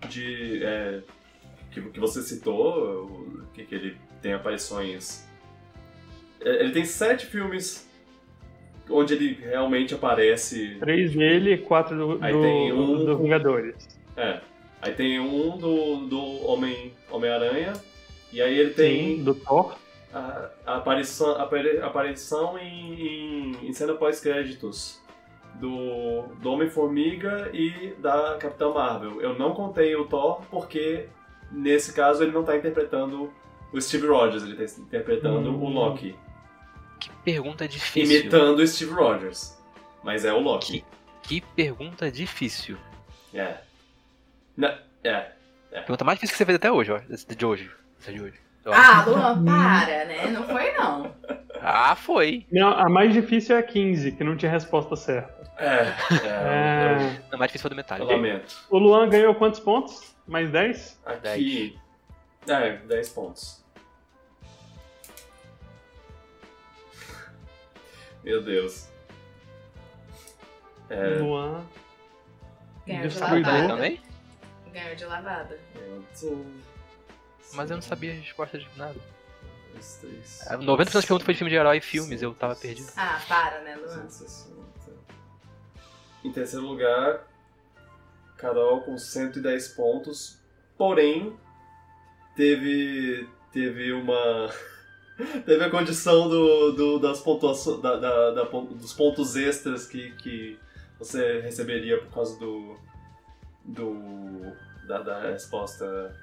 que você citou, que ele tem aparições... Ele tem 7 filmes onde ele realmente aparece...
3 dele e 4
Aí tem
do Vingadores.
Aí tem um do Homem-Aranha, e aí ele tem...
Sim, do Thor.
A aparição em cena pós-créditos do Homem-Formiga e da Capitã Marvel. Eu não contei o Thor porque, nesse caso, ele não está interpretando o Steve Rogers, ele está interpretando o Loki.
Que pergunta difícil.
Imitando o Steve Rogers. Mas é o Loki.
Que pergunta difícil. Pergunta mais difícil que você fez até hoje, ó. De hoje.
Ah, Luan, para, né? Não foi, não.
Ah, foi.
Não, a mais difícil é a 15, que não tinha resposta certa.
A mais difícil foi do Metallica.
Eu lamento.
O Luan ganhou quantos pontos? Mais 10?
Aqui... 10 pontos. Meu Deus.
Luan...
Ganhou de
Destruidor.
lavada.
Também?
Ganhou de lavada.
Mas eu não sabia a resposta de nada.
2, 3...
90% das perguntas foi de filme de herói e filmes, eu tava perdido.
Ah, para, né, Luan?
160. Em terceiro lugar, Carol com 110 pontos. Porém, teve uma... teve a condição das pontuações, dos pontos extras que você receberia por causa da resposta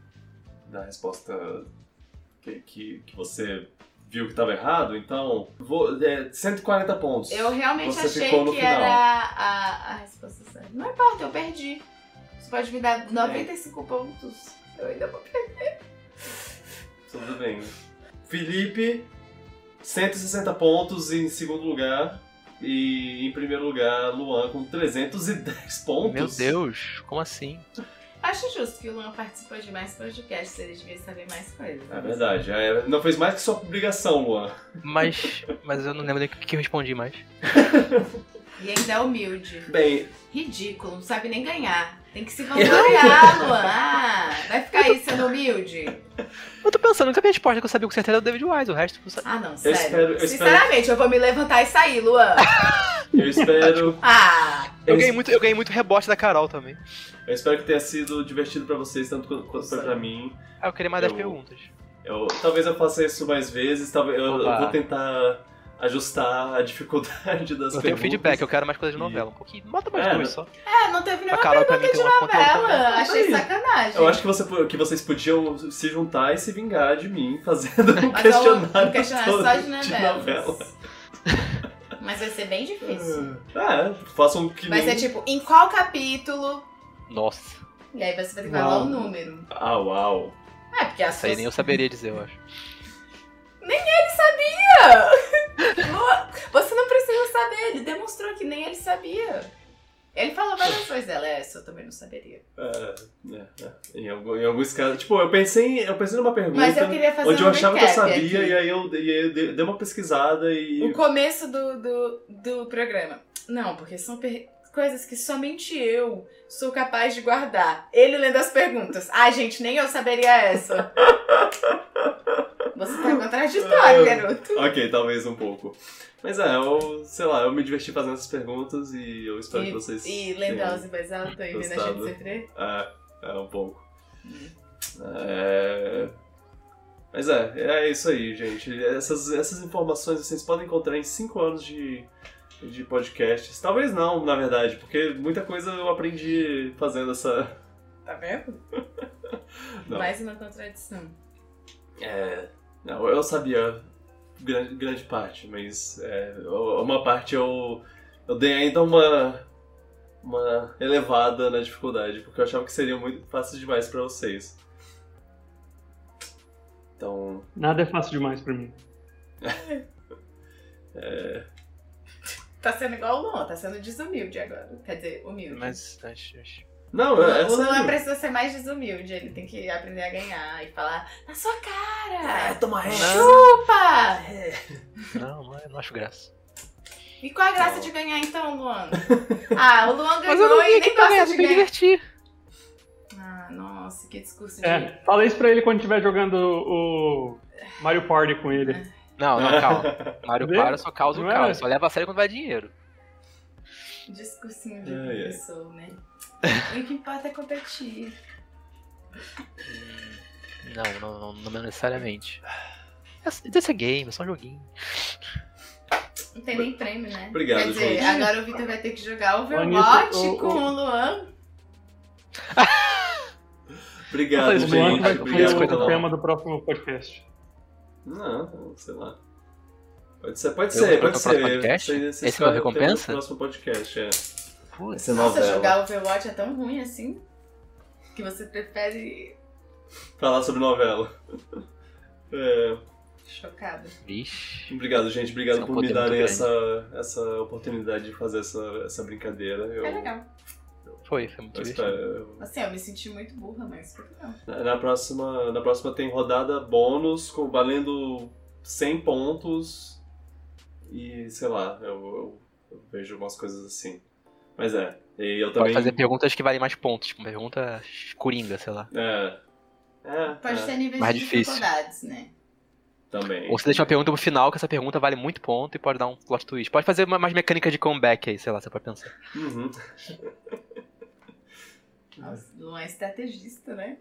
que você viu que estava errado. Então, 140 pontos.
Eu realmente
Você
achei
ficou no
que
final.
era a resposta certa. Não importa, eu perdi. Você pode me dar 95 pontos. Eu ainda vou perder.
Tudo bem. Felipe, 160 pontos em segundo lugar. E em primeiro lugar, Luan com 310 pontos.
Meu Deus, como assim?
Acho justo que o Luan participou de mais podcasts, ele devia saber mais coisas.
É verdade. Não fez mais que sua obrigação, Luan.
Mas eu não lembro nem o que eu respondi mais.
E ainda é humilde.
Bem,
Ridículo, não sabe nem ganhar. Tem que se vangloriar, Luan. Vai ficar aí sendo humilde?
Eu tô pensando, a única resposta que eu sabia com certeza era o David Wise, o resto eu não sabia.
Ah, não, sério.
espero-
Sinceramente, eu vou me levantar e sair, Luan.
eu espero...
Eu ganhei muito rebote da Carol também.
Eu espero que tenha sido divertido pra vocês, tanto quanto foi pra mim.
Ah, eu queria mais 10 perguntas.
Talvez eu faça isso mais vezes, talvez eu
Opa.
vou tentar ajustar a dificuldade das
Eu tenho
perguntas.
feedback, eu quero mais coisas de novela. Um pouquinho. Bota mais duas só.
Não teve
A
nenhuma
Carol pra mim
pergunta
tem
de
uma conta
novela. Achei sacanagem.
Eu acho que vocês podiam se juntar e se vingar de mim fazendo um
Mas
questionário,
um questionário
todo
só de
novela.
novelas. Mas vai ser bem difícil.
Façam que
Vai
nem...
ser tipo, em qual capítulo?
Nossa,
E aí você vai ter que falar o número.
Ah, uau.
Porque as
isso aí nem eu saberia dizer, eu acho.
Luan, você não precisa saber, ele demonstrou que nem ele sabia. Ele falou várias vezes, essa eu também não saberia.
Em alguns casos. Tipo, eu pensei numa pergunta
Mas eu queria fazer
onde eu achava que eu sabia,
aqui.
e aí eu dei uma pesquisada e.
O começo do programa. Não, porque são coisas que somente eu sou capaz de guardar. Ele lendo as perguntas. Ai, gente, nem eu saberia essa. Você tá contraditório, garoto.
Ok, talvez um pouco. Mas eu me diverti fazendo essas perguntas e eu espero que vocês.
E lendo elas em voz alta e vendo a gente sofrer?
Um pouco. Mas é isso aí, gente. Essas informações vocês podem encontrar em 5 anos de podcasts. Talvez não, na verdade, porque muita coisa eu aprendi fazendo essa...
Tá vendo?
Não.
Mais uma contradição.
Não, eu sabia grande parte, mas uma parte eu dei ainda uma elevada na dificuldade, porque eu achava que seria muito fácil demais pra vocês. Então...
Nada é fácil demais pra mim.
Tá sendo igual o Luan, tá sendo desumilde agora. Quer dizer, humilde.
Mas
Não,
O Luan
sério.
precisa ser mais desumilde, ele tem que aprender a ganhar e falar na sua cara!
Toma
Chupa!
não acho graça.
E qual a graça de ganhar então, Luan? O Luan
Mas eu
ganhou
não
e
vi
nem
que pra
gosta
ganhar,
de
me
ganhar.
divertir.
Nossa, que discurso de...
Fala isso pra ele quando estiver jogando o Mario Party com ele.
Não, calma. Mario Party só causa o
Não é?
caos, só leva a sério quando vai dinheiro.
Discursinho de professor, né? O que importa é competir.
Não necessariamente. Esse é game, é só um joguinho.
Não tem nem prêmio, né?
Obrigado,
Quer dizer,
gente.
agora o Victor vai ter que jogar Overwatch
Anitta,
com o Luan.
Obrigado,
Mas
O
o
Luan
gente.
vai
Obrigado,
escolher
Obrigado.
o tema do próximo podcast.
Não, sei lá. Pode ser.
Próximo podcast?
Vocês
Esse é o
escolhem o
recompensa?
tema do próximo podcast,
Putz.
Essa
Nossa,
novela.
jogar Overwatch é tão ruim assim que você prefere...
Falar sobre novela.
Chocada.
Vixe.
Obrigado, gente. Obrigado
Isso é um
por me
poder muito
darem
grande.
essa oportunidade de fazer essa brincadeira.
É legal.
Foi muito
Eu
divertido.
espero.
Assim, eu me senti muito burra, mas por que não?
Na próxima tem rodada bônus valendo 100 pontos e sei lá, eu vejo umas coisas assim. Mas e eu também...
Pode fazer perguntas que valem mais pontos, tipo pergunta coringa, sei lá.
Pode ter níveis
Mais
de
difícil.
dificuldades, né?
Também.
Ou você deixa uma pergunta pro final, que essa pergunta vale muito ponto e pode dar um plot twist. Pode fazer mais mecânica de comeback aí, sei lá, você pode pensar.
Uhum.
Nossa, não é estrategista, né?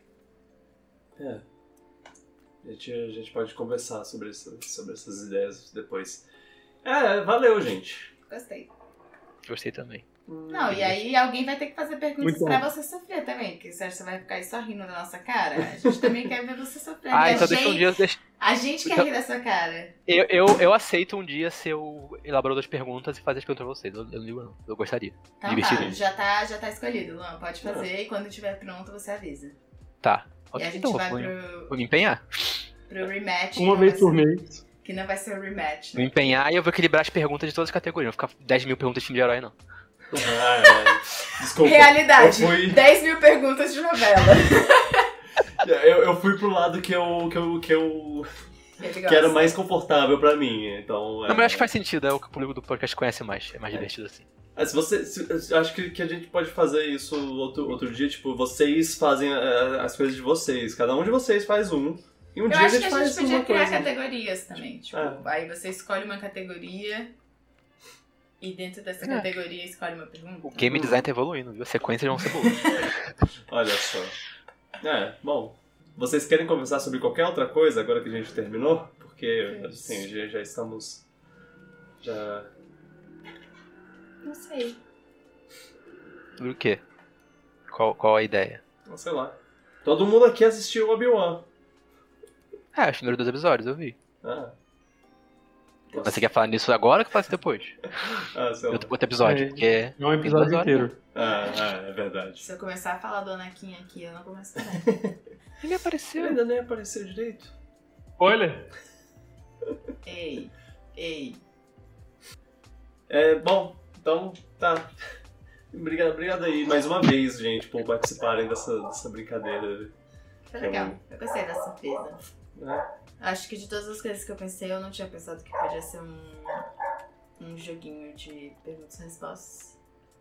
A gente pode conversar sobre essas ideias depois. Valeu, gente.
Gostei.
Gostei também.
Não, e aí alguém vai ter que fazer perguntas
Muito
pra
bom.
você sofrer também, porque você acha que você vai ficar aí só rindo da nossa cara? A gente também quer ver você sofrendo.
Ah,
E
então deixa um dia...
a gente quer
então-
rir da sua cara.
Eu aceito um dia ser o elaborador das perguntas e fazer as perguntas pra vocês. Eu não ligo não. Eu gostaria.
Então
Divertido.
já tá escolhido, Luan. Pode fazer e quando estiver pronto você avisa.
Tá.
E
Ok,
a gente
então
vai
vou me empenhar.
pro rematch.
Uma
que
vez
não
por
vai
mês.
ser- Que não vai ser o rematch,
Vou me
né?
empenhar e eu vou equilibrar as perguntas de todas as categorias. Não vou ficar 10 mil perguntas de filme de herói, não.
Desculpa.
Realidade.
Eu fui-
10 mil perguntas de novela.
Eu fui pro lado que
Ele
era
gosta.
mais confortável pra mim, então...
Não, mas eu acho que faz sentido. É o que o público do podcast conhece mais. É mais divertido assim.
Eu acho que a gente pode fazer isso outro dia, tipo, vocês fazem as coisas de vocês, cada um de vocês faz um, e um
Eu
dia a
acho
gente
que a
faz
gente podia
uma
criar
coisa.
categorias também. Tipo,
É.
aí você escolhe uma categoria e dentro dessa categoria escolhe uma pergunta.
O game design tá evoluindo, viu? As sequências vão ser boas.
Olha só. Bom, vocês querem conversar sobre qualquer outra coisa agora que a gente terminou? Porque, assim, já estamos...
Não sei.
Sobre o quê? Qual a ideia?
Sei lá. Todo mundo aqui assistiu o Obi-Wan.
Os primeiros 2 episódios, eu vi.
Ah.
Mas você quer falar nisso agora ou que faça depois?
Sei lá.
Outro episódio,
É.
porque é...
É um episódio
Tem 2 horas,
inteiro.
É verdade.
Se eu começar a falar do Anakin aqui, eu não começo também.
Ele apareceu.
Ele ainda nem apareceu direito.
Olha,
Ei.
Bom, então, tá. Obrigado aí mais uma vez, gente, por participarem dessa brincadeira.
Foi legal. Eu gostei da surpresa.
Né?
Acho que de todas as coisas que eu pensei, eu não tinha pensado que podia ser um joguinho de perguntas e respostas.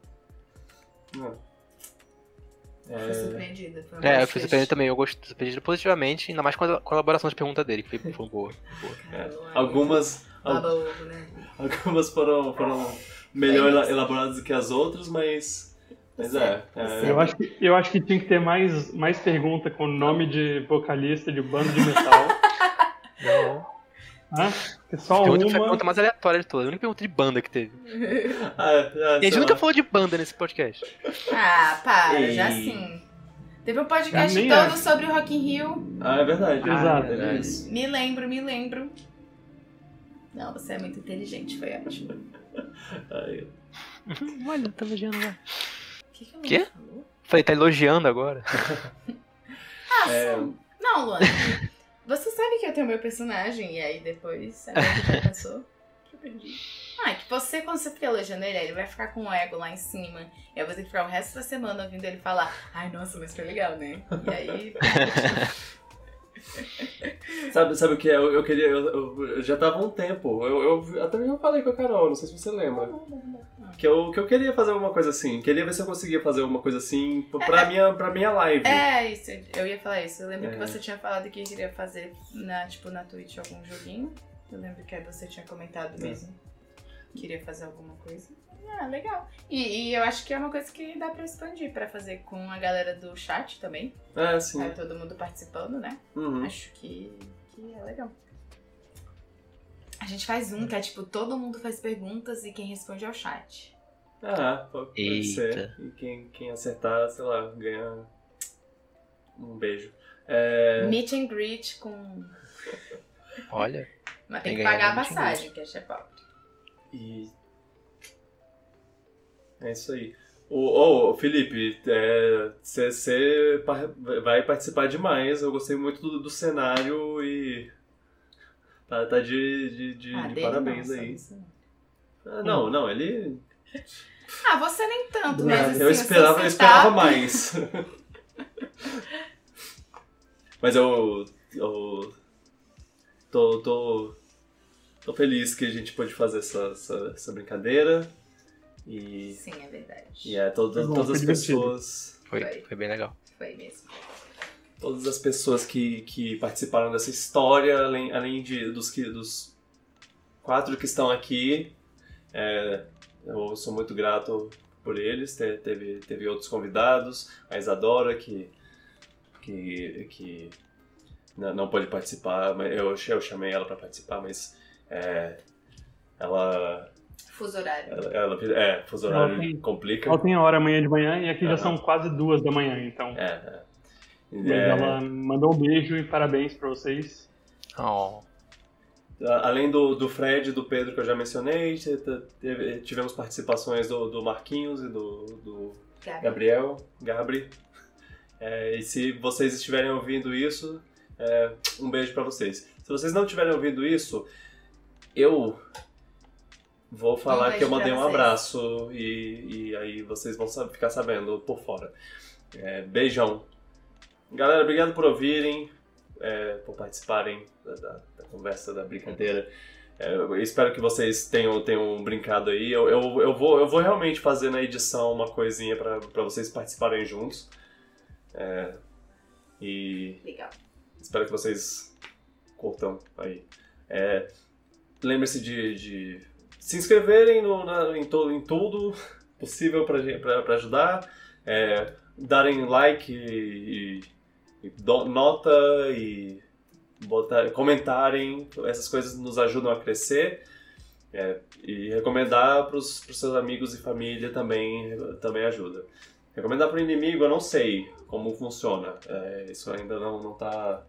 Fui surpreendida. Foi um
Eu
plot
fui
twist.
surpreendido também. Eu gostei surpreendido positivamente, ainda mais com a elaboração de pergunta dele, que foi boa.
Cara, Luan,
Algumas
Baba ovo, né?
algumas foram melhor elaboradas do que as outras, mas
eu acho que tinha que ter mais pergunta com nome de vocalista de banda de metal.
Não.
Porque só
Foi a
uma.
pergunta mais aleatória de todas. A única pergunta de banda que teve. E a gente
sei
nunca
lá.
falou de banda nesse podcast.
Ah, para,
Ei.
já sim. Teve um podcast
Nem
todo
acho.
sobre o Rock in Rio.
É verdade.
Exato.
Teve isso.
Me lembro. Não, você é muito inteligente, foi ótimo.
Aí.
Olha, tá elogiando lá.
O que o
Quê?
Luan falou?
Falei, tá elogiando agora.
Não, Luan. Você sabe que eu tenho meu personagem, e aí depois, agora que já passou, que eu perdi. É que você, quando você fica elogiando ele vai ficar com o ego lá em cima. E aí você tem que ficar o resto da semana ouvindo ele falar, ai, nossa, mas foi legal, né? E aí...
Sabe o que é? Eu queria. Eu já tava há um tempo. Eu até mesmo falei com a Carol, não sei se você lembra. Que eu queria fazer alguma coisa assim. Queria ver se eu conseguia fazer alguma coisa assim pra minha live.
É, isso, eu ia falar isso. Eu lembro que você tinha falado que queria fazer na Twitch algum joguinho. Eu lembro que aí você tinha comentado mesmo. Queria fazer alguma coisa. Ah, legal. E eu acho que é uma coisa que dá pra expandir, pra fazer com a galera do chat também.
Sim.
Tá todo mundo participando, né?
Uhum.
Acho que é legal. A gente faz um que é tipo, todo mundo faz perguntas e quem responde é o chat.
Pode
Eita.
ser. E quem acertar, sei lá, ganha um beijo.
Meet and greet com...
Olha.
Mas tem
Quem
que
ganhar
pagar a
no meet and
passagem, que é pobre.
E é isso aí. Felipe, você vai participar demais. Eu gostei muito do cenário e tá de parabéns aí. Não, ele...
você nem tanto, mas assim,
eu esperava mais. Mas eu tô feliz que a gente pôde fazer essa brincadeira. E,
sim, é verdade.
E todas as pessoas...
Foi bem legal.
Foi mesmo.
Todas as pessoas que participaram dessa história, além dos 4 que estão aqui, eu sou muito grato por eles. Teve outros convidados, a Isadora, que não pôde participar, mas eu chamei ela para participar, mas ela...
Fuso horário.
Fuso horário complica.
Ela tem hora amanhã de manhã e aqui já são quase 2 da manhã, então. Mas ela mandou um beijo e parabéns pra vocês.
Além do Fred e do Pedro que eu já mencionei, tivemos participações do Marquinhos e do Gabri. E se vocês estiverem ouvindo isso, um beijo pra vocês. Se vocês não estiverem ouvindo isso, eu vou falar que eu mandei um abraço e aí vocês vão ficar sabendo por fora. Beijão. Galera, obrigado por ouvirem, por participarem da conversa, da brincadeira. Eu espero que vocês tenham brincado aí. Eu vou realmente fazer na edição uma coisinha pra vocês participarem juntos.
Legal.
Espero que vocês curtam aí. Lembre-se de se inscreverem em tudo possível para ajudar, darem like e nota e comentarem. Essas coisas nos ajudam a crescer, e recomendar para os seus amigos e família também ajuda. Recomendar para o inimigo, eu não sei como funciona, isso ainda não tá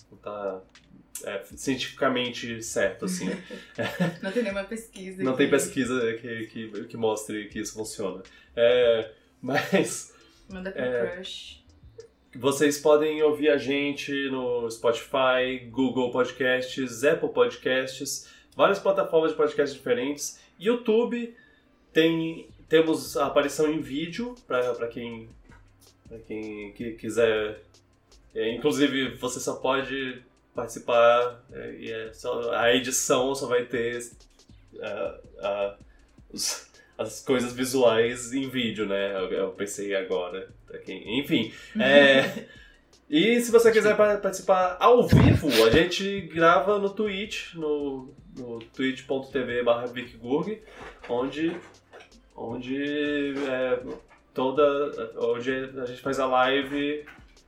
cientificamente certo, assim.
Não tem nenhuma pesquisa.
Não tem pesquisa que mostre que isso funciona. Mas...
Manda pro crush.
Vocês podem ouvir a gente no Spotify, Google Podcasts, Apple Podcasts, várias plataformas de podcasts diferentes. YouTube, temos a aparição em vídeo, para quem quiser. Inclusive, você só pode participar, a edição só vai ter as coisas visuais em vídeo, né? Eu pensei agora. Enfim. E se você quiser participar ao vivo, a gente grava no Twitch, no twitch.tv/VicGurg, onde a gente faz a live.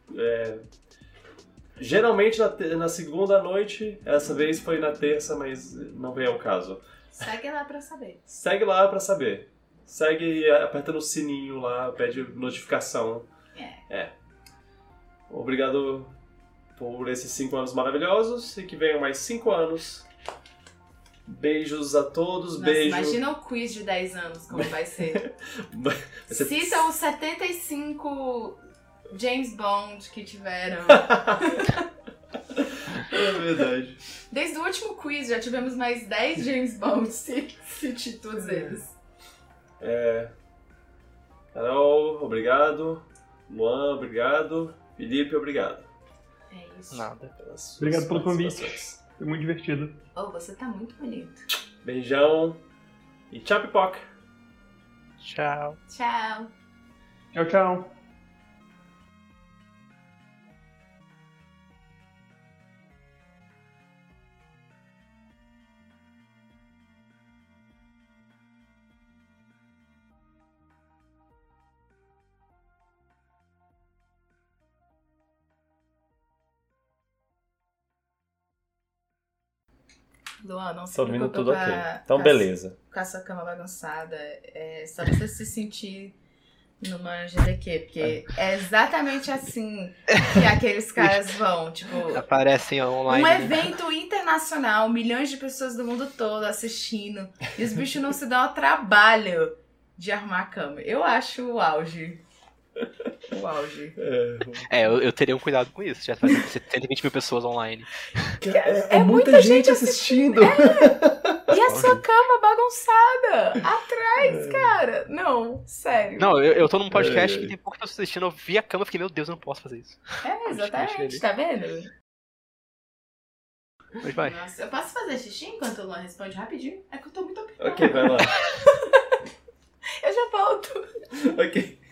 Geralmente na segunda noite, essa vez foi na terça, mas não veio ao caso.
Segue lá pra saber.
Segue e aperta no sininho lá, pede notificação. Obrigado por esses 5 anos maravilhosos e que venham mais 5 anos. Beijos a todos, beijo.
Imagina o quiz de 10 anos, como vai ser. Cita os 75 James Bond que tiveram.
É verdade.
Desde o último quiz já tivemos mais 10 James Bond, cite todos eles.
Carol, obrigado. Luan, obrigado. Felipe, obrigado.
É isso.
Nada.
Obrigado pelo convite. Foi muito divertido.
Você tá muito bonito.
Beijão. E tchau, pipoca.
Tchau.
Tchau.
Tchau, tchau.
Luan, não se
Tô ouvindo tudo ok.
Então,
Então, beleza.
Com a sua cama bagunçada, só você se sentir numa GDQ, porque é exatamente assim que aqueles caras vão, tipo...
Aparecem online.
Um evento internacional, milhões de pessoas do mundo todo assistindo, e os bichos não se dão ao trabalho de arrumar a cama. Eu acho o auge. O auge.
Eu teria um cuidado com isso. Já faz 120 mil pessoas online.
É muita gente assistindo.
E a sua cama bagunçada atrás, cara. Não, sério.
Não, eu tô num podcast que tem pouco pessoas assistindo. Eu vi a cama e fiquei, meu Deus, eu não posso fazer isso.
Exatamente, tá vendo?
Mas vai.
Nossa, eu posso fazer xixi enquanto o Luan responde rapidinho? É que eu tô muito apertada.
Ok, vai lá.
Eu já volto.
Ok.